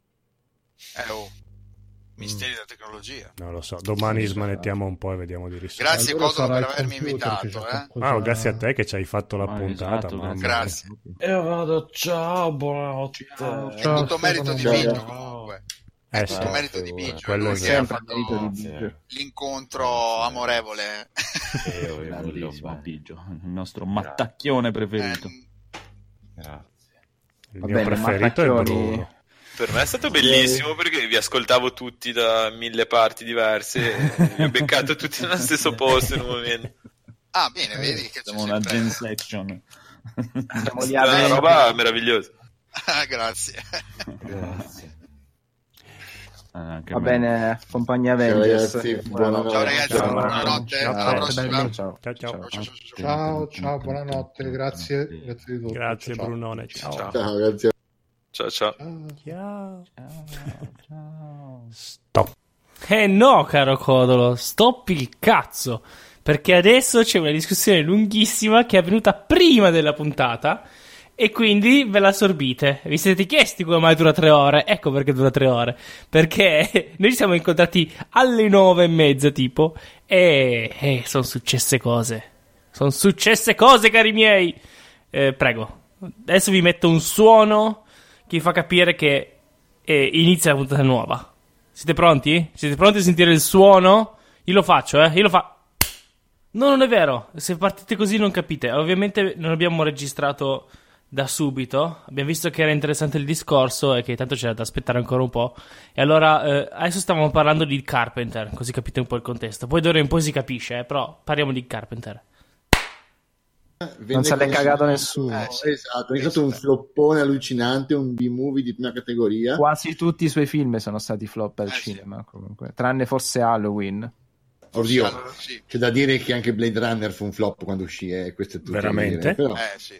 Misteri della tecnologia. Non lo so, domani smanettiamo un po' e vediamo di risolvere. Grazie Codolo per avermi invitato. Grazie a te che ci hai fatto la puntata. Esatto, grazie. Io vado, ciao, buonanotte. È tutto merito di Biggio comunque. È tutto merito di Biggio. Lui che ha fatto l'incontro amorevole. Bellissimo, Biggio, il nostro mattacchione preferito. Grazie. Il mio preferito è Bruno. Per me è stato bellissimo perché vi ascoltavo tutti da 1000 parti diverse e vi ho beccato tutti nello stesso posto in un momento. Ah, bene, vedi che c'è una gen section. È una roba meravigliosa. Grazie. Va bene, compagnia Avengers. Ciao ragazzi, buonanotte, alla prossima. Ciao, buonanotte, grazie di tutto. Grazie Brunone, ciao, grazie. Ciao. Stop. No, caro Codolo, stop il cazzo, perché adesso c'è una discussione lunghissima che è avvenuta prima della puntata e quindi ve la sorbite. Vi siete chiesti come mai dura 3 ore? Ecco perché dura 3 ore, perché noi ci siamo incontrati alle 9:30 tipo e sono successe cose, cari miei. Prego, adesso vi metto un suono che fa capire che inizia la puntata nuova. Siete pronti? Siete pronti a sentire il suono? Io lo faccio, No, non è vero. Se partite così non capite. Ovviamente non abbiamo registrato da subito. Abbiamo visto che era interessante il discorso e che tanto c'era da aspettare ancora un po'. E allora adesso stavamo parlando di Carpenter, così capite un po' il contesto. Poi d'ora in poi si capisce, però parliamo di Carpenter. Non se l'è cagato nessuno. Esatto, è stato un floppone allucinante, un B-movie di prima categoria. Quasi tutti i suoi film sono stati flop al cinema, comunque, tranne forse Halloween. Oddio, c'è da dire che anche Blade Runner fu un flop quando uscì, questo è tutto. Veramente? Però...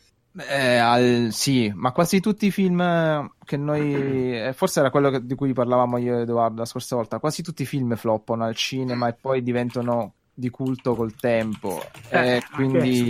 sì, ma quasi tutti i film che noi... forse era quello di cui parlavamo io e Edoardo la scorsa volta. Quasi tutti i film floppano al cinema e poi diventano di culto col tempo, quindi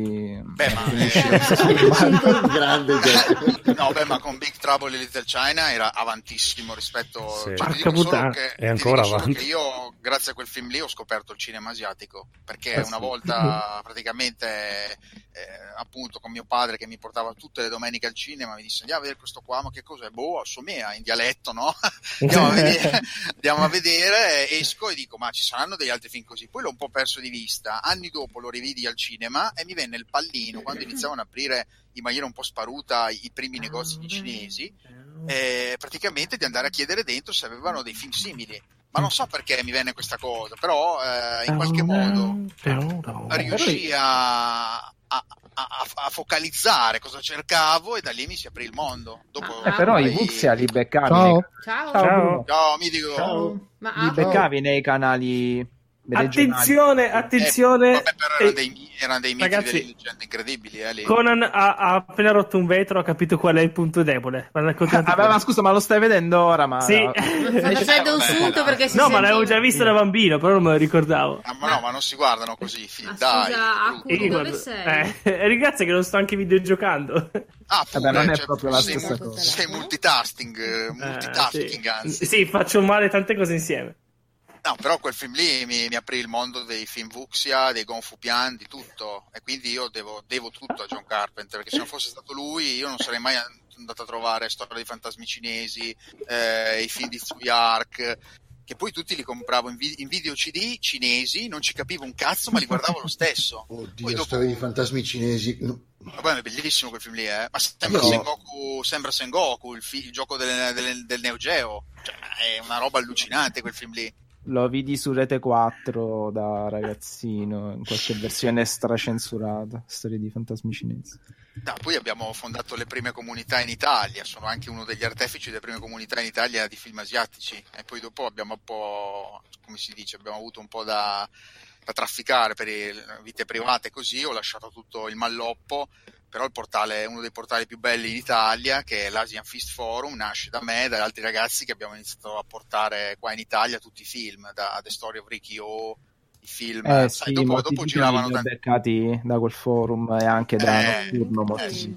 grande ma con Big Trouble in Little China era avantissimo rispetto è ancora avanti. Che io grazie a quel film lì ho scoperto il cinema asiatico, perché una volta praticamente appunto con mio padre che mi portava tutte le domeniche al cinema mi disse andiamo a vedere questo qua, ma che cos'è? Somea in dialetto, no? andiamo a vedere, esco e dico ma ci saranno degli altri film così, poi l'ho un po' perso di vista. Anni dopo lo rividi al cinema e mi venne il pallino quando iniziavano ad aprire in maniera un po' sparuta i primi negozi di cinesi, praticamente di andare a chiedere dentro se avevano dei film simili. Ma non so perché mi venne questa cosa, però in qualche modo riuscii a focalizzare cosa cercavo e da lì mi si aprì il mondo. Dopo però i Vuxia li beccavi. Ciao, mi dico. Ciao. Li beccavi nei canali. Attenzione. Vabbè, però erano dei miti, ragazzi, delle leggende incredibili. Lì. Conan ha appena rotto un vetro, ha capito qual è il punto debole. Ma scusa, ma lo stai vedendo ora? Ma sì. Sta facendo un sunto perché si ma l'avevo già visto da bambino, però non me lo ricordavo. Ma non si guardano così i film, dai. Dove sei? Ringrazio che non sto anche videogiocando. Pure, non è proprio la stessa cosa. Sei multitasking, anzi. Sì, faccio male tante cose insieme. No, però quel film lì mi aprì il mondo dei film Wuxia, dei Gong Fu Pian, di tutto, e quindi io devo tutto a John Carpenter, perché se non fosse stato lui io non sarei mai andato a trovare Storia dei fantasmi cinesi, i film di Tsuyark, che poi tutti li compravo in video CD cinesi, non ci capivo un cazzo, ma li guardavo lo stesso. Oddio, Poi dopo... storia di fantasmi cinesi. No. Vabbè, è bellissimo quel film lì, ma sembra Sengoku, il gioco del Neo Geo. Cioè, è una roba allucinante quel film lì. Lo vidi su Rete 4 da ragazzino, in qualche versione stracensurata, storia di fantasmi cinesi. No, poi abbiamo fondato le prime comunità in Italia, sono anche uno degli artefici delle prime comunità in Italia di film asiatici, e poi dopo abbiamo un po', come si dice, abbiamo avuto un po' da trafficare per vite private, così ho lasciato tutto il malloppo, però il portale, uno dei portali più belli in Italia, che è l'Asian Fist Forum, nasce da me e da altri ragazzi che abbiamo iniziato a portare qua in Italia tutti i film, da The Story of Riki-Oh, i film, sì, dopo giravano tanti beccati da quel forum e anche da Notturno,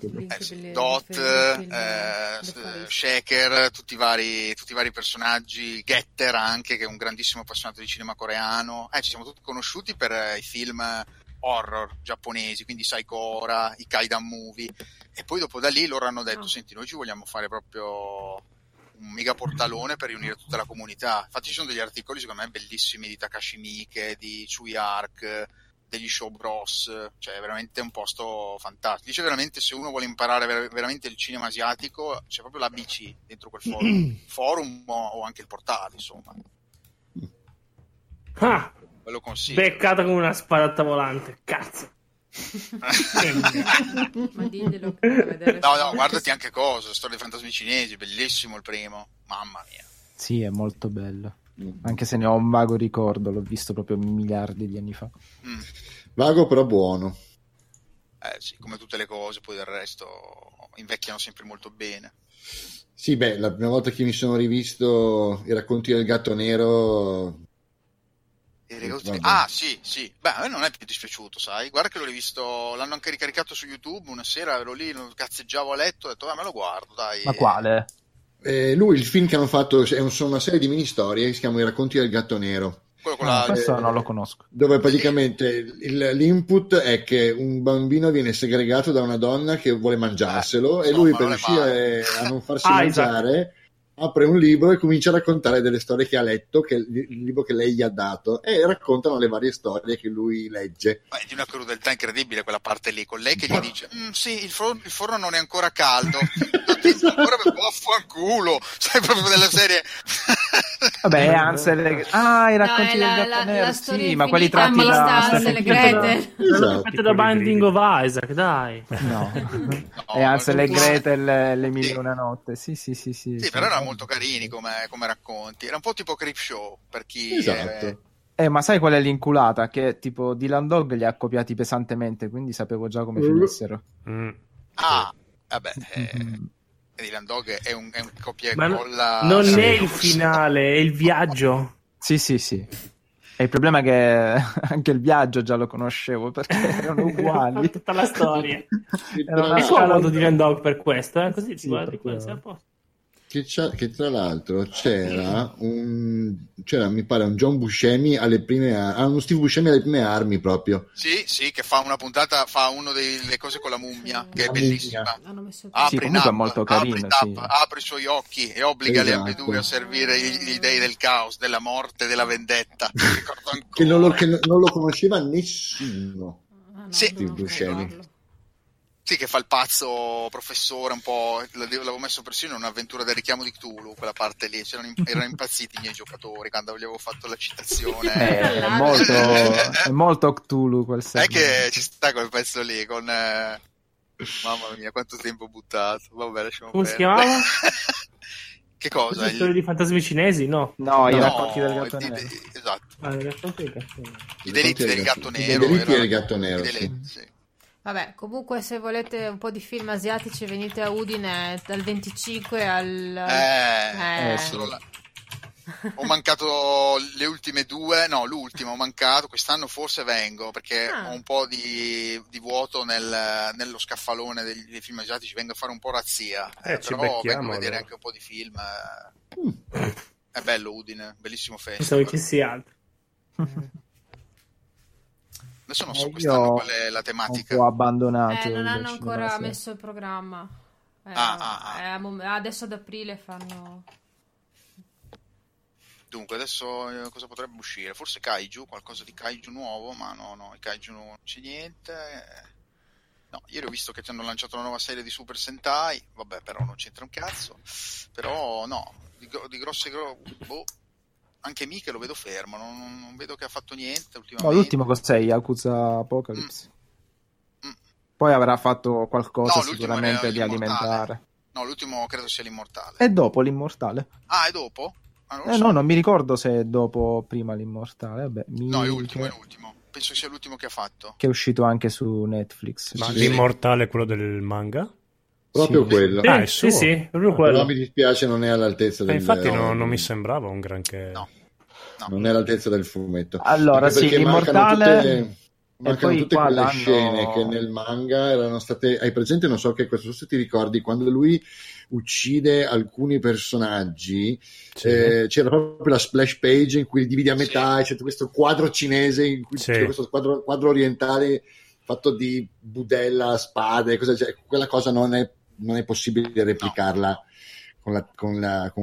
Dot, Shaker, tutti i vari personaggi, Getter anche, che è un grandissimo appassionato di cinema coreano, ci siamo tutti conosciuti per i film horror giapponesi, quindi Saikora, i Kaidan movie, e poi dopo da lì loro hanno detto senti, noi ci vogliamo fare proprio un mega portalone per riunire tutta la comunità. Infatti ci sono degli articoli secondo me bellissimi di Takashi Miike, di Tsui Ark, degli Show Bros, cioè è veramente un posto fantastico. Dice veramente, se uno vuole imparare veramente il cinema asiatico, c'è proprio l'ABC dentro quel forum o anche il portale, insomma. Ve lo consiglio. Beccata come una spadata volante, cazzo. Ma diglielo che devo vedere. No, guardati anche cosa, Storia dei fantasmi cinesi, bellissimo il primo, mamma mia. Sì, è molto bello, anche se ne ho un vago ricordo, l'ho visto proprio miliardi di anni fa. Vago però buono. Sì, come tutte le cose, poi del resto invecchiano sempre molto bene. Sì, beh, la prima volta che mi sono rivisto i racconti del gatto nero... Sì. Beh, a me non è più dispiaciuto, sai. Guarda che l'ho rivisto, l'hanno anche ricaricato su YouTube una sera, ero lì, cazzeggiavo a letto, ho detto, me lo guardo, dai. Ma quale? Lui, il film che hanno fatto, sono una serie di mini storie che si chiama I racconti del gatto nero. Questo non lo conosco. Dove praticamente l'input è che un bambino viene segregato da una donna che vuole mangiarselo, e lui per riuscire a non farsi mangiare apre un libro e comincia a raccontare delle storie che ha letto, che il libro che lei gli ha dato, e raccontano le varie storie che lui legge. È di una crudeltà incredibile quella parte lì, con lei che gli dice sì, il forno non è ancora caldo, ancora vaffanculo, sai, proprio della serie. Vabbè, Hansel i racconti del gatto nero, sì, ma quelli tratti da Hansel e Gretel. Esatto, da Binding of Isaac, dai. No, e Hansel e Gretel, le mille e una notte, sì. Sì, però erano molto carini come racconti, era un po' tipo Creepshow per chi... Esatto. Ma sai qual è l'inculata? Che tipo Dylan Dog li ha copiati pesantemente, quindi sapevo già come finissero. Vabbè, Dylan Dog è un copia e colla. Non è il finale, è il viaggio. Sì. E il problema è che anche il viaggio già lo conoscevo, perché erano uguali. Tutta la storia. Era una scalato Dylan Dog per questo, così si guarda questo a posto. Che tra l'altro c'era mi pare un John Buscemi alle prime uno Steve Buscemi alle prime armi proprio. Sì, che fa una puntata, fa una delle cose con la mummia, che è bellissima. Apre è molto carino, apre i suoi occhi e obbliga le ambedue a servire gli dei del caos, della morte, della vendetta. che non lo conosceva nessuno. Steve Buscemi. Sì, che fa il pazzo professore un po', l'avevo messo persino in un'avventura del richiamo di Cthulhu, quella parte lì, erano impazziti i miei giocatori quando avevo fatto la citazione. È molto Cthulhu quel segmento. È che ci sta quel pezzo lì con... mamma mia, quanto tempo buttato. Vabbè, lasciamo Come si chiamava? Che cosa? Le storie di fantasmi cinesi? No, i racconti del gatto nero. Esatto. I racconti del gatto nero. I delitti del gatto nero. I delitti del gatto nero, sì. Vabbè, comunque se volete un po' di film asiatici venite a Udine dal 25 al... Ho mancato le ultime due, no, l'ultima ho mancato, quest'anno forse vengo, perché ho un po' di vuoto nello scaffalone dei film asiatici, vengo a fare un po' razzia, però vengo a vedere anche un po' di film. È bello Udine, bellissimo festival. Pensavo che sia altro. Adesso non so quest'anno qual è la tematica. Un po' abbandonato. Non hanno ancora messo il programma. Adesso ad aprile fanno... Dunque, adesso cosa potrebbe uscire? Forse Kaiju, qualcosa di Kaiju nuovo, ma no, i Kaiju non c'è niente. No, ieri ho visto che ti hanno lanciato una nuova serie di Super Sentai, vabbè, però non c'entra un cazzo. Però no, di grosse anche Mike lo vedo fermo, non vedo che ha fatto niente ultimamente. No, l'ultimo cos'è? Yakuza Apocalypse. Poi avrà fatto qualcosa sicuramente di alimentare. No, l'ultimo credo sia l'Immortale. È dopo l'Immortale. Ah, è dopo? No, non mi ricordo se è dopo o prima l'Immortale. Vabbè, no, è l'ultimo. Penso sia l'ultimo che ha fatto. Che è uscito anche su Netflix. Ma l'Immortale è quello del manga? Proprio quello. È suo. Sì, proprio quello. Però mi dispiace, non è all'altezza del... Infatti non mi sembrava un granché... No. Non è all'altezza del fumetto. Allora, anche sì, l'Immortale... Mancano tutte quelle scene che nel manga erano state... Hai presente? Non so che questo, se ti ricordi, quando lui uccide alcuni personaggi, c'era proprio la splash page in cui dividi a metà, e c'è questo quadro cinese in cui c'è questo quadro orientale fatto di budella, spade, cioè, quella cosa non è possibile replicarla con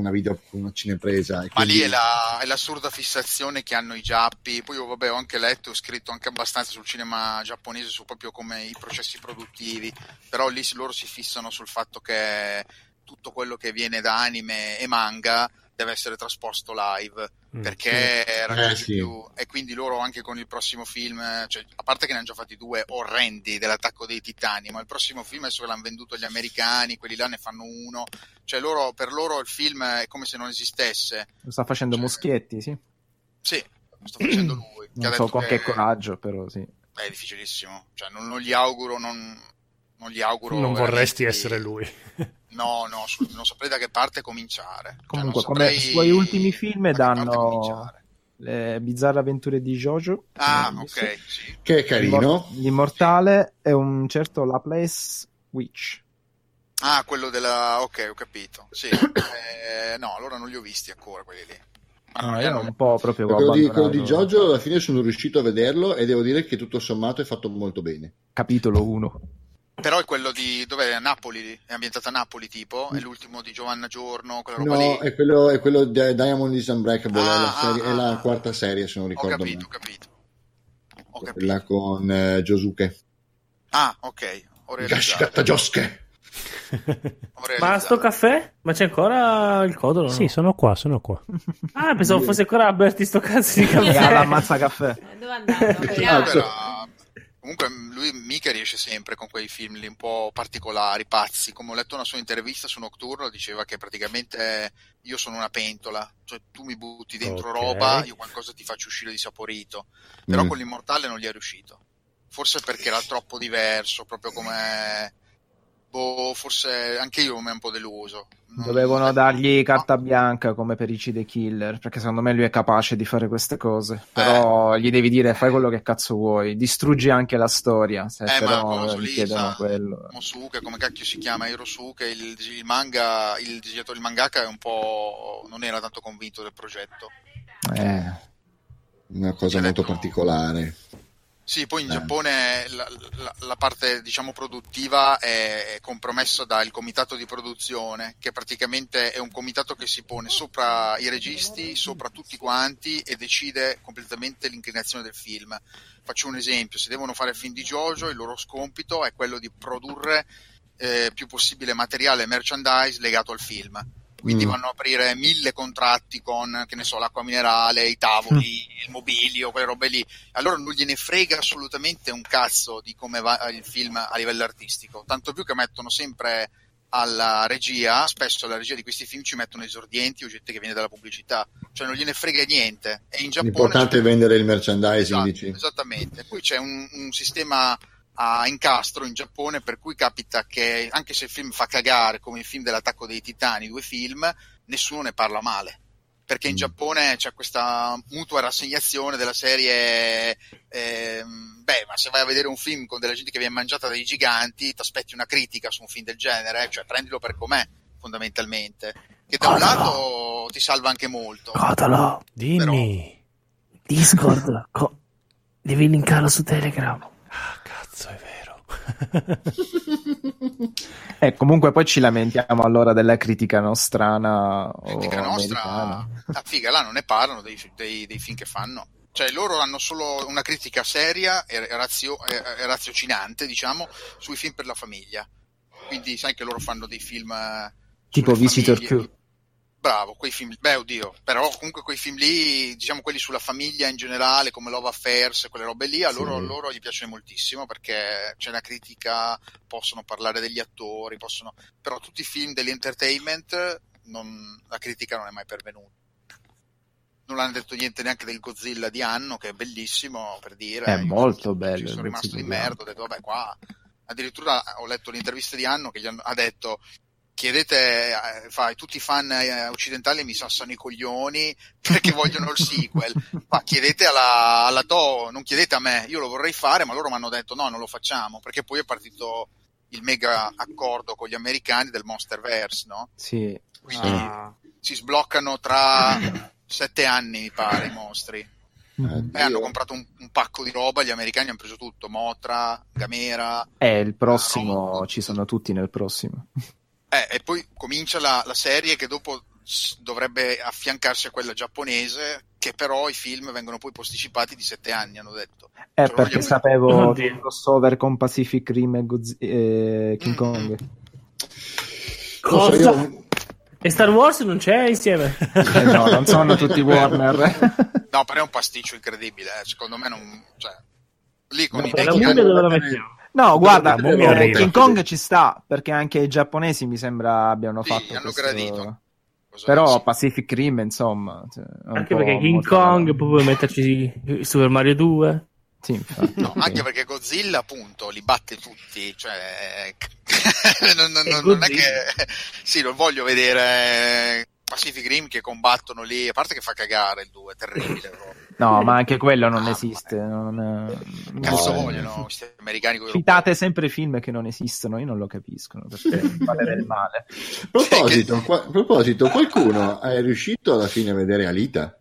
una cinepresa. Ma lì è l'assurda fissazione che hanno i giappi. Poi io ho anche letto, ho scritto anche abbastanza sul cinema giapponese, su proprio come i processi produttivi, però lì loro si fissano sul fatto che tutto quello che viene da anime e manga deve essere trasposto live, perché raggiunge più, e quindi loro anche con il prossimo film, cioè, a parte che ne hanno già fatti 2 orrendi dell'Attacco dei Titani, ma il prossimo film adesso che l'hanno venduto agli americani, quelli là ne fanno 1, cioè per loro il film è come se non esistesse. Lo sta facendo Muschietti, sì? Sì, lo sta facendo lui. Non so con che coraggio, però sì. È difficilissimo, cioè non gli auguro, non gli auguro. Non vorresti essere lui. No, non saprei da che parte cominciare. Comunque, come i suoi ultimi film danno le bizzarre avventure di Jojo. Ah, ok, sì. Che è carino. L'Immortale è un certo Laplace Witch. Ah, quello della... Ok, ho capito. Sì. No, allora non li ho visti ancora quelli lì. Io un po' proprio quello di Jojo alla fine sono riuscito a vederlo e devo dire che tutto sommato è fatto molto bene. Capitolo 1. Però è quello di... dov'è? A Napoli? È ambientato a Napoli, tipo? È l'ultimo di Giovanna Giorno, quella roba lì? No, è quello di Diamond is Unbreakable, è la quarta serie, se non ricordo male. Ho capito. Quella con Josuke. Ah, ok. Gashigata Josuke. Ma sto caffè? Ma c'è ancora il codolo? No? Sì, sono qua. Ah, pensavo fosse ancora Alberti sto cazzo di caffè. L'ammazza caffè. Dove andavo? Comunque lui mica riesce sempre con quei film lì un po' particolari, pazzi. Come ho letto una sua intervista su Nocturno, diceva che praticamente io sono una pentola, cioè tu mi butti dentro roba, io qualcosa ti faccio uscire di saporito. Però con l'Immortale non gli è riuscito. Forse perché era troppo diverso, proprio come... forse anche io mi è un po' deluso. Dovevano dargli carta bianca come per i CD Killer, perché secondo me lui è capace di fare queste cose. Però gli devi dire fai quello che cazzo vuoi, distruggi anche la storia, se però gli chiedono quello. Mosuke, come cacchio si chiama, Hirosuke, il disegnatore, il mangaka è un po'... non era tanto convinto del progetto. Una cosa molto particolare. Sì, poi in Giappone la parte, diciamo, produttiva è compromessa dal comitato di produzione, che praticamente è un comitato che si pone sopra i registi, sopra tutti quanti, e decide completamente l'inclinazione del film. Faccio un esempio: se devono fare il film di JoJo, il loro scompito è quello di produrre più possibile materiale merchandise legato al film. Quindi vanno a aprire 1000 contratti con, che ne so, l'acqua minerale, i tavoli, il mobilio, quelle robe lì. Allora non gliene frega assolutamente un cazzo di come va il film a livello artistico. Tanto più che mettono sempre alla regia, spesso alla regia di questi film ci mettono esordienti o gente che viene dalla pubblicità. Cioè non gliene frega niente. E in Giappone l'importante è vendere il merchandising, dici? Esattamente. Poi c'è un sistema a incastro in Giappone, per cui capita che anche se il film fa cagare, come il film dell'Attacco dei Titani, 2 film, nessuno ne parla male, perché in Giappone c'è questa mutua rassegnazione della serie ma se vai a vedere un film con della gente che viene mangiata dai giganti, ti aspetti una critica su un film del genere, cioè prendilo per com'è, fondamentalmente, che da un lato ti salva anche molto. Codolo, dimmi. Discord, devi linkarlo su Telegram. Ah, cazzo, è vero. Comunque poi ci lamentiamo allora della critica nostrana critica nostra, americana. Figa, là non ne parlano dei film che fanno. Cioè loro hanno solo una critica seria e raziocinante, diciamo, sui film per la famiglia. Quindi sai che loro fanno dei film tipo Visitor Q. Bravo, quei film, però comunque quei film lì, diciamo quelli sulla famiglia in generale, come Love Affairs, quelle robe lì, a loro gli piacciono moltissimo perché c'è una critica, possono parlare degli attori, però tutti i film dell'entertainment la critica non è mai pervenuta. Non hanno detto niente neanche del Godzilla di Anno, che è bellissimo, per dire. È molto bello. Ci sono rimasto di merda, ho detto vabbè qua, addirittura ho letto l'intervista di Anno che ha detto chiedete, tutti i fan occidentali mi sassano i coglioni perché vogliono il sequel, ma chiedete alla Toho, non chiedete a me, io lo vorrei fare, ma loro mi hanno detto no, non lo facciamo, perché poi è partito il mega accordo con gli americani del Monsterverse, no? Sì. Quindi si sbloccano tra 7 anni, mi pare, i mostri. Hanno comprato un pacco di roba, gli americani hanno preso tutto, Mothra, Gamera. Il prossimo, ci sono tutti nel prossimo. E poi comincia la serie che dopo dovrebbe affiancarsi a quella giapponese, che però i film vengono poi posticipati di 7 anni, hanno detto. Perché sapevo il crossover con Pacific Rim e King Kong. Cosa? E Star Wars non c'è insieme? No, non sono tutti Warner. No, però è un pasticcio incredibile, secondo me non... Cioè, lì con i la mummia dove la mettiamo? No, guarda, King Kong ci sta, perché anche i giapponesi mi sembra abbiano fatto hanno questo... gradito. Però Pacific Rim, insomma... Anche perché King Kong, poi puoi metterci Super Mario 2... Sì, infatti. No, anche perché Godzilla appunto li batte tutti, cioè non è che sì, non voglio vedere Pacific Rim che combattono lì, a parte che fa cagare il 2, è terribile proprio. No, ma anche quello non esiste. Cazzo vogliono questi americani? Citate sempre film che non esistono, io non lo capisco, perché vale del male. A proposito, qualcuno è riuscito alla fine a vedere Alita?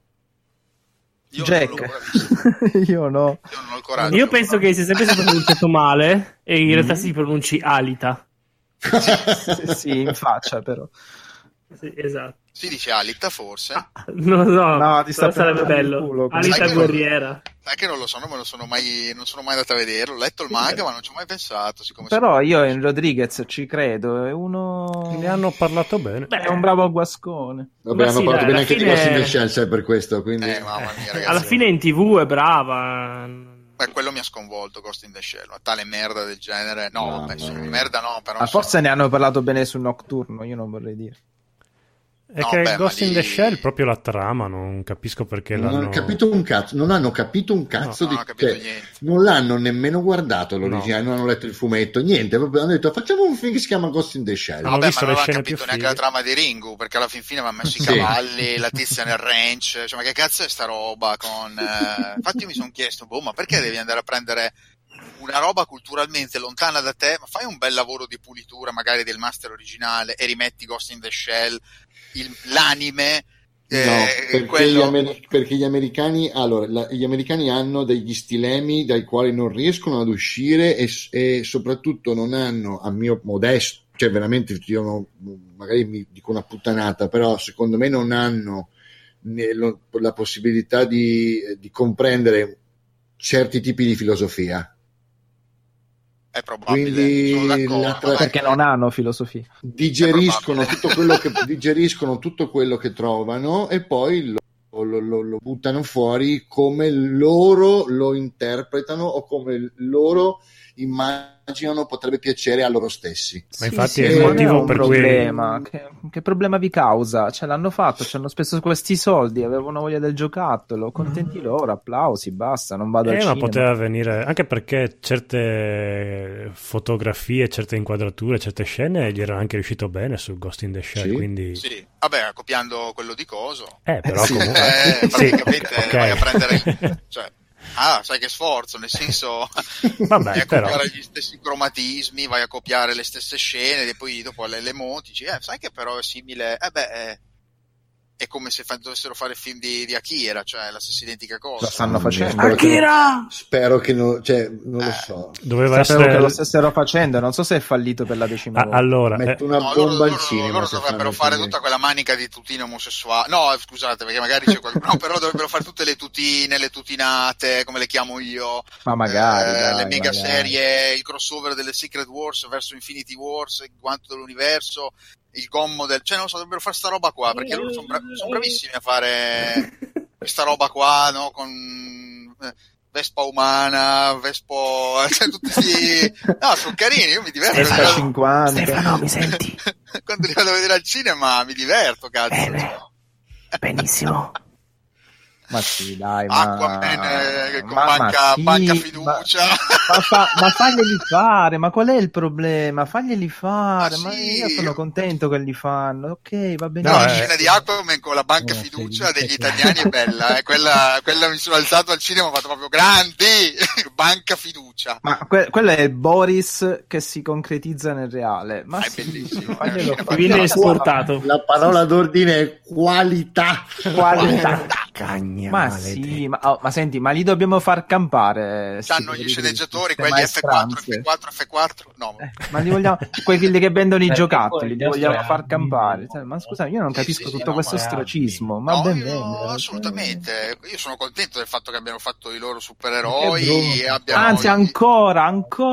Jack. Io no. Io non ho il coraggio. Io penso che sia sempre stato pronunciato male e in realtà si pronunci Alita. Sì, in faccia però. Sì, esatto. Si dice Alita forse? No, sarebbe bello. Culo, Alita guerriera. Sai che non lo so, non sono mai andato a vedere, ho letto il manga ma non ci ho mai pensato. Però io in Rodriguez ci credo, è uno... Ne hanno parlato bene. È un bravo guascone. Vabbè, hanno parlato bene anche di Ghost in the Shell, per questo, quindi... mamma mia, ragazzi. Alla fine in TV è brava. Quello mi ha sconvolto, Ghost in the Shell, una tale merda del genere. No, merda no, però... forse ne hanno parlato bene su Nocturno, io non vorrei dire. È che Ghost in the Shell, proprio la trama, non capisco perché non hanno capito un cazzo, non hanno capito un cazzo non l'hanno nemmeno guardato l'originale, non hanno letto il fumetto, niente, proprio hanno detto facciamo un film che si chiama Ghost in the Shell. Ma non avevano capito neanche la trama di Ringu, perché alla fin fine aveva messo i cavalli, la tizia nel ranch, cioè ma che cazzo è sta roba con... Infatti io mi sono chiesto, ma perché devi andare a prendere una roba culturalmente lontana da te, ma fai un bel lavoro di pulitura magari del master originale e rimetti Ghost in the Shell, l'anime, perché gli americani gli americani hanno degli stilemi dai quali non riescono ad uscire e soprattutto non hanno, a mio modesto, cioè veramente io magari mi dico una puttanata, però secondo me non hanno la possibilità di comprendere certi tipi di filosofia. È probabile, perché non hanno filosofia. Digeriscono tutto quello che trovano e poi lo buttano fuori come loro lo interpretano o come loro immaginano potrebbe piacere a loro stessi. Ma infatti è il motivo per problema. Che problema vi causa? Ce l'hanno fatto, ci hanno speso questi soldi, avevano voglia del giocattolo, contenti loro, applausi, basta, non vado al cinema. Ma poteva venire, anche perché certe fotografie, certe inquadrature, certe scene gli erano anche riuscito bene su Ghost in the Shell, quindi... Sì, vabbè, copiando quello di Coso. Però comunque... praticamente vai a prendere... Cioè, sai che sforzo, nel senso vabbè, vai a copiare gli stessi cromatismi, vai a copiare le stesse scene e poi dopo le monti, sai che però è simile, è come se dovessero fare il film di Akira, cioè la stessa identica cosa. Lo stanno facendo. Akira! Spero che non lo so. Doveva Sapevo essere... che lo stessero facendo, non so se è fallito per la decima volta. Allora, metto una bomba al cinema. Loro dovrebbero fare tutta quella manica di tutine omosessuali. No, scusate, perché magari c'è qualcuno. No, però dovrebbero fare tutte le tutine, le tutinate, come le chiamo io. Ma magari, le mega serie, il crossover delle Secret Wars verso Infinity Wars, il guanto dell'universo, il gommo del... Cioè, non so, dovrebbero fare sta roba qua, perché loro sono bravissimi a fare questa roba qua, no? Con Vespa umana, Vespo... Cioè, tutti... No, sono carini, io mi diverto. Vespa 50. Stefano, mi senti? Quando li vado a vedere al cinema mi diverto, cazzo. Benissimo. Ma sì, dai, Aquaman, banca fiducia. Ma faglieli fare, ma qual è il problema? Faglieli fare, ma sì. io sono contento che li fanno, ok, va bene. No, la scena di Aquaman con la banca fiducia degli italiani è bella, quella mi sono alzato al cinema, ho fatto proprio grandi, banca fiducia. Ma quello è Boris che si concretizza nel reale. Ma è bellissimo. Viene esportato. La parola d'ordine è qualità. Ma sì, ma senti, ma li dobbiamo far campare. C'hanno gli sceneggiatori, quelli F4, F4, no. Ma li vogliamo, quei figli che vendono i giocattoli, li vogliamo far campare. Cioè, ma scusa, io non capisco tutto questo ostracismo. Ma ben venga. Assolutamente. Io sono contento del fatto che abbiano fatto i loro supereroi. Anzi, ancora.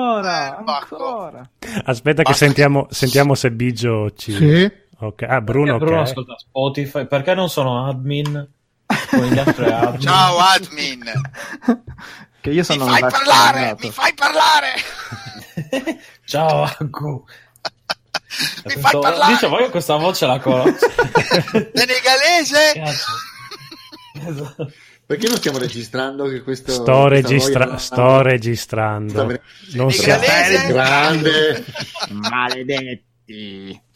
Aspetta che sentiamo se Biggio ci... Sì. Okay. Bruno ascolta Spotify, perché non sono admin con gli altri admin? Ciao admin, che io sono mi fai parlare. Ciao Aggu, mi fai parlare. Dice voi questa voce la conosco. Senegalese. Esatto. Perché non stiamo registrando che questo sto registrando non sia grande. Maledetti.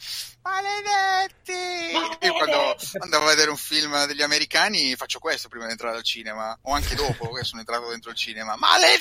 Io quando andavo a vedere un film degli americani faccio questo prima di entrare al cinema, o anche dopo che sono entrato dentro il cinema.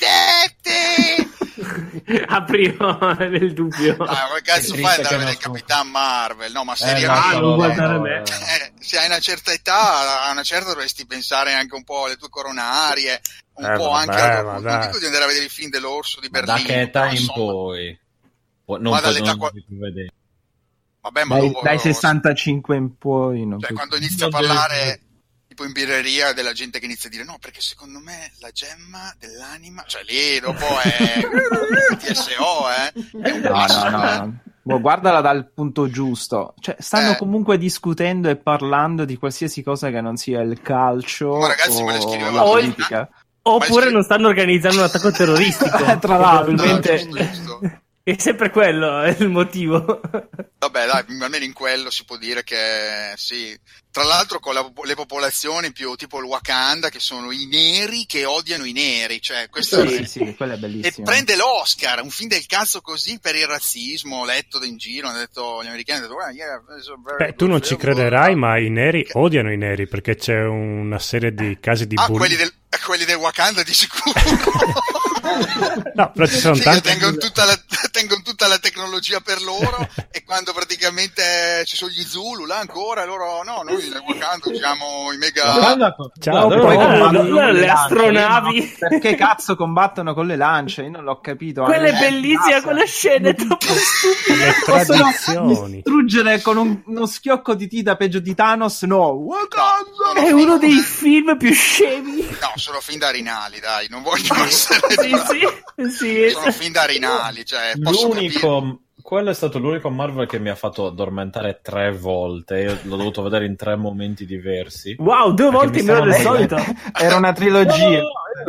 Maledetti! Aprimo nel dubbio. Ma che cazzo fai andare a vedere Capitan Marvel? No, ma seriamente non guardare me. Se hai una certa età, a una certa dovresti pensare anche un po' alle tue coronarie, un po' anche non dico di andare a vedere il film dell'orso di Berlino. Da che età in poi? Non vedere. Vabbè, ma dai 65 in poi, no? Cioè, quando inizia a parlare tipo in birreria della gente che inizia a dire no, perché secondo me la gemma dell'anima, cioè lì dopo è TSO, è un no. Guardala dal punto giusto, cioè stanno comunque discutendo e parlando di qualsiasi cosa che non sia il calcio o la politica. Oppure non stanno organizzando un attacco terroristico. Tra l'altro, è sempre quello è il motivo. Vabbè, dai, almeno in quello si può dire che sì. Tra l'altro con le popolazioni più tipo il Wakanda, che sono i neri che odiano i neri, cioè questo sì, quello è bellissimo. E prende l'Oscar, un film del cazzo così per il razzismo, letto in giro, hanno detto gli americani, hanno detto, tu non ci crederai, ma i neri odiano i neri perché c'è una serie di casi di bullismo. Quelli del Wakanda di sicuro. No, però ci sono tanti. Tengono tutta la tecnologia per loro e quando praticamente ci sono gli Zulu là ancora, loro no, noi nel Wakanda usiamo i mega. Ciao, le astronavi. Perché cazzo combattono con le lance? Io non l'ho capito. Quella è bellissima, quella scena è troppo stupida. Le tradizioni. Distruggere con uno schiocco di dita peggio di Thanos? No, Wakanda! È uno dei film più scemi. No, sono fin da Rinali, dai, non voglio essere. Sì. Sono fin da Rinali, cioè quello è stato l'unico Marvel che mi ha fatto addormentare 3 volte. Io l'ho dovuto vedere in 3 momenti diversi. Wow, 2 volte meno del solito. Era una trilogia.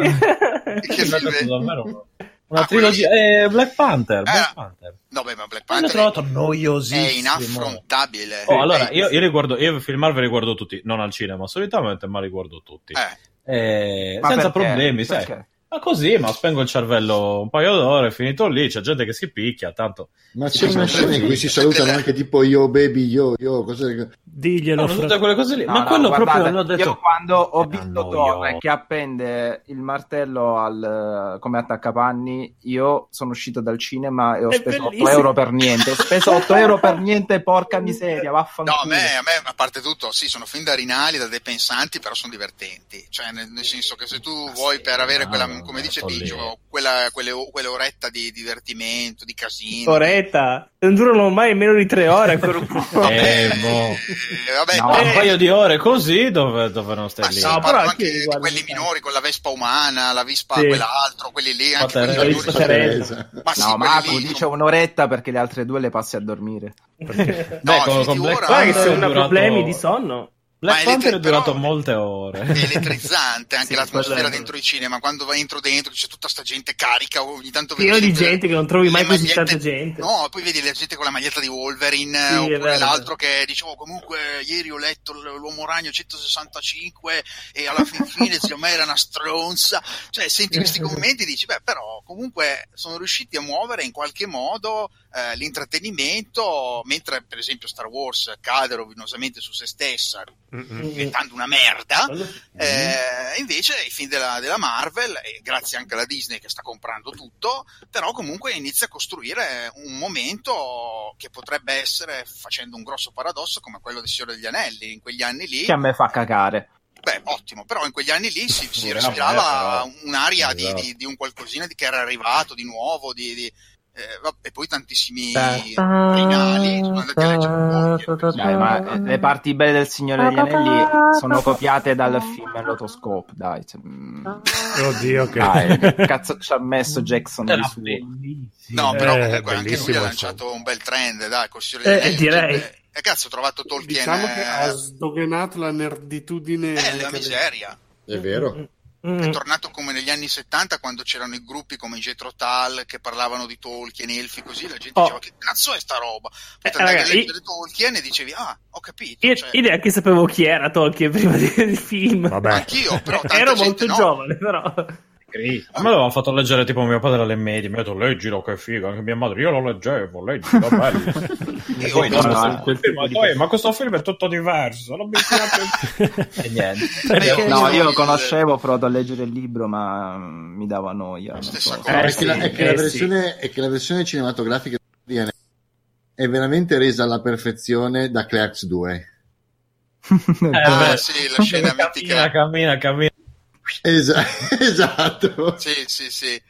Una trilogia. Black Panther. No, beh, ma Black Panther l'ho trovato noiosissimo. È inaffrontabile. Allora, io i film Marvel li guardo tutti, non al cinema solitamente, ma li guardo tutti. Senza problemi, sai. Ma così, ma spengo il cervello un paio d'ore, finito lì, c'è gente che si picchia, tanto... Ma c'è una scena in cui si salutano anche tipo yo baby, yo, cose... Diglielo, tutte quelle cose lì. No, Ma no, quello guardate, proprio hanno detto... Io quando ho visto no, Torre io- che appende il martello come attaccapanni, io sono uscito dal cinema e ho È speso 8 bellissimo. euro per niente. Ho speso 8 euro per niente, porca miseria, No, vaffanculo. a me, a parte tutto, sì, sono film da rinali, da depensanti, però sono divertenti. Cioè, nel senso che se tu vuoi per avere quella, come dice Biggio, quelle oretta di divertimento, di casino. Oretta, non durano mai meno di 3 ore ancora un po'. Vabbè, No, un paio di ore così dove non stai ma lì. sì, parlo anche di quelli minori con la Vespa umana, la Vespa Sì. quell'altro, quelli lì, anche Teresa. quelli minori. Ma sì, No, quelli Marco lì dice un'oretta perché le altre 2 le passi a dormire. Beh, con Black Guarda che Panther se è non ha durato- problemi di sonno. Black Ma Panther è durato molte ore. È elettrizzante anche Sì, l'atmosfera quello è- dentro i cinema, quando vai dentro c'è tutta sta gente carica, ogni tanto Pieno vedi di gente che non trovi mai le così magliette- tanta gente. No, poi vedi la gente con la maglietta di Wolverine, Sì, è oppure vero, l'altro che dicevo comunque ieri ho letto l'Uomo Ragno 165 e alla fine zio me era una stronza, cioè senti questi commenti e dici beh però comunque sono riusciti a muovere in qualche modo l'intrattenimento, mentre per esempio Star Wars cade rovinosamente su se stessa diventando una merda, invece i film della Marvel, e grazie anche alla Disney che sta comprando tutto, però comunque inizia a costruire un momento che potrebbe essere, facendo un grosso paradosso come quello del Signore degli Anelli, in quegli anni lì. Che a me fa cacare. Beh, ottimo, però in quegli anni lì si Pure a me, respirava però. un'aria Esatto. di un qualcosina che era arrivato di nuovo, e poi tantissimi rinali sono andati a leggere Dai, ma le parti belle del Signore degli Anelli sono copiate dal film L'Otoscope, dai. Oddio, che... Dai, che cazzo ci ha messo Jackson di suo? No, però comunque anche lui bellissimo, ha lanciato un bel trend, dai, col Signore degli Anelli. direi. E cazzo, ho trovato Tolkien. Diciamo che ha sdoganato la nerditudine. La miseria. È vero. È tornato come negli anni 70 quando c'erano i gruppi come Jethro Tull che parlavano di Tolkien, elfi, così la gente diceva che cazzo è sta roba? Poi andavi a ragazzi, leggere Tolkien e dicevi ho capito. Io neanche sapevo chi era Tolkien prima del film. Vabbè. Anch'io, però tanta ero gente molto no. giovane, però. A me l'avevano fatto leggere tipo mio padre alle medie, mi ha detto leggilo che figo, anche mia madre, io lo leggevo, leggilo, bello. E poi ma questo film è tutto diverso, non mi piace. E niente. No, io lo conoscevo, ho provato a leggere il libro, ma mi dava noia. non so. È che la versione cinematografica è veramente resa alla perfezione da Clerks 2. Sì, la scena mitica. Cammina. Esatto. Sì.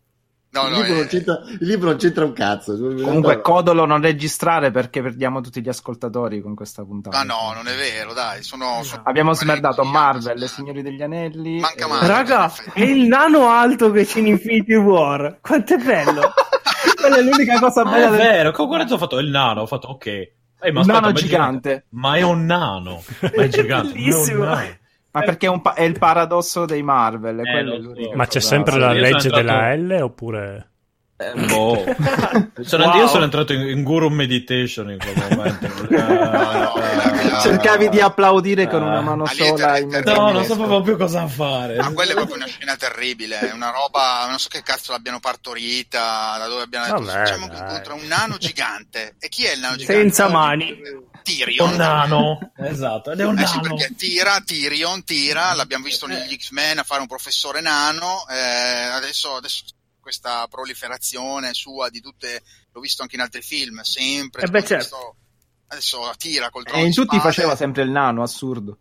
Il libro non c'entra un cazzo. Comunque, Codolo non registrare perché perdiamo tutti gli ascoltatori con questa puntata. Ma no, non è vero, dai. Abbiamo smerdato Marvel, Signori degli Anelli. Manca Raga, è il nano alto che c'è in Infinity War. Quanto è bello! Quella è l'unica cosa Ma bella è del... vero, ho fatto il nano, ho fatto ok. Ma Un aspetta, nano ma è gigante. Ma è un nano. Ma è gigante. Bellissimo. ma è un nano. Ma perché è il paradosso dei Marvel. Quello è lo so. l'unica Ma c'è cosa- sempre sì, la io legge sono entrato- della L oppure... Boh. Io sono entrato in Guru Meditation in quel momento. Cercavi di applaudire con una mano sola in mezzo No, al non disco. sapevo più cosa fare. Ma quella è proprio una scena terribile, è una roba, non so che cazzo l'abbiano partorita, da dove abbiano detto, Vabbè, facciamo che dai. incontra un nano gigante. E chi è il nano gigante? Senza mani. Tyrion. Un nano. Esatto, ed è un Sì, nano. perché Tyrion tira, l'abbiamo visto negli X-Men a fare un professore nano, adesso questa proliferazione sua di tutte, l'ho visto anche in altri film, sempre. certo. Adesso tira col trono E in di tutti spade. faceva sempre il nano, assurdo.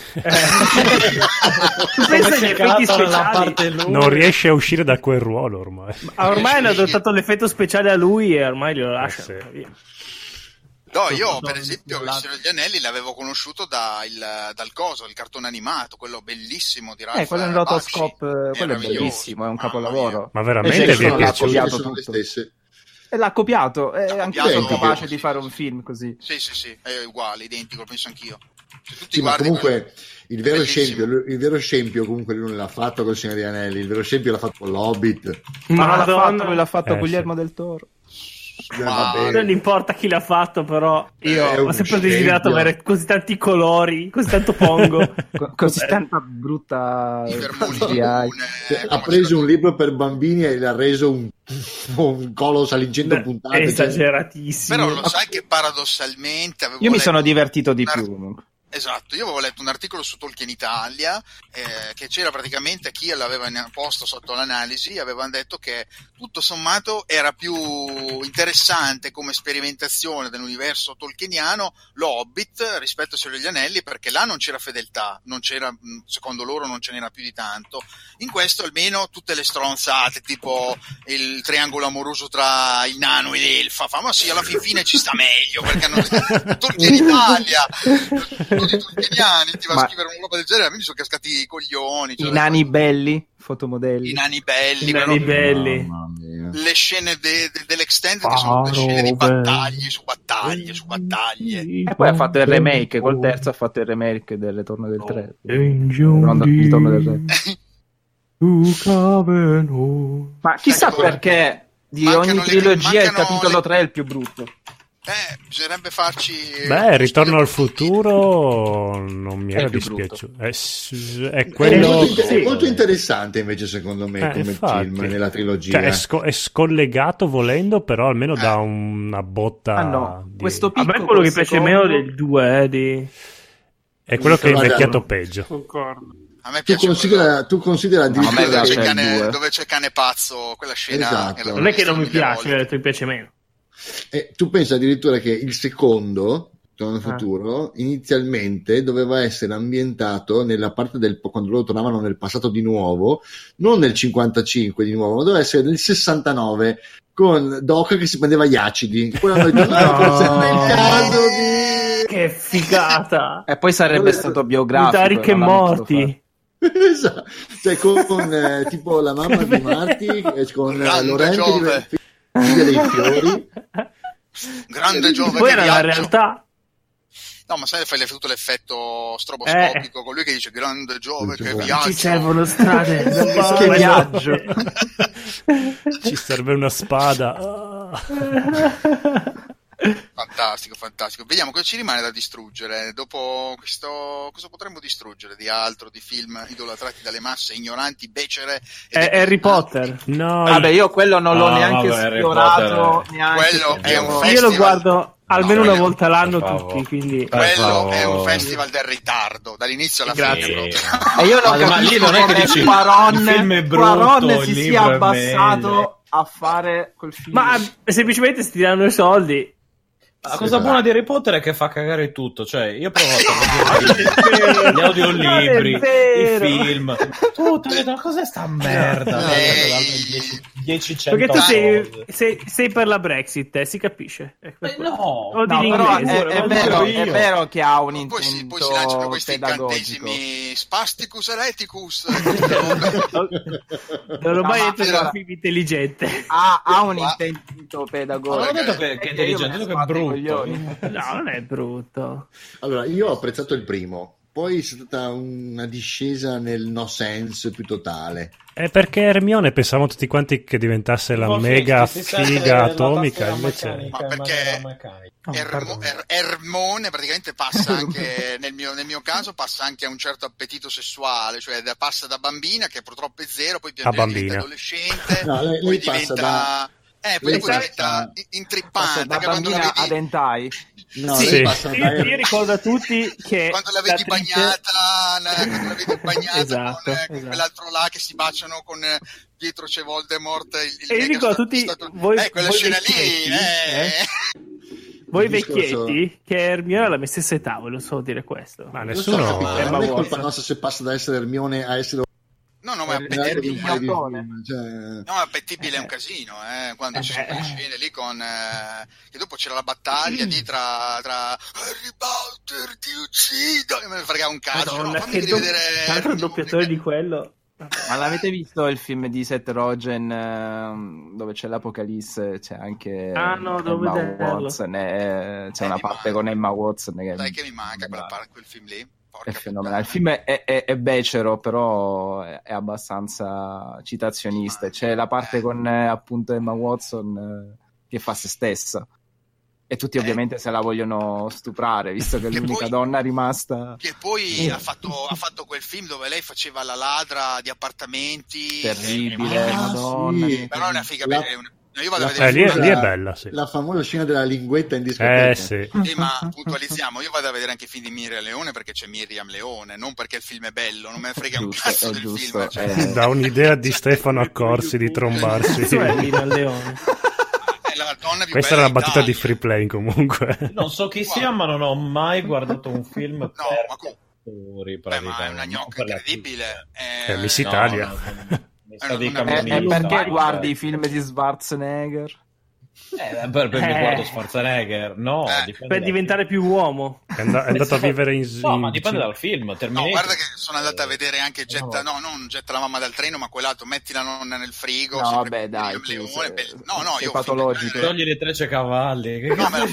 Pensa agli effetti speciali. Non riesce a uscire da quel ruolo ormai. Ormai hanno adottato l'effetto speciale a lui e ormai lo lasciano. Via. No, io per esempio il Signore degli Anelli l'avevo conosciuto dal coso, il cartone animato, quello bellissimo di Ralph Quello in Bakshi. Rotoscope, quello è bellissimo, è un capolavoro. Ma veramente E vi è Jackson l'ha piaciuto? copiato Sono le tutto. stesse. E l'ha copiato, e anche lui è copiato, capace sì, di fare un film così. Sì, è uguale, identico, penso anch'io. Se tutti Sì, ma guardi comunque il vero bellissimo. scempio comunque lui non l'ha fatto col Signore degli Anelli, il vero scempio l'ha fatto con l'Hobbit. Ma non l'ha Madonna. fatto, lui l'ha fatto Sì. Guillermo del Toro. Non importa chi l'ha fatto, però io ho sempre desiderato avere così tanti colori, così tanto pongo, così tanta brutta ha preso un libro per bambini e l'ha reso un colossal in 100 puntate. È esageratissimo. Però lo sai che paradossalmente io mi sono divertito di più. Esatto, io avevo letto un articolo su Tolkien Italia che c'era praticamente chi l'aveva posto sotto l'analisi, avevano detto che tutto sommato era più interessante come sperimentazione dell'universo tolkieniano l'Hobbit rispetto a Signore degli Anelli, perché là non c'era fedeltà, non c'era, secondo loro non ce n'era più di tanto. In questo almeno tutte le stronzate tipo il triangolo amoroso tra il nano e l'elfa, ma sì, alla fine ci sta meglio perché Tolkien Italia di tolkieniani ti va a scrivere una roba del genere, a me mi sono cascati i coglioni. I nani belli, fotomodelli. I nani belli. Le scene dell'Extended che sono le scene di battaglie su battaglie. E poi ha fatto il remake, col terzo ha fatto il remake del Ritorno del Re. Il Ritorno del Re. Ma chissà perché di ogni trilogia il capitolo 3 è il più brutto. Bisognerebbe farci. Ritorno al futuro non mi era dispiaciuto. È quello. È molto interessante invece, secondo me, come infatti, film nella trilogia. Cioè, è scollegato volendo, però almeno dà una botta. Questo a me quello che piace meno del 2 è quello che è invecchiato peggio. Concordo. A me piace tu considera dove c'è il cane pazzo, quella scena. Esatto. Non è che non mi piace, mi ha detto mi piace meno. Tu pensi addirittura che il secondo Torno al futuro inizialmente doveva essere ambientato nella parte quando loro tornavano nel passato di nuovo, non nel 55 di nuovo, ma doveva essere nel 69 con Doc che si prendeva gli acidi. Poi hanno detto forse non è il caso di... Che figata! E poi sarebbe stato biografico. Ricchi e morti. Esatto. Cioè con tipo la mamma di Marty con Lorente figlia dei fiori, grande Giove poi che era la realtà. No, ma sai, fai tutto l'effetto stroboscopico con lui che dice grande Giove che viaggio. Ci servono strade che viaggio. Ci serve una spada. Fantastico. Vediamo cosa ci rimane da distruggere. Dopo questo, cosa potremmo distruggere di altro, di film idolatrati dalle masse, ignoranti, becere? Harry Potter. No, vabbè, io quello non l'ho neanche sfiorato. Quello è un festival. Io lo guardo almeno una volta l'anno tutti, quindi quello è un festival del ritardo dall'inizio alla fine. E io non capisco come Quaron si sia abbassato a fare quel film. Ma semplicemente si tirano i soldi. La cosa buona di Harry Potter è che fa cagare tutto, cioè io ho provato a vedere gli audiolibri, i film, tutto, cos'è sta merda? 10-100 perché tu sei per la Brexit, si capisce. No, però è vero che ha un intento poi si lanciano questi pedagogico. incantesimi spasticus ereticus. Non ho mai detto che è un film intelligente. Ha un intento pedagogico. Non ho detto che è intelligente, ho detto che è brutto. No, non è brutto. Allora, io ho apprezzato il primo, poi è stata una discesa nel no sense più totale. È perché Hermione pensavamo tutti quanti che diventasse la mega figa atomica, invece... Ma perché Hermione praticamente passa anche, nel mio caso, passa anche a un certo appetito sessuale, cioè passa da bambina, che purtroppo è zero, poi pian piano diventa adolescente, poi diventa... poi diventa intrippante da bambina a dentai. No, sì. Io ricordo a tutti che quando la vedi bagnata esatto. Con quell'altro là che si baciano con dietro c'è Voldemort e io ricordo a tutti quella scena lì voi vecchietti che Hermione ha la mia stessa età, voglio solo dire questo. Ma nessuno non è colpa nostra se passa da essere Hermione a essere No, ma è appetibile, è un casino, quando ci sono quelle scene lì con che dopo c'era la battaglia lì tra Harry Potter ti uccido e me ne fregava un cazzo. Madonna, fammi rivedere tanto il doppiatore di quello. Ma l'avete visto il film di Seth Rogen dove c'è l'Apocalisse? C'è anche Emma Watson, c'è una parte con Emma Watson che... Dai che mi manca quel film lì. È fenomenale. Il film è becero, però è abbastanza citazionista. C'è la parte con appunto Emma Watson che fa se stessa. E tutti ovviamente se la vogliono stuprare, visto che è l'unica donna rimasta. Che poi ha fatto quel film dove lei faceva la ladra di appartamenti. Terribile, madonna. Sì. Però è una figa. Io vado a vedere lì è bella, sì. La famosa scena della linguetta in discoteca. Sì. Sì, ma puntualizziamo, io vado a vedere anche i film di Miriam Leone perché c'è Miriam Leone, non perché il film è bello, non me ne frega un cazzo del film. Cioè. Da un'idea di Stefano Accorsi di trombarsi. Miriam Leone. La donna più Questa bella era la battuta d'Italia. di Free Play comunque. Non so chi sia, ma non ho mai guardato un film ma è una gnocca incredibile. Miss Italia. Perché guardi i film di Schwarzenegger? Perché guardo Schwarzenegger, no, per diventare più uomo. È andato a vivere in No, ma dipende dal film. No, guarda che sono andato a vedere anche non Getta la mamma dal treno, ma quell'altro, Metti la nonna nel frigo. No, vabbè, dai, Leone, sei patologico. Togli le 13 cavalli. No, ma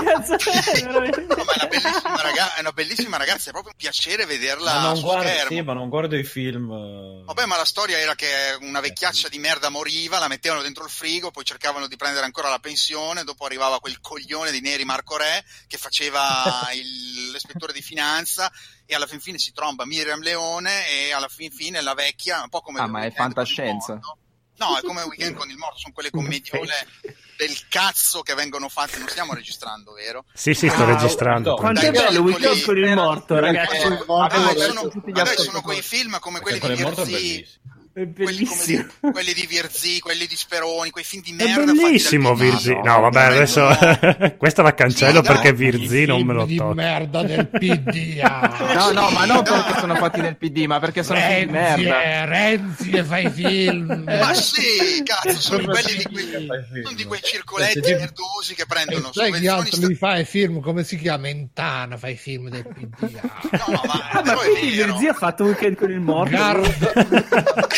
è una bellissima ragazza, è proprio un piacere vederla su schermo. Sì, ma non guardo i film. Vabbè, ma la storia era che una vecchiaccia di merda moriva, la mettevano dentro il frigo, poi cercavano di prendere ancora la pensione, dopo arrivava quel coglione di Neri Marco Re che faceva l'ispettore di finanza e alla fin fine si tromba Miriam Leone e alla fin fine la vecchia, un po' come ma è fantascienza. No, è come Weekend con il morto, sono quelle commediole del cazzo che vengono fatte. Non stiamo registrando, vero? Sì, sto registrando. Quanto è bello Weekend con il morto, ragazzi. Sono quei film come quelli di Virzì. Bellissimo. Quelli di Virzì, quelli di Speroni, quei film di È merda. bellissimo Virzì. No, vabbè, adesso questa la cancello perché Virzì non me lo di tocca. merda del PD. No, ma non perché sono fatti nel PD, ma perché sono film di merda. Renzi che fa i film. Ma sì, cazzo, sono belli di quei circoletti merdosi che prendono sai chi altro li fa i film? Come si chiama? Mentana fa i film del PD. No, ma però è vero. Virzì ha fatto Weekend con il morto.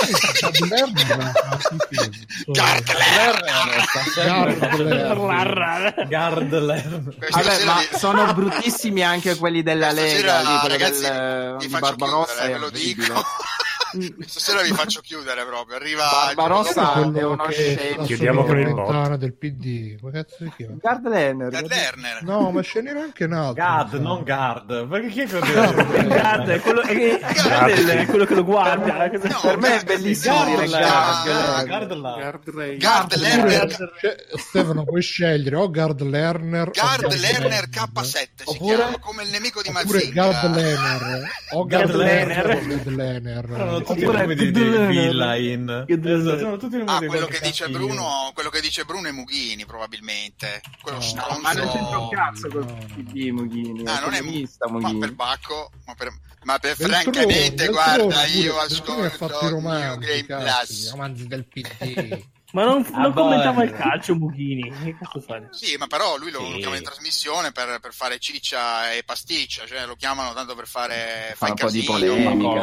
Vabbè, ma sono bruttissimi anche quelli della Lega, quello di Barbarossa, ve lo dico. Stasera vi faccio chiudere proprio. Arriva Barbarossa è uno scemo. Chiudiamo con il bot del PD. Ma cazzo si chiama? Gard Lerner. No, ma ce n'era anche un altro. Gard, non Gard. Perché chi è che Gard è quello che lo guarda. Per me è bellissimo dire Gard Lerner. Stefano, puoi scegliere o Gard Lerner K7 si chiama, come il nemico di Mazinga. Gard Lerner o Gard Lerner. Tutti i nomi di Villain. Quello che dice Bruno è Mughini, probabilmente. Quello stronzo. Ma non c'entra un cazzo col PD Mughini. Non è Mughini. Ma per Bacco, ma francamente, guarda, io ascolto ha fatto i romanzi, Plus. i romanzi del PD. Ma non commentava il calcio Mughini. Che cazzo fare? Sì, ma però lui lo chiama in trasmissione per fare ciccia e pasticcia, cioè lo chiamano tanto per fare un po' di polemica.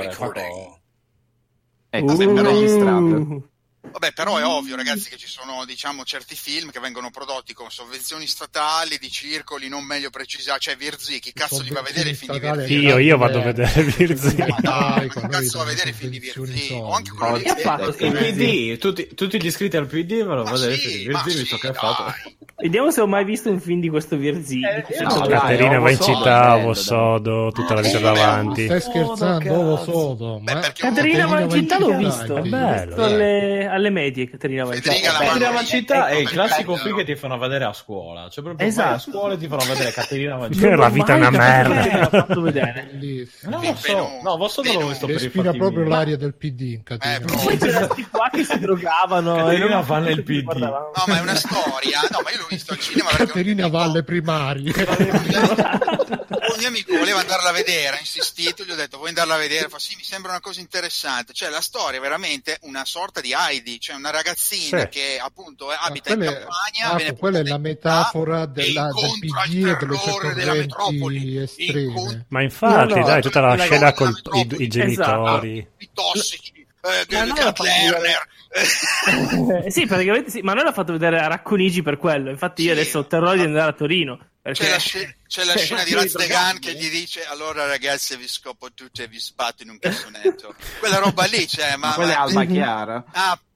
Sempre registrato. Vabbè, però è ovvio, ragazzi, che ci sono, diciamo, certi film che vengono prodotti con sovvenzioni statali di circoli non meglio precisati. Cioè, Virzì, chi cazzo li va a vedere i film di Virzì? Io vado a vedere Virzì. Ma chi cazzo va a vedere i film di Virzì? O anche quello che ha fatto il PD, tutti gli iscritti al PD vanno a vedere Virzì, visto che ha fatto. Vediamo se ho mai visto un film di questo Virzì. Caterina va in città, Ovo Sodo, tutta la vita davanti. Stai scherzando, Ovo Sodo? Caterina va in città l'ho visto. Bello. Alle medie, Caterina va in città. Caterina va in città è il classico film che ti fanno vedere a scuola. Cioè proprio vai a scuola e ti fanno vedere Caterina va in città. La vita è una merda. Fatto vedere. Non lo so. No, Vosso non l'ho visto per i respira proprio l'aria del PD in Caterina. Poi c'erano questi qua che si drogavano. Caterina va nel PD. No, ma è una storia. No, ma io l'ho visto al cinema. Caterina va alle primarie. Un mio amico voleva andarla a vedere, ha insistito, gli ho detto vuoi andarla a vedere? Fa sì, mi sembra una cosa interessante. Cioè la storia è veramente una sorta di Heidi, cioè una ragazzina che appunto abita in campagna. Quella è la metafora del PD e delle sue correnti estreme. Ma infatti, dai, tutta la scena con i genitori. I tossici. Gard Lerner. Sì, praticamente sì, ma noi l'ha fatto vedere a Racconigi per quello. Infatti io adesso ho terrore di andare a Torino. Perché... C'è la scena di Razdegan che gli dice allora ragazzi vi scopo tutte e vi sbatto in un cassonetto. Quella roba lì c'è, ma quella è Alba Chiara.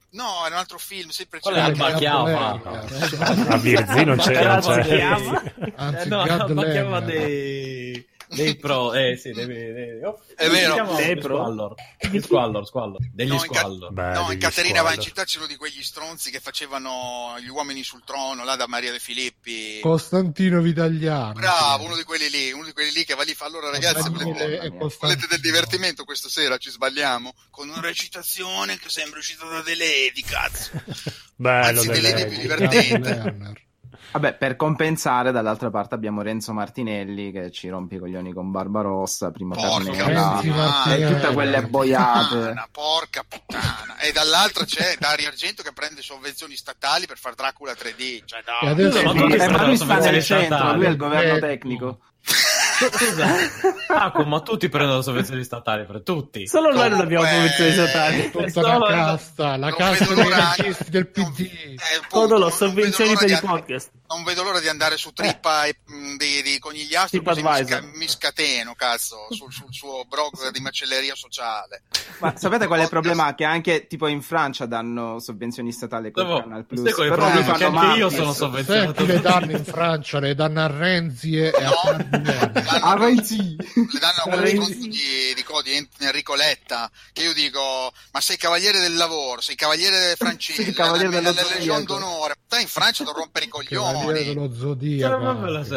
No, è un altro film, sempre Qual è la bacchiava? A Virzi non c'è. Anzi, No, la God bacchiava Lamb. dei pro, sì, È vero. Squallor. Degli Squallor. No, in Caterina va in città c'è uno di quegli stronzi che facevano gli uomini sul trono, là da Maria De Filippi. Costantino Vitagliano. Bravo, uno di quelli lì che va lì fa. Allora ragazzi, volete del divertimento questa sera? Ci sbagliamo? Con una recitazione che sembra uscita da The Lady, cazzo. Bello, Anzi, The Lady è più divertente. Vabbè, per compensare, dall'altra parte abbiamo Renzo Martinelli che ci rompe i coglioni con Barbarossa, Primo Carnera e tutte quelle boiate. Porca puttana. E dall'altra c'è Dario Argento che prende sovvenzioni statali per far Dracula 3D. Cioè, no. E adesso ma lui sta nel centro, lui è il governo tecnico. Ma tutti prendono sovvenzioni statali, per tutti. Solo noi non abbiamo sovvenzioni statali. Tutta la casta dei nazisti del PD. Codolo, sovvenzioni per i podcast. Non vedo l'ora di andare su Trippa e di Conigliastro, così mi scateno, cazzo, sul suo blog di macelleria sociale. Ma sapete qual è il problema? Che anche tipo in Francia danno sovvenzioni statali con Canal Plus. Però anche io sono sovvenzionato. Le danno in Francia, le danno a Renzi e a Renzi. Le danno a quello stronzo di Codi, Enrico Letta, che io dico, ma sei cavaliere del lavoro, sei cavaliere francese, della Legion d'Onore, stai in Francia da rompere i coglioni. Dello Zodiaco.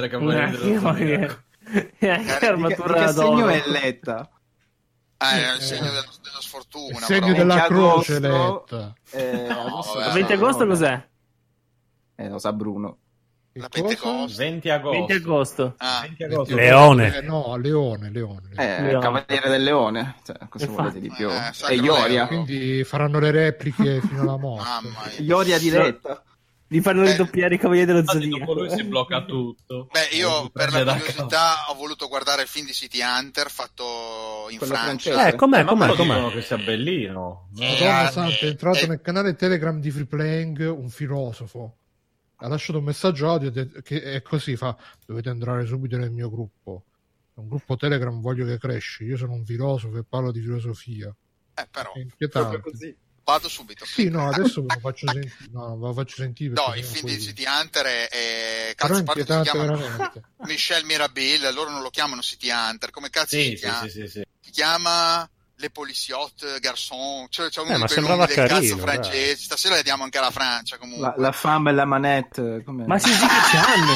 Che segno è Letta? È il segno della sfortuna. Il segno della croce Letta. 20 agosto cos'è? Lo sa Bruno. La Pentecoste. 20 agosto. 20 agosto. Leone. No, Leone. Cavaliere del Leone. Cioè, cosa volete di più? E Ioria. Quindi faranno le repliche fino alla morte. Ioria di Letta. Li fanno ridoppiare i Cavalieri dello Zodiaco. Dopo lui si blocca tutto. Beh, io per la curiosità ho voluto guardare il film di City Hunter fatto in Francia. Com'è? Che sia bellino. Madonna santa, è entrato nel canale Telegram di Free Playing un filosofo. Ha lasciato un messaggio audio che è così, dovete entrare subito nel mio gruppo. È un gruppo Telegram, voglio che cresci. Io sono un filosofo e parlo di filosofia. Però. È inquietante. Così. Vado subito. Sì, no, adesso ve lo faccio sentire. No, ve lo faccio sentire. No, il film di City Hunter è però cazzo, inquietante veramente. Michel Mirabile, loro non lo chiamano City Hunter, come cazzo si chiama? Sì. Si chiama Le Policiot Garçon, cioè c'è uno ma di quei nomi del carino, cazzo francesi. Stasera le diamo anche alla Francia comunque. La femme e la manette. Com'è? Ma sì, che c'hanno?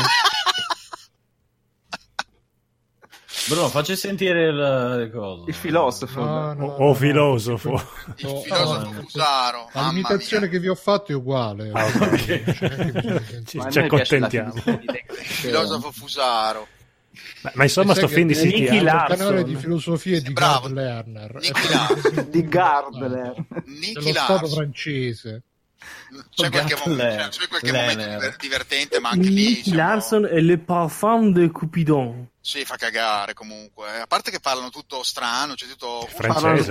Bruno, facci sentire il filosofo. Filosofo. Il filosofo Fusaro. La limitazione che vi ho fatto è uguale. Ci accontentiamo. Il filosofo Fusaro. Ma insomma sto film di City Hunter, il canale di filosofia di Gard Lerner. Di Gardler. Dello Stato francese. C'è qualche momento divertente, ma anche lì Nicky Larson e Le Parfum de Cupidon. Sì, fa cagare comunque. A parte che parlano tutto strano, c'è tutto francese.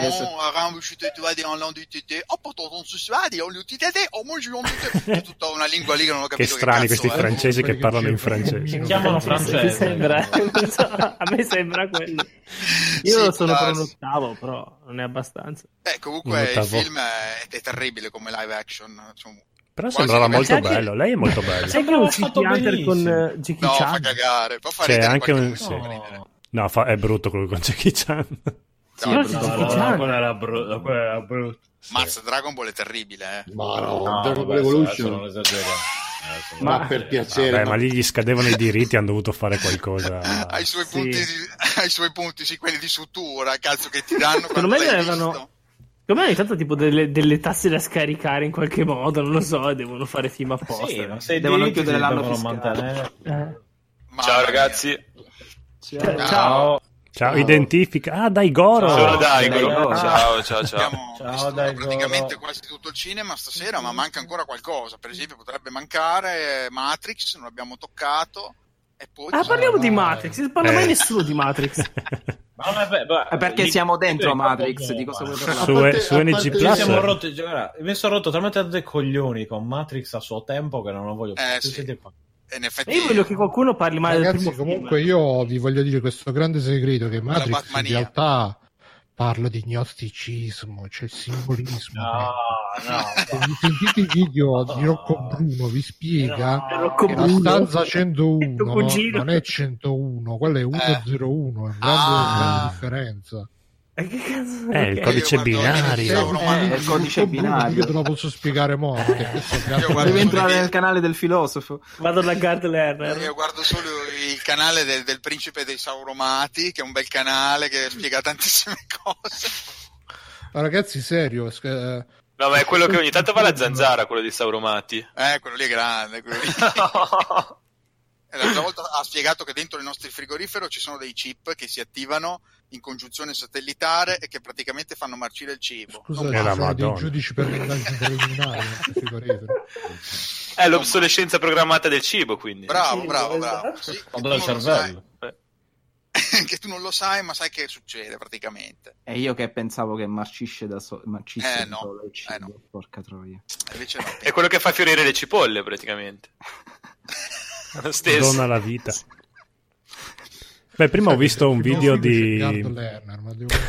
C'è tutta una lingua lì che non ho capito. Che strani questi francesi che parlano in francese. Si chiamano francese. A me sembra quello. Io sono per un ottavo, però non è abbastanza. Comunque il film è terribile come live action. Però sembrava molto bello. Lei è molto bella. Sai che un City Hunter con Jackie Chan? No, fa cagare. Può fare c'è anche un... No, è brutto quello con Jackie Chan. Quello era brutto. Mazza, Dragon Ball è terribile, Ma no, Dragon Ball Evolution. Non esageriamo. Ma per piacere. Ma lì gli scadevano i diritti, hanno dovuto fare qualcosa. Ai suoi punti, sì, quelli di sutura, cazzo, che ti danno. Secondo me avevano... Come ogni tanto tipo delle tasse da scaricare in qualche modo, non lo so, devono fare film apposta. Sì, ma se devono chiudere l'anno fiscale. Ciao ragazzi. Ciao. Ciao, identifica. Dai Goro. Sono Daigoro. Ciao. Abbiamo visto praticamente quasi tutto il cinema stasera, ma manca ancora qualcosa. Per esempio potrebbe mancare Matrix, non l'abbiamo toccato. E poi parliamo di Matrix, non parla mai nessuno di Matrix. Perché siamo dentro Matrix, di cosa vuoi parlare? Su NG Plus mi sono rotto talmente dei coglioni con Matrix a suo tempo che non lo voglio più. In effetti... Io voglio che qualcuno parli male del primo comunque film. Io vi voglio dire questo grande segreto, che Matrix in realtà parla di gnosticismo, c'è il simbolismo. sentite i video di Rocco Bruno vi spiega Rocco che la Bruno. stanza 101 Tuo cugino. non è 101, quella è 101, è una grande differenza. Il codice binario. il codice binario. Io te lo posso spiegare morte. Devi entrare nel canale del filosofo. Vado da Gard Lerner. Io guardo solo il canale del principe dei Sauromati, che è un bel canale che spiega tantissime cose. Ma ragazzi, serio, No, ma è quello che ogni tanto va la zanzara, quello di Sauromati. Quello lì è grande, quello lì. L'altra volta ha spiegato che dentro il nostro frigorifero ci sono dei chip che si attivano in congiunzione satellitare e che praticamente fanno marcire il cibo. Scusa, ci sono dei giudici per l'indagine preliminare nel frigorifero. È l'obsolescenza programmata del cibo, quindi. Bravo. Sì, del cervello. Che tu non lo sai, ma sai che succede praticamente. E io che pensavo che marcisce da solo il cibo, no. porca troia. Invece no. È quello che fa fiorire le cipolle, praticamente. Lo stesso. Dona la vita. Beh, prima ho visto un video di Gard Lerner, ma devo...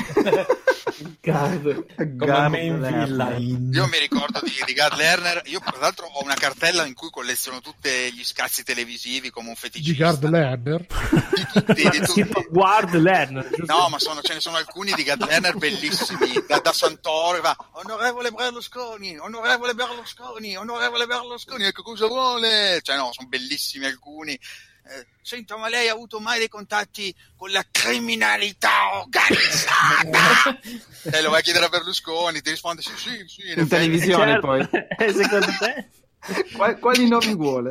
Io mi ricordo di Gard Lerner. Io tra l'altro ho una cartella in cui colleziono tutti gli scazzi televisivi come un feticista. Di Gard Lerner? Di tutti. Guard Lerner. No, ma ce ne sono alcuni di Gard Lerner bellissimi. Da Santoro va onorevole Berlusconi, che cosa vuole? Cioè no, sono bellissimi alcuni. Sento, ma lei ha avuto mai dei contatti con la criminalità organizzata? Lo vai a chiedere a Berlusconi, ti risponde sì. In televisione, certo. poi. Secondo te? Quali nomi vuole?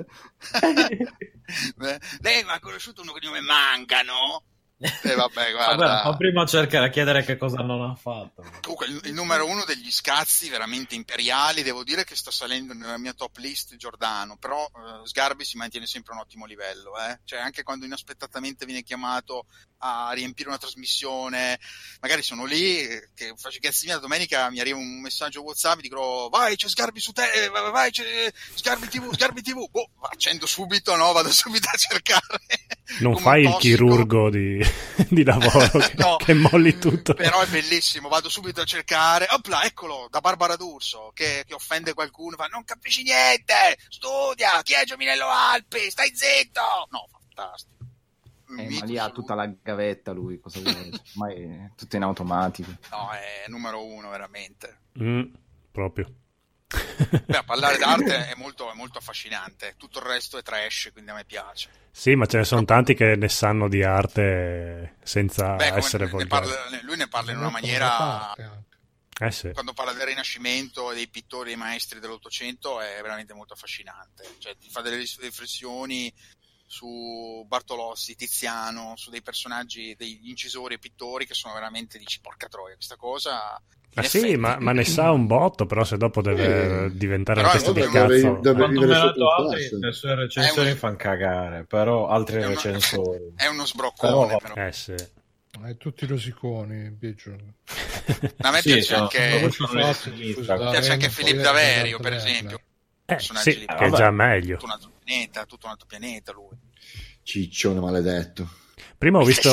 Lei mi ha conosciuto uno che nome Mangano? Vabbè, guarda. Vabbè, ma prima cercare a chiedere che cosa non ha fatto. Comunque, il numero uno degli scazzi veramente imperiali, devo dire che sta salendo nella mia top list Giordano, però Sgarbi si mantiene sempre a un ottimo livello, cioè anche quando inaspettatamente viene chiamato a riempire una trasmissione, magari sono lì che faccio i cazzi miei, la domenica mi arriva un messaggio WhatsApp, dico vai, c'è Sgarbi su te, vai, c'è Sgarbi TV, accendo subito, vado subito a cercare. Non fai il chirurgo di lavoro che molli tutto. Però è bellissimo, vado subito a cercare, opla, eccolo, da Barbara D'Urso che offende qualcuno, fa non capisci niente, studia, chi è Giovinello Alpi, stai zitto. No, fantastico. Ma lì ha tutta la gavetta lui, cosa vuole? Ormai è tutto in automatico. No, è numero uno veramente. Proprio. Beh, parlare d'arte è molto affascinante, tutto il resto è trash, quindi a me piace. Sì, ma ce ne sono tanti che ne sanno di arte senza essere volgari. Lui ne parla in una maniera... Sì. Quando parla del Rinascimento e dei pittori e dei maestri dell'Ottocento è veramente molto affascinante, cioè ti fa delle riflessioni su Bartolozzi, Tiziano, su dei personaggi, degli incisori e pittori che sono veramente, dici porca troia, questa cosa... sì, ma ne sa un botto, però se dopo deve diventare una testa di cazzo. Quando me la do altri, le sue recensioni fanno cagare, però altri recensori. È uno sbroccone, però. Sì. Tutti rosiconi, Biggio. A me piace anche Filippo Daverio, per esempio. Sì, che è già meglio. Tutto un altro pianeta lui. Ciccione maledetto. Prima ho visto...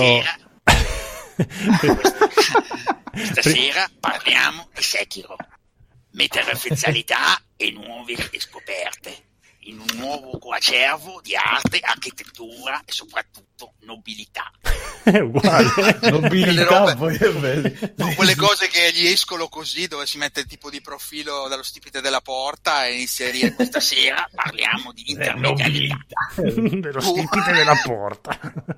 Stasera parliamo di Sekiro, metaversenzialità e nuove scoperte, in un nuovo coacervo di arte, architettura e soprattutto nobiltà. È uguale. Nobiltà, poi è bello. Quelle cose che gli escono così, dove si mette il tipo di profilo dallo stipite della porta e inizia a dire questa sera parliamo di intermedialità. Dello stipite della porta.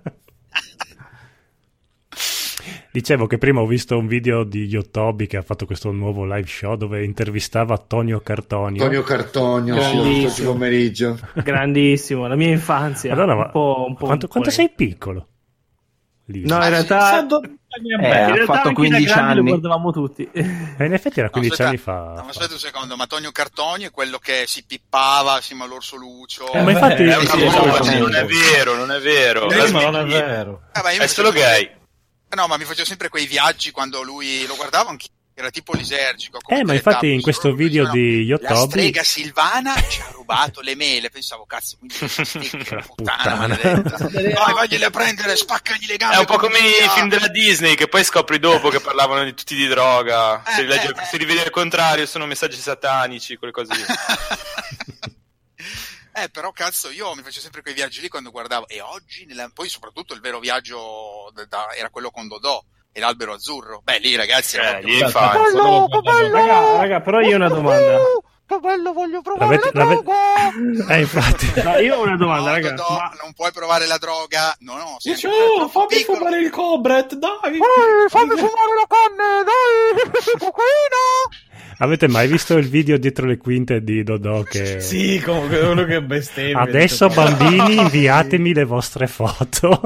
Dicevo che prima ho visto un video di Yotobi che ha fatto questo nuovo live show dove intervistava Tonio Cartonio. Sì, pomeriggio. Grandissimo, la mia infanzia. Madonna, ma quanto sei piccolo? Lì. No, in realtà ha fatto 15 anni. Lo guardavamo tutti. In effetti era 15 anni fa. No, aspetta un secondo, ma Tonio Cartonio è quello che si pippava assieme all'Orso Lucio. Ma infatti non è vero. Ma non è vero. È solo gay. No, ma mi facevo sempre quei viaggi quando lui lo guardavo anche. era tipo lisergico. Ma infatti in questo video di la Yotobi strega Silvana ci ha rubato le mele. Pensavo, cazzo, quindi puttana maledetta. Dai, vaglieli a prendere, spaccagli le gambe. È un po' come i film della Disney, che poi scopri dopo che parlavano di tutti di droga. Se li vedi al contrario, sono messaggi satanici, quelle cose lì. Però cazzo, io mi faccio sempre quei viaggi lì quando guardavo. E oggi, poi soprattutto il vero viaggio era quello con Dodò e l'albero azzurro. Beh, lì ragazzi, lì raga, però io ho una domanda. Che bello, voglio provare infatti. No, io ho una domanda, raga. Dodò, non puoi provare la droga. No, Dice, fammi fumare il Cobret, dai. Fammi fumare la canna, dai. Cocaina. Avete mai visto il video dietro le quinte di Dodò che... Sì, comunque uno che bestemmia. Adesso bambini inviatemi le vostre foto.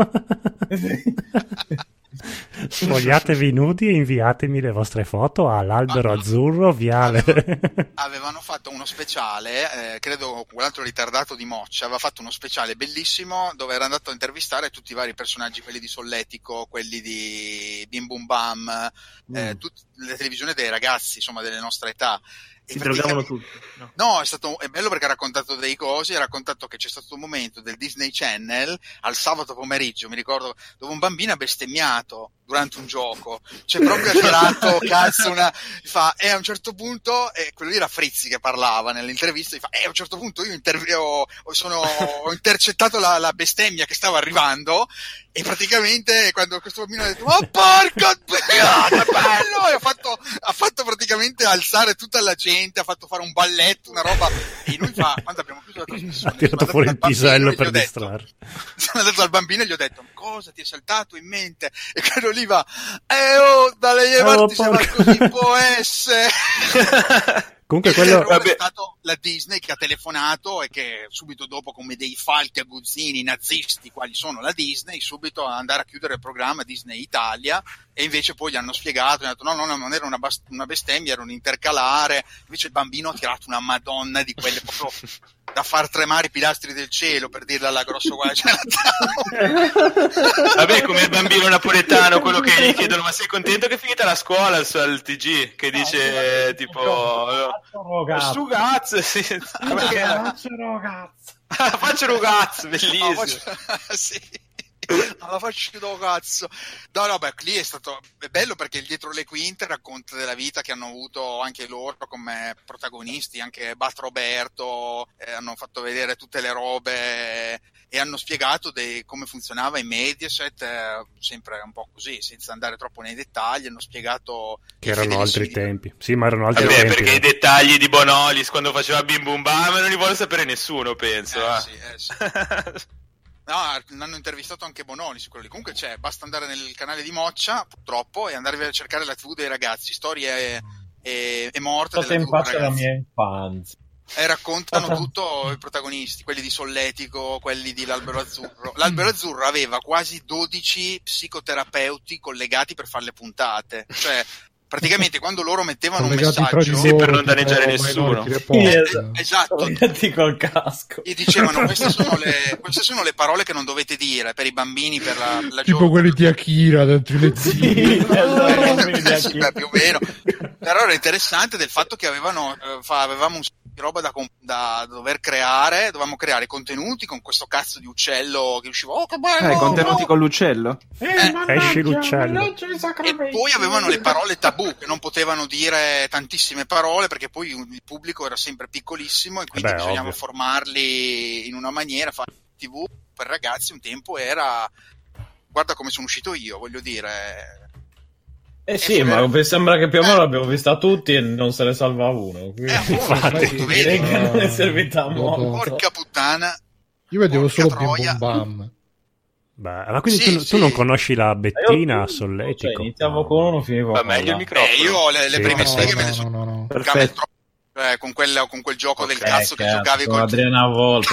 Sfogliatevi nudi e inviatemi le vostre foto all'albero azzurro viale. Avevano fatto uno speciale, credo quell'altro ritardato di Moccia aveva fatto uno speciale bellissimo dove era andato a intervistare tutti i vari personaggi, quelli di Solletico, quelli di Bim Bum Bam, tutte le televisioni dei ragazzi, insomma, delle nostre età. Si drogavano tutti. No, è bello perché ha raccontato dei cosi, ha raccontato che c'è stato un momento del Disney Channel al sabato pomeriggio, mi ricordo, dove un bambino ha bestemmiato durante un gioco, cioè proprio ha tirato cazzo a un certo punto, quello lì era Frizzi che parlava nell'intervista, a un certo punto io ho intercettato la bestemmia che stava arrivando e praticamente quando questo bambino ha detto ma porca che bello, e ha fatto praticamente alzare tutta la gente, ha fatto fare un balletto, una roba, e lui quando abbiamo chiuso la trasmissione ha tirato fuori il pisello per distrarre. Sono andato dal bambino e gli ho detto cosa ti è saltato in mente, e quello lì va dalle mie parti se va così può essere. Comunque quello è stato la Disney che ha telefonato e che subito dopo, come dei falchi aguzzini nazisti quali sono la Disney, subito a andare a chiudere il programma Disney Italia, e invece poi gli hanno spiegato, hanno detto no, non era una bestemmia, era un intercalare. Invece il bambino ha tirato una madonna di quelle proprio da far tremare i pilastri del cielo, per dirla alla grosso uguale. Vabbè, come il bambino napoletano, quello che gli chiedono ma sei contento che è finita la scuola al TG, che dice tipo su cazzo, sì. Faccio ragazzo, bellissimo. Sì. Alla faccia do cazzo. No, beh, lì è bello perché il dietro le quinte racconta della vita che hanno avuto anche loro come protagonisti, anche Bat Roberto, hanno fatto vedere tutte le robe e hanno spiegato come funzionava in Mediaset, sempre un po' così, senza andare troppo nei dettagli. Hanno spiegato che erano altri tempi. Sì, ma erano altri tempi. Perché i dettagli di Bonolis quando faceva Bim Bum Bam non li vuole sapere nessuno, penso. Sì. No, hanno intervistato anche Bononi su quello lì. Comunque basta andare nel canale di Moccia, purtroppo, e andare a cercare la TV dei ragazzi, storie e morte della TV dei la mia infanzia. E raccontano tutto i protagonisti, quelli di Solletico, quelli di l'Albero Azzurro. L'Albero Azzurro aveva quasi 12 psicoterapeuti collegati per fare le puntate, cioè praticamente quando loro mettevano un messaggio per non danneggiare nessuno, esatto, col casco, e dicevano queste sono le parole che non dovete dire per i bambini, per la tipo quelli di Akira dentro i lettini. Più o meno. Però era interessante del fatto che avevamo un di roba da dover creare, dovevamo creare contenuti con questo cazzo di uccello che usciva, che bello, contenuti con l'uccello, esci l'uccello, e poi avevano le parole tabù, che non potevano dire tantissime parole perché poi il pubblico era sempre piccolissimo e quindi bisognava formarli in una maniera. Fare TV per ragazzi un tempo era, guarda come sono uscito io, voglio dire. Sì, ma sembra che più o meno l'abbiamo vista tutti e non se ne salva uno. Infatti, direi che non è servita a molto. Porca puttana. Io vedevo solo Bim Bum Bam. Beh, ma quindi tu non conosci la Bettina Solletico? Cioè, iniziavo con uno, finivo con meglio il microfono. Io le prime seghe me le sono perfetto. Con quel gioco del cazzo che giocavi con Adriana Volpe.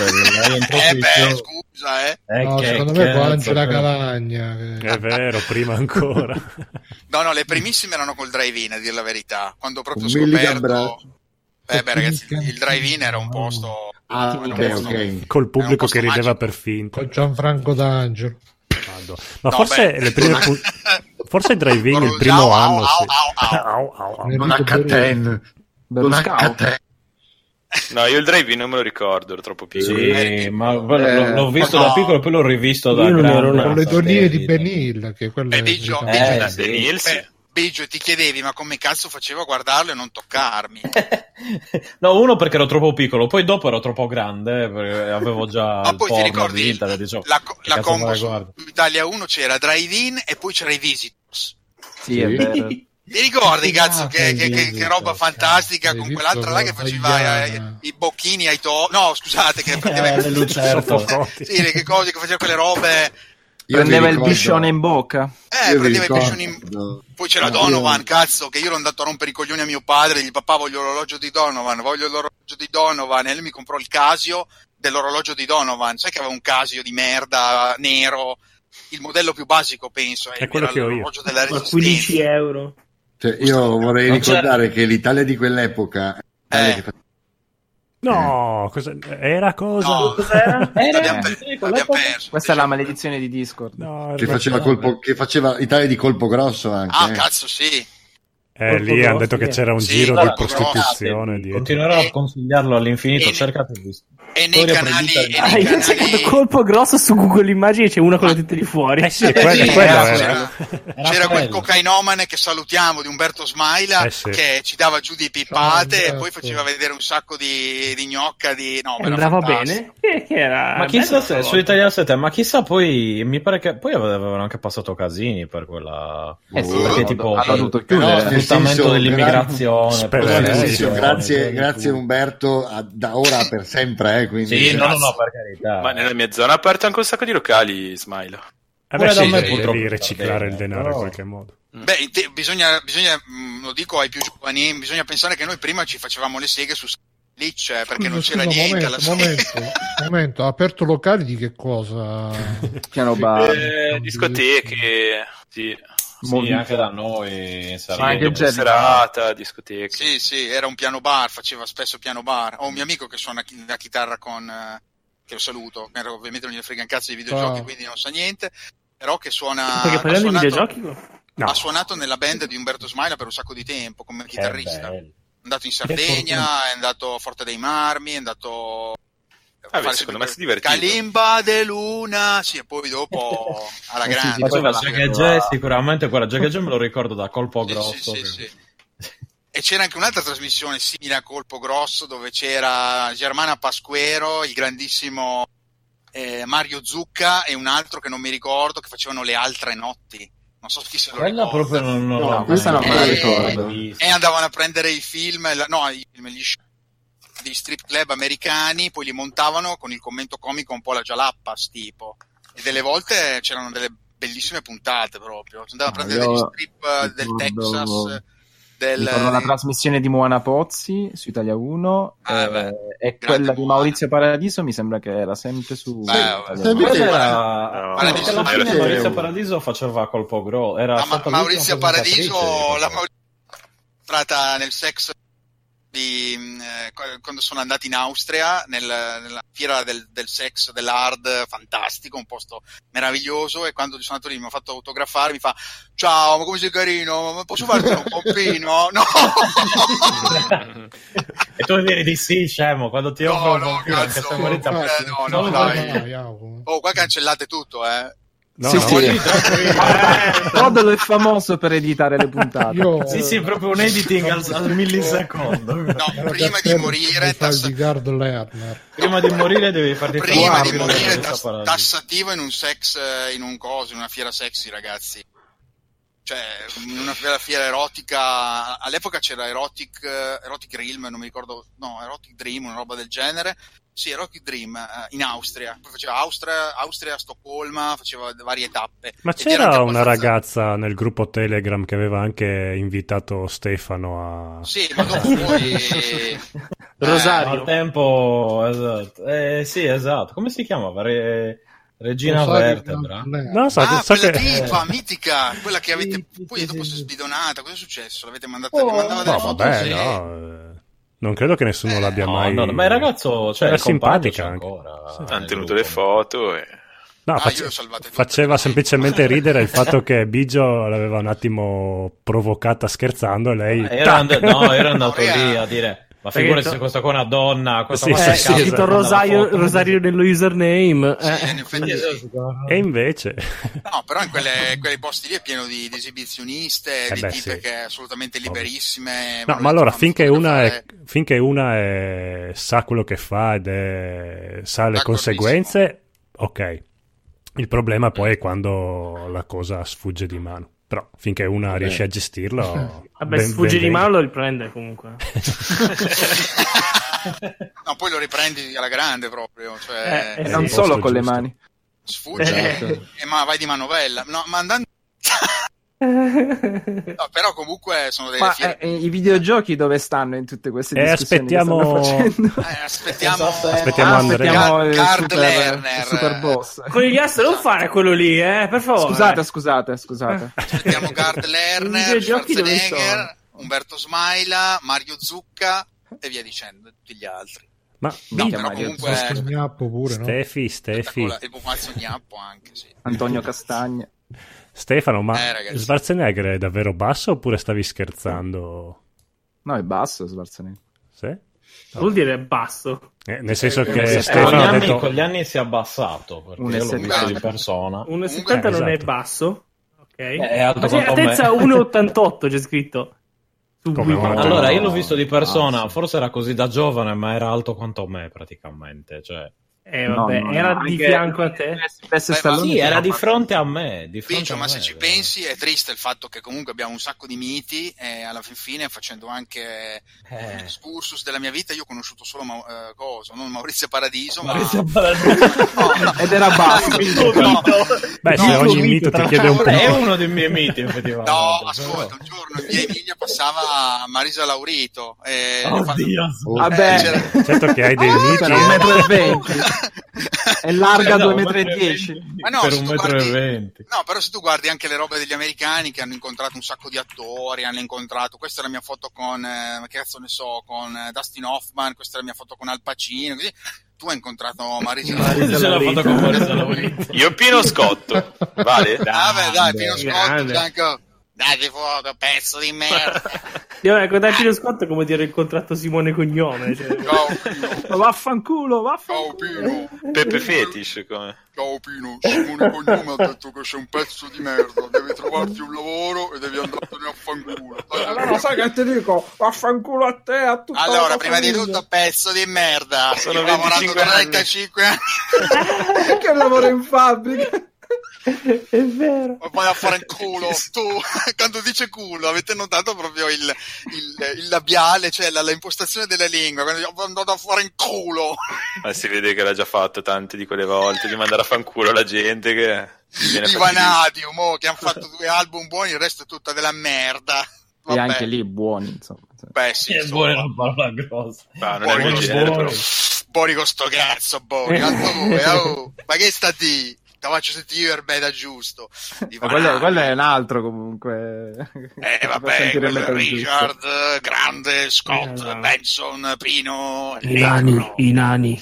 Scusa, no, secondo me con Angela Cavagna. È vero, prima ancora. No, le primissime erano col drive-in, a dire la verità. Quando proprio ho scoperto. Ragazzi, il drive-in era un posto. Ok. Col pubblico che rideva per finta. Con Gianfranco D'Angelo. Ma forse le prime Forse il drive-in il primo anno. Sì. Non H10. Non H10. No, io il drive-in non me lo ricordo, ero troppo piccolo. Sì, ma l'ho visto da piccolo e poi l'ho rivisto da grande. Con le tornine di Ben Hill, che quelle Biggio, Biggio, ti chiedevi ma come cazzo facevo a guardarlo e non toccarmi? No, uno perché ero troppo piccolo, poi dopo ero troppo grande, perché avevo già ma il poi ti ricordi internet, dicevo, la combo su Italia 1 c'era drive-in e poi c'era i visitors. Sì, è vero. Ti ricordi, cazzo, che roba fantastica con quell'altra là che faceva i bocchini ai no, scusate, che prendeva le lucerte. Sì, che cose, che faceva quelle robe. Prendeva il biscione in bocca. Prendeva il biscione Poi c'era Donovan, cazzo, che io ero andato a rompere i coglioni a mio padre, gli papà voglio l'orologio di Donovan, e lui mi comprò il Casio dell'orologio di Donovan. Sai che aveva un Casio di merda, nero, il modello più basico, penso. È quello che ho io. Della Resistenza. 15 euro. Cioè, io vorrei ricordare che l'Italia di quell'epoca... No, era cosa? No. Cos'era? Abbiamo perso. Questa è la maledizione di Discord. No, che faceva Italia di colpo grosso anche. Ah, cazzo, sì. Lì hanno detto che c'era un giro di prostituzione. Continuerò a consigliarlo all'infinito. Cercate di e nei canali io ho cercato colpo grosso su Google Immagini, c'è una con le tette di fuori. Sì, c'era quel cocainomane che salutiamo di Umberto Smaila che ci dava giù di pippate e poi faceva vedere un sacco di gnocca andava bene. Ma chissà se su Italia 7, ma chissà, poi mi pare che poi avevano anche passato casini per quella perché tipo hanno dovuto chiudere sfruttamento dell'immigrazione. Grazie Umberto, da ora per sempre, quindi. Sì, no, per carità. Ma nella mia zona ha aperto anche un sacco di locali, Smailo. Devi riciclare il denaro in qualche modo. Beh, bisogna, lo dico ai più giovani, bisogna pensare che noi prima ci facevamo le seghe su Glitch, perché non c'era niente. Momento, ha aperto locali di che cosa? Piano bar, discoteche, sì. Sì, anche da noi serata, discoteche. Sì, era un piano bar, faceva spesso piano bar. Ho un mio amico che suona la chitarra che lo saluto, ovviamente non gli frega un cazzo di videogiochi, quindi non sa niente, però che suona. Perché parliamo di videogiochi? Ha suonato nella band di Umberto Smaila per un sacco di tempo come chitarrista. È andato in Sardegna, è andato a Forte dei Marmi, è andato secondo me si divertiva. Calimba de Luna, sì, e poi dopo alla grande. Sicuramente quella Jack me lo ricordo da Colpo Grosso. Sì. E c'era anche un'altra trasmissione simile a Colpo Grosso dove c'era Germana Pasquero, il grandissimo Mario Zucca e un altro che non mi ricordo, che facevano Le altre notti. Non so chi se lo ricorda. Proprio non questa non me la ricordo. E andavano a prendere i film, gli show di strip club americani, poi li montavano con il commento comico un po' alla Jalappas tipo, e delle volte c'erano delle bellissime puntate proprio, andava a prendere degli strip del Texas, ricordo la trasmissione di Moana Pozzi su Italia 1 e quella di Maurizio Paradiso mi sembra che era sempre su Maurizio Paradiso faceva Colpo Grosso, era Maurizio Paradiso la entrata nel sex quando sono andati in Austria nella fiera del sex, dell'hard, fantastico, un posto meraviglioso, e quando sono andato lì mi ho fatto autografare, mi fa: ciao, ma come sei carino, ma posso farti un pompino? No. E tu devi dire sì, scemo, quando ti offro un pompino, anche se Maurizio qua cancellate tutto, Codolo è famoso per editare le puntate. Sì, proprio un editing al millisecondo. No, prima di morire devi farti tassativo in un sex, in una fiera sexy, ragazzi. Cioè, in una fiera erotica, all'epoca c'era Erotic Realm, non mi ricordo, Erotic Dream, una roba del genere. Sì, Erotic Dream in Austria, poi faceva Austria, Stoccolma, faceva varie tappe. Ma c'era una ragazza nel gruppo Telegram che aveva anche invitato Stefano a... Sì, ma dopo poi... Rosario. Al tempo, esatto. Sì, esatto. Come si chiamava? Regina Vertebra? No, quella tipa mitica, quella che avete poi dopo si è sbidonata. Cosa è successo? L'avete mandata? Mandava delle foto? Vabbè, no. Non credo che nessuno l'abbia mai. No, ma il ragazzo, era simpatica ancora. Hanno tenuto le foto e No, io le ho salvate tutte. faceva semplicemente ridere il fatto che Biggio l'aveva un attimo provocata scherzando e lei... Era andato lì a dire... Ma figurati se questa qua è una donna, questa qua è scritto Rosario nello username. E invece... No, però in quei posti lì è pieno di esibizioniste, di tipe che assolutamente liberissime. No, ma allora, finché una sa quello che fa ed sa le conseguenze, ok. Il problema poi è quando la cosa sfugge di mano. Però finché una riesce a gestirlo... Vabbè, sfugge di mano lo riprende comunque. No, poi lo riprendi alla grande proprio. Cioè... non solo con le mani. Sfugge, ma vai di manovella. No, ma andando... No, però comunque sono delle i videogiochi dove stanno in tutte queste discussioni aspettiamo Gard Lerner, super boss. Con gli astri non fare quello lì, per favore. Scusate. Aspettiamo Gard Lerner, Schwarzenegger, Umberto Smaila, Mario Zucca e via dicendo, tutti gli altri. Ma però comunque Gnappo pure, no? Stefi. Il pupazzo Gnappo anche, sì. Antonio Castagna. Stefano, ma Schwarzenegger è davvero basso oppure stavi scherzando? No, è basso Schwarzenegger. Sì? Vuol dire basso. Nel senso che Stefano ha detto... con gli anni si è abbassato, perché io l'ho visto di persona. 1,70 non è basso? Ok. È alto quanto me. Altezza 1,88 c'è scritto. Allora, io l'ho visto di persona, forse era così da giovane, ma era alto quanto me praticamente, cioè... era di fianco a te? Sì, era di fronte a me. Ma se ci pensi è triste il fatto che comunque abbiamo un sacco di miti e alla fine facendo anche un excursus della mia vita io ho conosciuto solo non Maurizio Paradiso, ed era basso. Beh, se ogni mito ti chiede un po'. È uno dei miei miti effettivamente. No, ascolta, un giorno in via Emilia passava Marisa Laurito e vabbè, certo che hai dei miti per 1,20 m. È larga 2,10 m. Ma no, per 1,20 m. No, però se tu guardi anche le robe degli americani che hanno incontrato un sacco di attori, questa è la mia foto con che cazzo ne so, con Dustin Hoffman, questa è la mia foto con Al Pacino, così. Tu hai incontrato Marisa Laurito. Io Pino Scotto, vale? Dai, Pino Scotto, dai foto, pezzo di merda. Ecco, dai, Pino Scotto è come dire il contratto Simone Cognome. Cioè... Ciao Pino. Vaffanculo. Ciao Pino. Pepe Fetish, come? Ciao Pino, Simone Cognome ha detto che sei un pezzo di merda, devi trovarti un lavoro e devi andartene a fanculo. Allora sai che ti dico, vaffanculo a te, a tutta allora, prima di tutto, pezzo di merda. Sono lavorando 35 anni. Che lavoro in fabbrica. È vero. Ma poi a fare il culo. Tu, quando dice culo, avete notato proprio il labiale, cioè la impostazione della lingua. Quando dico, andato a fare il culo. Ma si vede che l'ha già fatto tante di quelle volte, di mandare a fanculo la gente che... I Vanadium, che hanno fatto 2 album buoni, il resto è tutta della merda. Vabbè. E anche lì buoni, insomma. Beh, sì. È buona una parola grossa. No, non è buono. Bori con sto cazzo, Bori. Ma che sta di? Ti faccio sentire il beda giusto. Quello è un altro comunque. Vabbè, Richard, grande, Scott, Benson, Pino. I nani.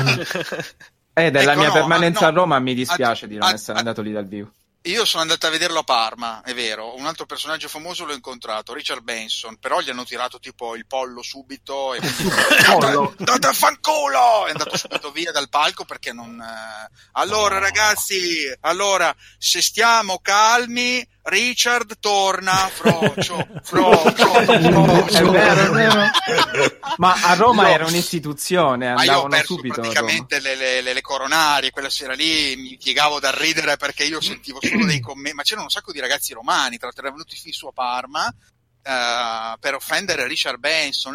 Della mia permanenza a Roma mi dispiace di non essere andato lì dal vivo. Io sono andato a vederlo a Parma, è vero, un altro personaggio famoso l'ho incontrato, Richard Benson, però gli hanno tirato tipo il pollo subito e andate a fanculo! È andato subito via dal palco perché non... Allora ragazzi, se stiamo calmi, Richard torna, frocio. È vero. Ma a Roma era un'istituzione, andavano subito. Praticamente le coronarie, quella sera lì mi piegavo da ridere perché io sentivo solo dei commenti, ma c'erano un sacco di ragazzi romani, tra l'altro erano venuti fin su a Parma per offendere Richard Benson.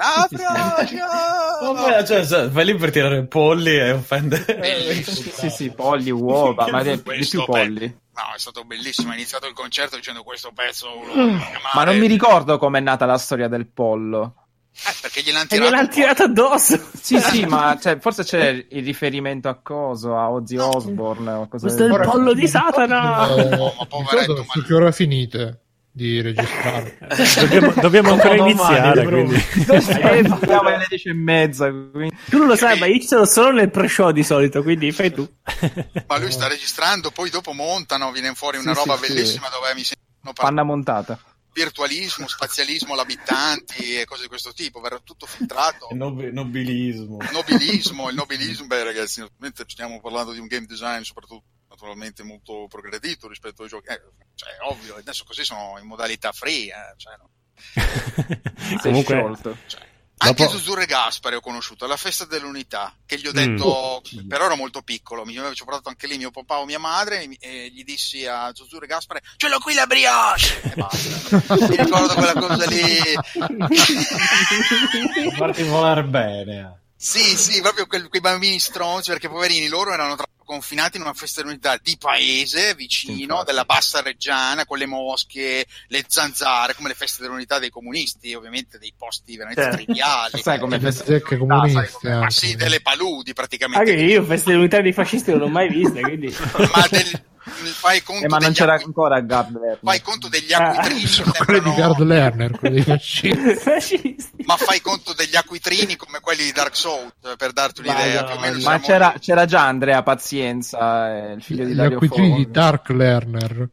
Vabbè, cioè, vai lì per tirare polli e offendere. Sì, polli, uova, ma di più polli. No, è stato bellissimo, ha iniziato il concerto dicendo questo pezzo ma non mi ricordo com'è nata la storia del pollo. Perché gliel'hanno tirato addosso. Sì, ma forse c'è il riferimento a coso, a Ozzy Osbourne o cosa. Questo è il pollo di Satana. Che ora finite? di registrare. Dobbiamo ancora iniziare, quindi. Siamo alle 10:30. Quindi... Tu non lo sai, ma io ci sono solo nel pre-show di solito, quindi fai tu. Ma lui sta registrando, poi dopo montano, viene fuori una roba bellissima dove mi sembra panna montata. Virtualismo, spazialismo, labitanti e cose di questo tipo, verrà tutto filtrato. Nobilismo. Il nobilismo, beh ragazzi, ovviamente stiamo parlando di un game design soprattutto naturalmente molto progredito rispetto ai giochi, cioè ovvio, adesso così sono in modalità free, cioè, no. Comunque, anche Zuzzurro e Gaspare ho conosciuto alla festa dell'unità, che gli ho detto, però ero molto piccolo, mi avevo portato anche lì mio papà o mia madre e gli dissi a Zuzzurro e Gaspare, ce l'ho qui la brioche, e basta. Mi ricordo quella cosa lì. Farti volare bene. Sì, proprio quei bambini stronzi, perché poverini loro erano confinati in una festa dell'unità di paese vicino, della Bassa Reggiana, con le mosche, le zanzare, come le feste dell'unità dei comunisti, ovviamente dei posti veramente triviali. Sai come feste comunisti? Ma sì, delle paludi praticamente. Anche io feste dell'unità dei fascisti non l'ho mai viste, quindi... Fai conto ma non c'era ancora Gard Lerner. Fai conto degli acquitrini quelli di Gard Lerner, quelli dei fascisti. Ma fai conto degli acquitrini come quelli di Dark Souls, per darti un'idea. Più o meno ma c'era già Andrea Pazienza, il figlio di Dario Fo. Gli acquitrini Fo. di Dark Lerner.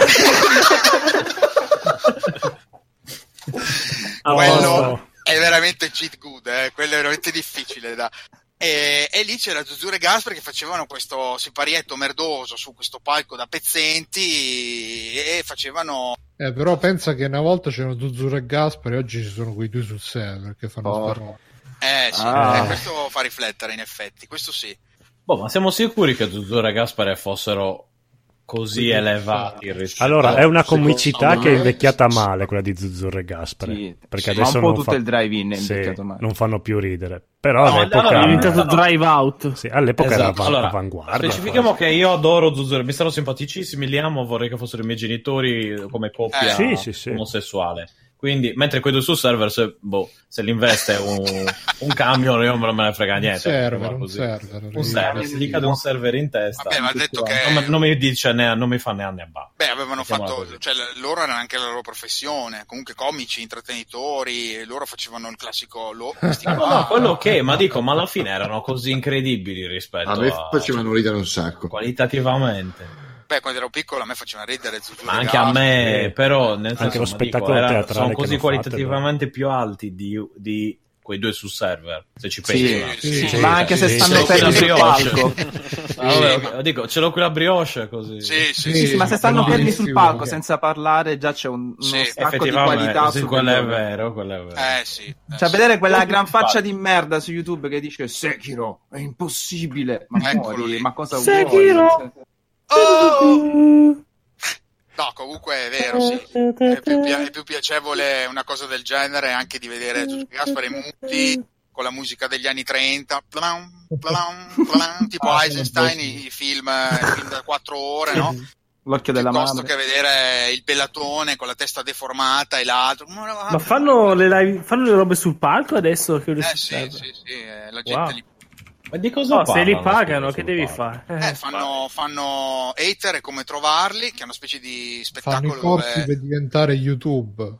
Quello è veramente cheat good, quello è veramente difficile da... E lì c'era Zuzzurro e Gaspare che facevano questo siparietto merdoso su questo palco da pezzenti e facevano... Però pensa che una volta c'erano Zuzzurro e Gaspare e oggi ci sono quei due sul server che fanno sta roba. Sì, questo fa riflettere in effetti, questo sì. Ma siamo sicuri che Zuzzurro e Gaspare fossero così elevati rispetto allora è una comicità che è invecchiata male, quella di Zuzzurro e Gaspare, perché adesso un po' non tutto il drive-in è invecchiato male, non fanno più ridere, però all'epoca è diventato drive out. Sì, all'epoca era avanguardia. Specifichiamo che io adoro Zuzzurro, mi stanno simpaticissimi, li amo, vorrei che fossero i miei genitori come coppia omosessuale. Quindi, mentre quei due sul server, se li investe un camion, io non me ne frega niente. Un server, se gli cade un server in testa. Vabbè, ma ha detto che... non mi dice non mi fa neanche a ba. Beh, avevano fatto, cioè loro erano anche la loro professione, comunque comici, intratenitori, loro facevano il classico no, quello che, ma alla fine erano così incredibili rispetto a me facevano ridere un sacco. Qualitativamente. Beh, quando ero piccolo a me facevano ridere Zuzzurro. Anche a me, però nel senso, anche lo spettacolo teatrale sono così qualitativamente più alti di quei due sul server, se ci pensi. Ma anche se stanno fermi sul palco. Dico, ce l'ho qui la brioche così. Sì, ma se stanno fermi sul palco senza parlare già c'è uno stacco di qualità. Sì, quello è vero. Cioè, vedere quella gran faccia di merda su YouTube che dice Sekiro è impossibile. Ma muori, ma cosa vuoi? No, comunque è vero, sì. È più piacevole una cosa del genere anche di vedere Gaspare muti con la musica degli anni 30, tipo Eisenstein, i film da 4 ore, no? L'occhio della piuttosto che vedere il bellatone con la testa deformata e l'altro. Ma fanno le robe sul palco adesso? Che sì, la gente li... Ma di cosa se li pagano, che devi fare? Fanno hater e come trovarli, che è una specie di spettacolo. Fanno i corsi per diventare YouTube.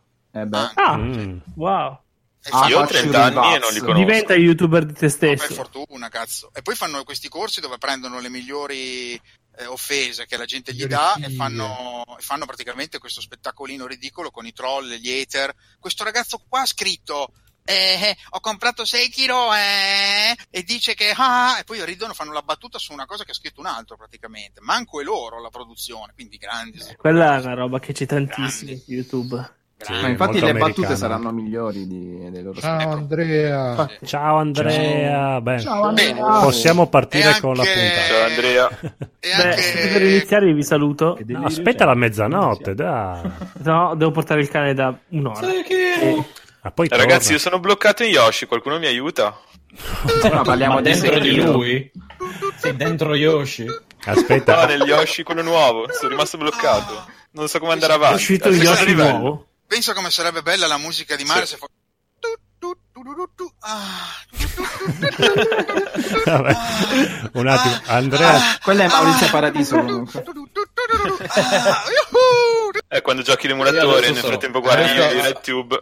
Wow. Io ho 30 anni e non li conosco. Diventa youtuber di te stesso. Per fortuna, cazzo. E poi fanno questi corsi dove prendono le migliori offese che la gente gli dà e fanno praticamente questo spettacolino ridicolo con i troll, gli hater. Questo ragazzo qua ha scritto ho comprato Sekiro e dice che e poi ridono, fanno la battuta su una cosa che ha scritto un altro praticamente, manco è loro la produzione, quindi grandi. Quella è una roba che c'è tantissimo su YouTube. Sì, ma infatti le battute saranno migliori dei loro. Ciao Andrea. Ciao Andrea. Possiamo partire con la puntata. Ciao Andrea. Per iniziare vi saluto. No, aspetta la mezzanotte, dai. No, devo portare il cane da un'ora. Poi ragazzi, io sono bloccato in Yoshi, qualcuno mi aiuta? No, parliamo dentro di lui? Sei dentro Yoshi? Aspetta. No, nel Yoshi quello nuovo, sono rimasto bloccato. Non so come andare avanti. È uscito il Yoshi nuovo? Pensa come sarebbe bella la musica di Mario se fosse... Vabbè, un attimo, Andrea. Quella è Maurizio Paradiso comunque. Quando giochi l'emulatore nel frattempo guardi i RedTube.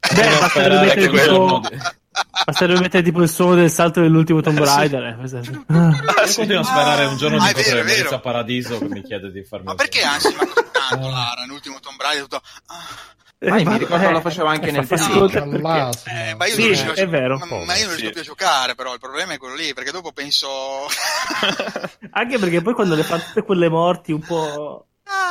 Basterebbe mettere tipo il suono del salto dell'ultimo Tomb Raider. Io continuo a sperare un giorno di poter venire a Paradiso che mi chiede di farmi. Ma perché anzi, ma così tanto Lara nell'ultimo Tomb Raider tutto... mi ricordo lo faceva anche nel ma io sì, è vero. Ma io non riesco più a giocare, però il problema è quello lì, perché dopo penso... Anche perché poi quando le fa tutte quelle morti un po'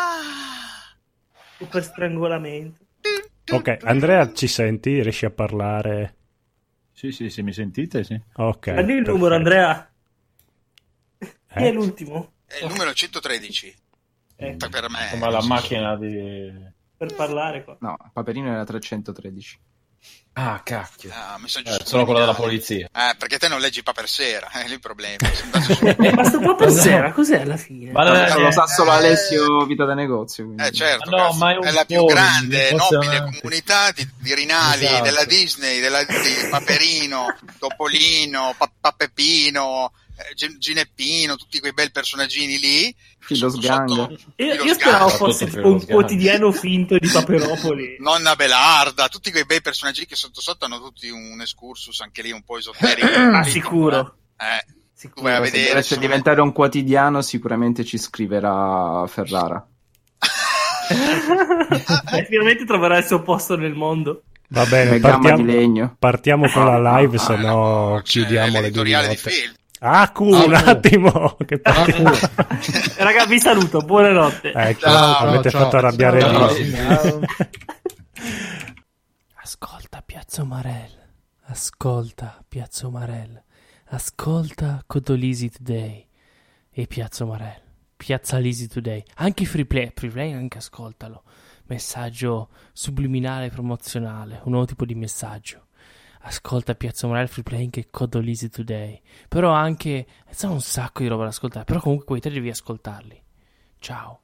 per strangolamento. Ok, Andrea, ci senti? Riesci a parlare? Sì, mi sentite? Sì. Ok. Prendi il numero, Andrea. Chi è l'ultimo? È il numero 113. Per me. Come la macchina di... Per parlare qua. No, Paperino era 313. Ah, cacchio. Solo quello della polizia. Perché te non leggi Paper Sera, è lì il problema. Ma sto Paper Sera, cos'è alla fine? Lo sa solo Alessio Vita da Negozio. Certo, no, ma è la più grande, nobile comunità di rinali della Disney, di Paperino, Topolino, Pappepino, Gineppino, tutti quei bel personaggini lì. Lo Sgang. Io speravo fosse tipo un quotidiano finto di Paperopoli. Nonna Belarda, tutti quei bei personaggi che sotto sotto hanno tutti un excursus anche lì un po' esoterico. Sicuro. Vai a vedere, se dovesse diventare un quotidiano sicuramente ci scriverà Ferrara. Finalmente troverà il suo posto nel mondo. Va bene, partiamo con la live, se no chiudiamo le 2 note. Un attimo. Raga, vi saluto, buonanotte. Ecco, avete fatto arrabbiare lì. Ascolta Piazza Umarell. Ascolta Piazza Umarell. Ascolta Codolisi Today e Piazza Umarell. Piazza Lisi Today. Anche Free Play anche ascoltalo. Messaggio subliminale promozionale, un nuovo tipo di messaggio. Ascolta Piazza Umarell, Free Play e Codolisi Today. Però anche sono un sacco di roba da ascoltare, però comunque quei 3 devi ascoltarli. Ciao.